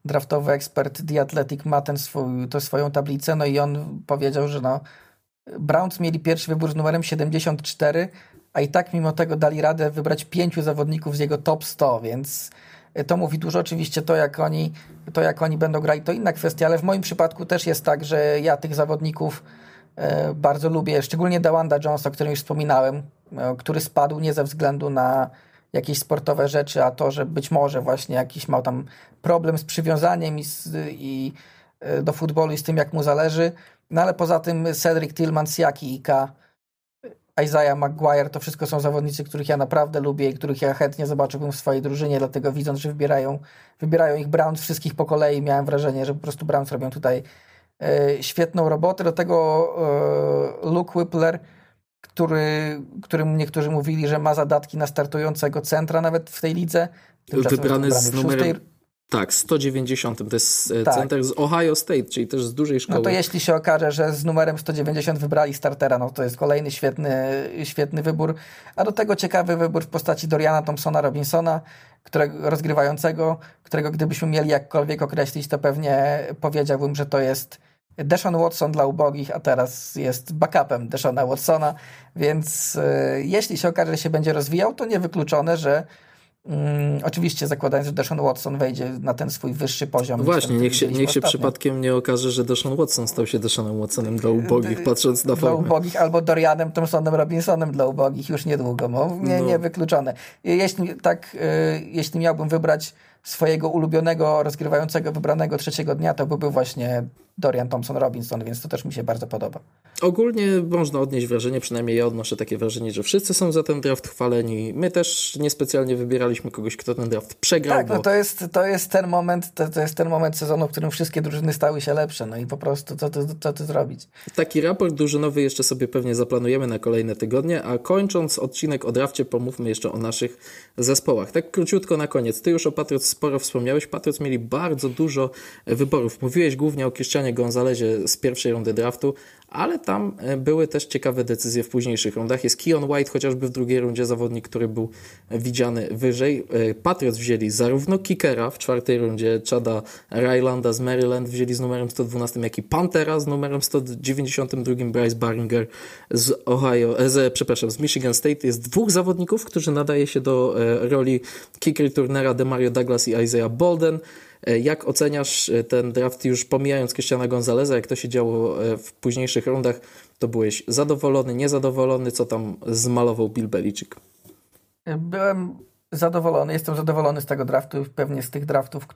draftowy ekspert The Athletic ma swoją tablicę, no i on powiedział, że Browns mieli pierwszy wybór z numerem 74, a i tak mimo tego dali radę wybrać 5 zawodników z jego top 100, więc to mówi dużo. Oczywiście to jak oni będą grali, to inna kwestia, ale w moim przypadku też jest tak, że ja tych zawodników bardzo lubię, szczególnie Dawanda Jonesa, o którym już wspominałem, który spadł nie ze względu na jakieś sportowe rzeczy, a to, że być może właśnie jakiś miał tam problem z przywiązaniem i do futbolu i z tym, jak mu zależy. No ale poza tym Cedric Tillman, Siaki Ika, Isaiah McGuire, to wszystko są zawodnicy, których ja naprawdę lubię i których ja chętnie zobaczyłbym w swojej drużynie, dlatego widząc, że wybierają ich Browns wszystkich po kolei, miałem wrażenie, że po prostu Browns robią tutaj świetną robotę. Do tego Luke Whippler, którym niektórzy mówili, że ma zadatki na startującego centra nawet w tej lidze. Wybrany z numerem 190. To jest center z Ohio State, czyli też z dużej szkoły. No to jeśli się okaże, że z numerem 190 wybrali startera, no to jest kolejny świetny wybór. A do tego ciekawy wybór w postaci Doriana Thompsona-Robinsona, rozgrywającego, którego gdybyśmy mieli jakkolwiek określić, to pewnie powiedziałbym, że to jest Deshaun Watson dla ubogich, a teraz jest backupem Deshauna Watsona, więc jeśli się okaże, że się będzie rozwijał, to niewykluczone, że oczywiście zakładając, że Deshaun Watson wejdzie na ten swój wyższy poziom. No właśnie, niech się przypadkiem nie okaże, że Deshaun Watson stał się Deshaunem Watsonem dla ubogich, patrząc na formę. Dla ubogich albo Dorianem Thompsonem Robinsonem dla ubogich już niedługo. Niewykluczone. Jeśli miałbym wybrać swojego ulubionego rozgrywającego wybranego trzeciego dnia, to byłby właśnie Dorian Thompson-Robinson, więc to też mi się bardzo podoba. Ogólnie można odnieść wrażenie, przynajmniej ja odnoszę takie wrażenie, że wszyscy są za ten draft chwaleni. My też niespecjalnie wybieraliśmy kogoś, kto ten draft przegrał. Tak, no to jest ten moment sezonu, w którym wszystkie drużyny stały się lepsze, no i po prostu co tu zrobić? Taki raport drużynowy jeszcze sobie pewnie zaplanujemy na kolejne tygodnie, a kończąc odcinek o drafcie, pomówmy jeszcze o naszych zespołach. Tak króciutko na koniec. Ty już o Patriots sporo wspomniałeś. Patriots mieli bardzo dużo wyborów. Mówiłeś głównie o Christianie Gonzalezie z pierwszej rundy draftu, ale tam były też ciekawe decyzje w późniejszych rundach. Jest Keon White, chociażby w drugiej rundzie, zawodnik, który był widziany wyżej. Patriots wzięli zarówno kickera w czwartej rundzie, Chada Rylanda z Maryland wzięli z numerem 112, jak i Panthera z numerem 192, Bryce Baringer z Michigan State. Jest dwóch zawodników, którzy nadaje się do roli kick returnera, Demario Douglas i Isaiah Bolden. Jak oceniasz ten draft, już pomijając Christiana Gonzaleza, jak to się działo w późniejszych rundach, to byłeś zadowolony, niezadowolony? Co tam zmalował Bill Belichick? Byłem zadowolony, jestem zadowolony z tego draftu, pewnie z tych draftów,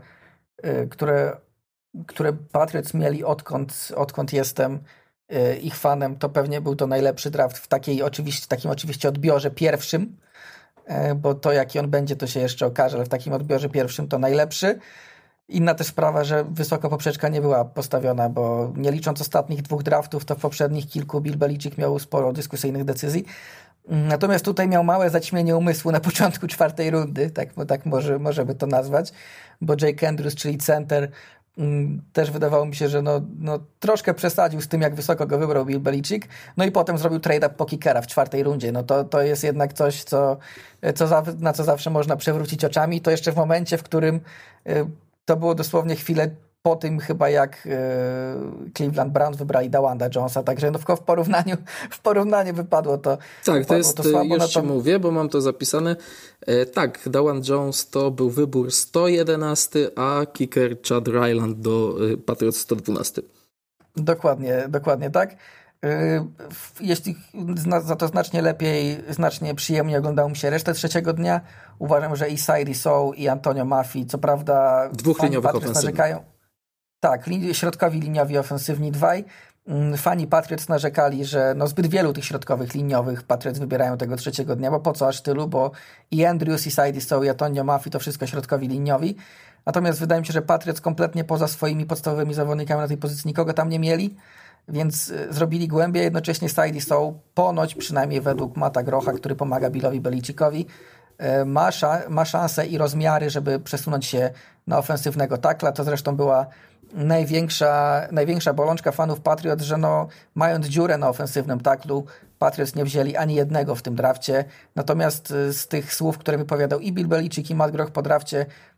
które Patriots mieli odkąd jestem ich fanem, to pewnie był to najlepszy draft w takim oczywiście odbiorze pierwszym, bo to jaki on będzie, to się jeszcze okaże, ale w takim odbiorze pierwszym to najlepszy. Inna też sprawa, że wysoka poprzeczka nie była postawiona, bo nie licząc ostatnich dwóch draftów, to w poprzednich kilku Bill Belichick miał sporo dyskusyjnych decyzji. Natomiast tutaj miał małe zaćmienie umysłu na początku czwartej rundy, tak możemy to nazwać, bo Jake Andrews, czyli center, też wydawało mi się, że troszkę przesadził z tym, jak wysoko go wybrał Bill Belichick. No i potem zrobił trade-up po kickera w czwartej rundzie. No to jest jednak coś, na co zawsze można przewrócić oczami. To jeszcze w momencie, w którym to było dosłownie chwilę po tym chyba, jak Cleveland Browns wybrali Dawanda Jonesa, także w porównaniu wypadło to. Tak, to jest, słabo, już ci mówię, bo mam to zapisane. Tak, Dawan Jones to był wybór 111, a kicker Chad Ryland do Patriots 112. Dokładnie tak. Jeśli za to znacznie przyjemnie oglądało mi się resztę trzeciego dnia, uważam, że i Sidney Sow i Antonio Maffi, co prawda dwóch liniowych ofensywnych. Tak, środkowi liniowi ofensywni dwaj. Fani Patriots narzekali, że zbyt wielu tych środkowych liniowych Patriots wybierają tego trzeciego dnia, bo po co aż tylu, bo i Andrews, i Sidney Sow, i Antonio Maffi to wszystko środkowi liniowi. Natomiast wydaje mi się, że Patriots kompletnie poza swoimi podstawowymi zawodnikami na tej pozycji nikogo tam nie mieli, więc zrobili głębiej. Jednocześnie Sidney Sow ponoć, przynajmniej według Matta Grocha, który pomaga Billowi Belicickowi, ma szansę i rozmiary, żeby przesunąć się na ofensywnego tackla. To zresztą była największa bolączka fanów Patriots, że mając dziurę na ofensywnym tacklu, Patriots nie wzięli ani jednego w tym drafcie. Natomiast z tych słów, które wypowiadał i Bill Belichick, i Matt Groch po drafcie,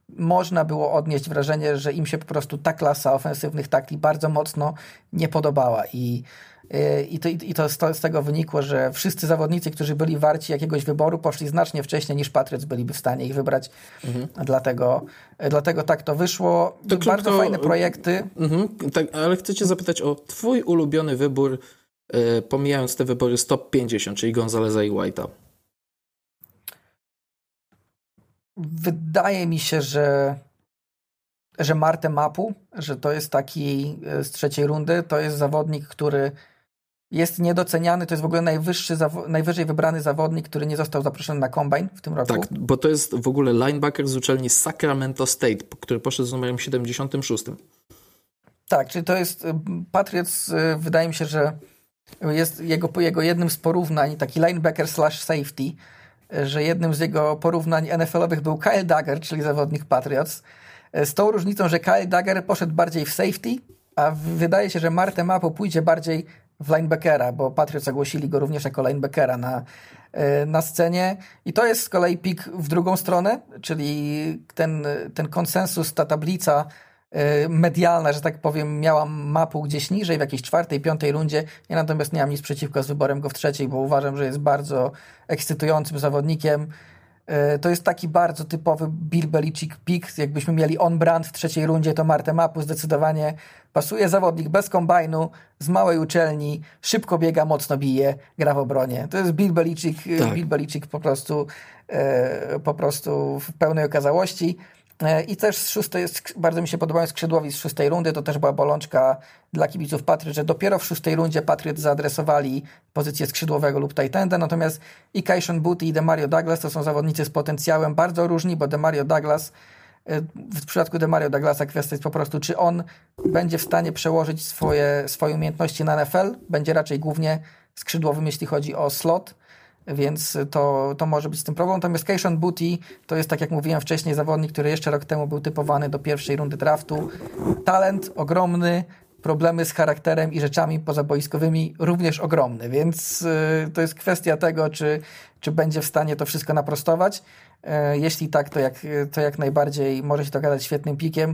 można było odnieść wrażenie, że im się po prostu ta klasa ofensywnych tackli bardzo mocno nie podobała i to z tego wynikło, że wszyscy zawodnicy, którzy byli warci jakiegoś wyboru, poszli znacznie wcześniej niż Patriots byliby w stanie ich wybrać. Dlatego tak to wyszło. To bardzo fajne projekty. Tak, ale chcę cię zapytać o twój ulubiony wybór, pomijając te wybory z top 50, czyli Gonzaleza i White'a. Wydaje mi się, że Marte Mapu, że to jest taki z trzeciej rundy, to jest zawodnik, który jest niedoceniany, to jest w ogóle najwyżej wybrany zawodnik, który nie został zaproszony na Combine w tym roku. Tak, bo to jest w ogóle linebacker z uczelni Sacramento State, który poszedł z numerem 76. Tak, czyli to jest Patriots, wydaje mi się, że jest jego jednym z porównań, taki linebacker / safety, że jednym z jego porównań NFL-owych był Kyle Dugger, czyli zawodnik Patriots, z tą różnicą, że Kyle Dugger poszedł bardziej w safety, a wydaje się, że Marte Mapu pójdzie bardziej w linebackera, bo Patriots ogłosili go również jako linebackera na scenie i to jest z kolei pik w drugą stronę, czyli ten konsensus, ta tablica medialna, że tak powiem, miała Mapu gdzieś niżej, w jakiejś 4., 5. rundzie. Ja natomiast nie mam nic przeciwko z wyborem go w 3., bo uważam, że jest bardzo ekscytującym zawodnikiem. To jest taki bardzo typowy Bill Belichick pick. Jakbyśmy mieli on-brand w 3. rundzie, to Marte Mapu zdecydowanie pasuje. Zawodnik bez kombajnu, z małej uczelni, szybko biega, mocno bije, gra w obronie. To jest Bill Belichick, tak. Bill Belichick po prostu w pełnej okazałości. I też z 6. bardzo mi się podobają skrzydłowi z 6. rundy, to też była bolączka dla kibiców Patriots, że dopiero w 6. rundzie Patriots zaadresowali pozycję skrzydłowego lub tight enda, natomiast i Kayshon Boutte i Demario Douglas to są zawodnicy z potencjałem bardzo różni, bo Demario Douglas, w przypadku Demario Douglasa kwestia jest po prostu, czy on będzie w stanie przełożyć swoje umiejętności na NFL, będzie raczej głównie skrzydłowym, jeśli chodzi o slot, więc to może być z tym problem. Natomiast Kayshon Boutte to jest, tak jak mówiłem wcześniej, zawodnik, który jeszcze rok temu był typowany do 1. rundy draftu. Talent ogromny, problemy z charakterem i rzeczami pozaboiskowymi również ogromny, więc to jest kwestia tego, czy będzie w stanie to wszystko naprostować. Jeśli tak, to jak najbardziej może się to okazać świetnym pikiem.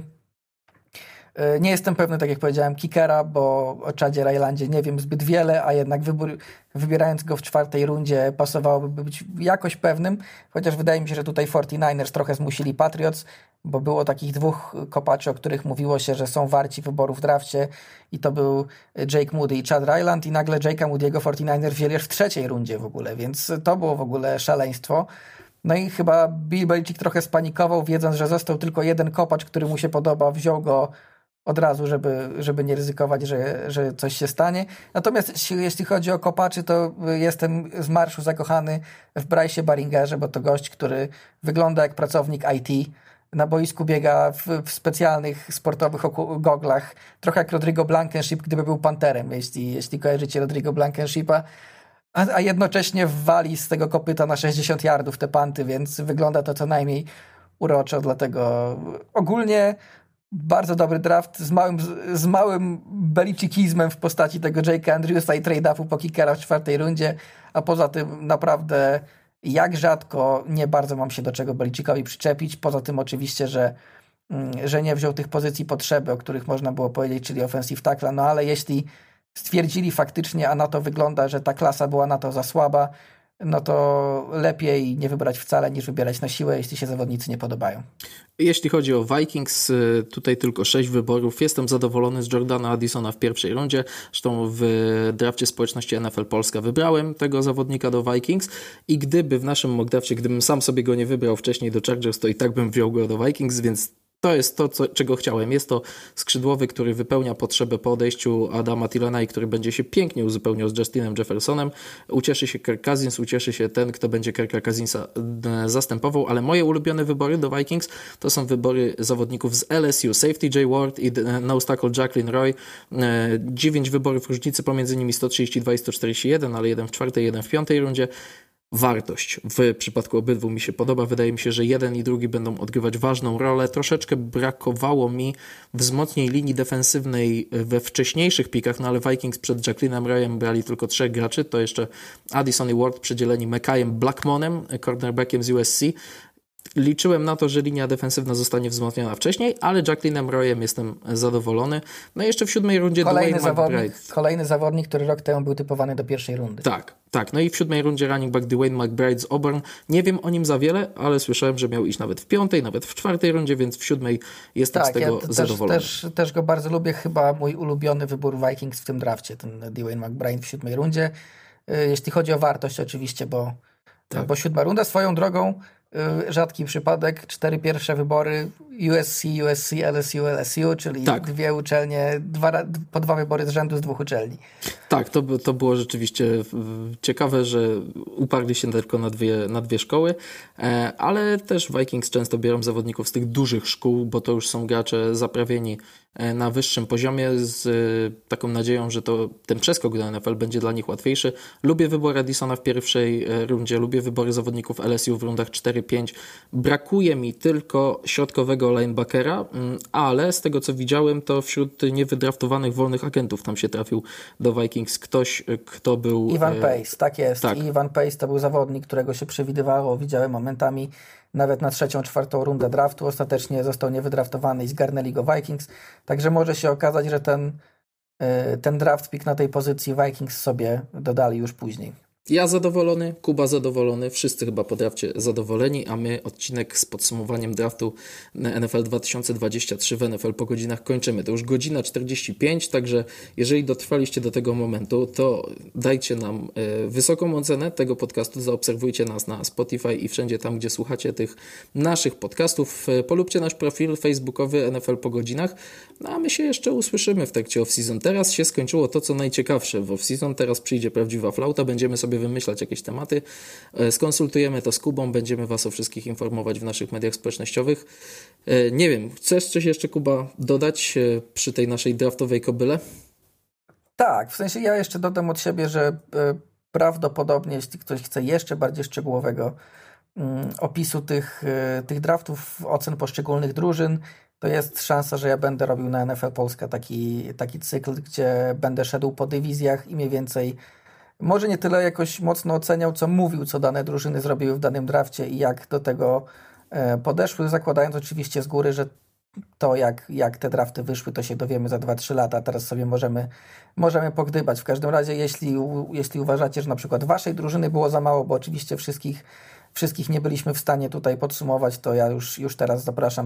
Nie jestem pewny, tak jak powiedziałem, kickera, bo o Chadzie Rylandzie nie wiem zbyt wiele, a jednak wybierając go w 4. rundzie pasowałoby być jakoś pewnym, chociaż wydaje mi się, że tutaj 49ers trochę zmusili Patriots, bo było takich 2 kopaczy, o których mówiło się, że są warci wyboru w drafcie i to był Jake Moody i Chad Ryland i nagle Jake'a Moody'ego 49ers wzięli aż w 3. rundzie w ogóle, więc to było w ogóle szaleństwo. No i chyba Bill Belichick trochę spanikował, wiedząc, że został tylko jeden kopacz, który mu się podoba, wziął go od razu, żeby nie ryzykować, że coś się stanie. Natomiast jeśli chodzi o kopaczy, to jestem z marszu zakochany w Bryce'ie Baringerze, bo to gość, który wygląda jak pracownik IT. Na boisku biega w specjalnych sportowych goglach, trochę jak Rodrigo Blankenship, gdyby był panterem, jeśli kojarzycie Rodrigo Blankenshipa, a jednocześnie wali z tego kopyta na 60 yardów te panty, więc wygląda to co najmniej uroczo, dlatego ogólnie bardzo dobry draft z małym belichickizmem w postaci tego Jake'a Andrewsa i trade-upu po kickera w 4. rundzie, a poza tym naprawdę jak rzadko nie bardzo mam się do czego Belichickowi przyczepić, poza tym oczywiście, że nie wziął tych pozycji potrzeby, o których można było powiedzieć, czyli offensive tackla, no ale jeśli stwierdzili faktycznie, a na to wygląda, że ta klasa była na to za słaba, no to lepiej nie wybrać wcale, niż wybierać na siłę, jeśli się zawodnicy nie podobają. Jeśli chodzi o Vikings, tutaj tylko 6 wyborów. Jestem zadowolony z Jordana Addisona w 1. rundzie. Zresztą w drafcie społeczności NFL Polska wybrałem tego zawodnika do Vikings i gdyby w naszym mock drafcie, gdybym sam sobie go nie wybrał wcześniej do Chargers, to i tak bym wziął go do Vikings, więc to jest to, czego chciałem. Jest to skrzydłowy, który wypełnia potrzebę po odejściu Adama Thielena i który będzie się pięknie uzupełniał z Justinem Jeffersonem. Ucieszy się Kirk Cousins, ucieszy się ten, kto będzie Kirka Cousinsa zastępował, ale moje ulubione wybory do Vikings to są wybory zawodników z LSU. Safety Jay Ward i nose tackle Jacqueline Roy. 9 wyborów różnicy pomiędzy nimi 132 i 141, ale jeden w 4., jeden w 5. rundzie. Wartość w przypadku obydwu mi się podoba. Wydaje mi się, że jeden i drugi będą odgrywać ważną rolę. Troszeczkę brakowało mi wzmocnień linii defensywnej we wcześniejszych pikach, no ale Vikings przed Jacquelinem Royem brali tylko 3 graczy. To jeszcze Addison i Ward przedzieleni Mekayem Blackmonem, cornerbackiem z USC. Liczyłem na to, że linia defensywna zostanie wzmocniona wcześniej, ale Jacquelinem Royem jestem zadowolony. No i jeszcze w 7. rundzie kolejny zawodnik, który rok temu był typowany do pierwszej rundy. Tak. No i w 7. rundzie running back Dwayne McBride z Auburn. Nie wiem o nim za wiele, ale słyszałem, że miał iść nawet w 5., nawet w 4. rundzie, więc w 7. jestem z tego zadowolony. Też go bardzo lubię. Chyba mój ulubiony wybór Vikings w tym drafcie, ten Dwayne McBride w 7. rundzie. Jeśli chodzi o wartość oczywiście, bo 7. runda swoją drogą, rzadki przypadek, 4 pierwsze wybory USC, LSU, czyli dwie uczelnie, po 2 wybory z rzędu z 2 uczelni. Tak, to było rzeczywiście ciekawe, że uparli się tylko na dwie szkoły, ale też Vikings często biorą zawodników z tych dużych szkół, bo to już są gracze zaprawieni na wyższym poziomie z taką nadzieją, że ten przeskok do NFL będzie dla nich łatwiejszy. Lubię wybór Addisona w pierwszej rundzie, lubię wybory zawodników LSU w rundach 4-5. Brakuje mi tylko środkowego linebackera, ale z tego co widziałem, to wśród niewydraftowanych wolnych agentów tam się trafił do Vikings ktoś, kto był... Ivan Pace, tak jest. Tak. Ivan Pace to był zawodnik, którego się przewidywało, widziałem momentami nawet na 3., 4. rundę draftu. Ostatecznie został niewydraftowany i zgarnęli go Vikings. Także może się okazać, że ten draft pick na tej pozycji Vikings sobie dodali już później. Ja zadowolony, Kuba zadowolony, wszyscy chyba po drafcie zadowoleni, a my odcinek z podsumowaniem draftu NFL 2023 w NFL po godzinach kończymy. To już 1:45, także jeżeli dotrwaliście do tego momentu, to dajcie nam wysoką ocenę tego podcastu, zaobserwujcie nas na Spotify i wszędzie tam, gdzie słuchacie tych naszych podcastów. Polubcie nasz profil facebookowy NFL po godzinach, no a my się jeszcze usłyszymy w trakcie off-season. Teraz się skończyło to, co najciekawsze w off-season, teraz przyjdzie prawdziwa flauta, będziemy sobie wymyślać jakieś tematy, skonsultujemy to z Kubą, będziemy Was o wszystkich informować w naszych mediach społecznościowych. Nie wiem, chcesz coś jeszcze, Kuba, dodać przy tej naszej draftowej kobyle? Tak, w sensie ja jeszcze dodam od siebie, że prawdopodobnie, jeśli ktoś chce jeszcze bardziej szczegółowego opisu tych draftów, ocen poszczególnych drużyn, to jest szansa, że ja będę robił na NFL Polska taki cykl, gdzie będę szedł po dywizjach i mniej więcej może nie tyle jakoś mocno oceniał, co mówił, co dane drużyny zrobiły w danym drafcie i jak do tego podeszły, zakładając oczywiście z góry, że to jak te drafty wyszły, to się dowiemy za 2-3 lata. Teraz sobie możemy pogdybać. W każdym razie, jeśli uważacie, że na przykład waszej drużyny było za mało, bo oczywiście wszystkich nie byliśmy w stanie tutaj podsumować, to ja już teraz zapraszam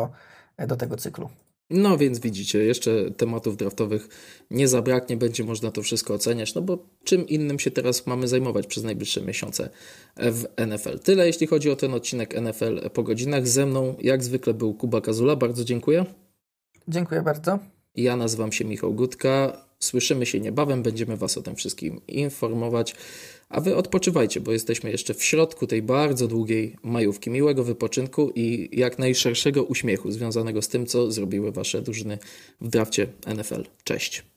do tego cyklu. No więc widzicie, jeszcze tematów draftowych nie zabraknie, będzie można to wszystko oceniać, no bo czym innym się teraz mamy zajmować przez najbliższe miesiące w NFL. Tyle jeśli chodzi o ten odcinek NFL po godzinach. Ze mną jak zwykle był Kuba Kazula, bardzo dziękuję. Dziękuję bardzo. Ja nazywam się Michał Gutka, słyszymy się niebawem, będziemy Was o tym wszystkim informować, a Wy odpoczywajcie, bo jesteśmy jeszcze w środku tej bardzo długiej majówki. Miłego wypoczynku i jak najszerszego uśmiechu związanego z tym, co zrobiły Wasze drużyny w drafcie NFL. Cześć!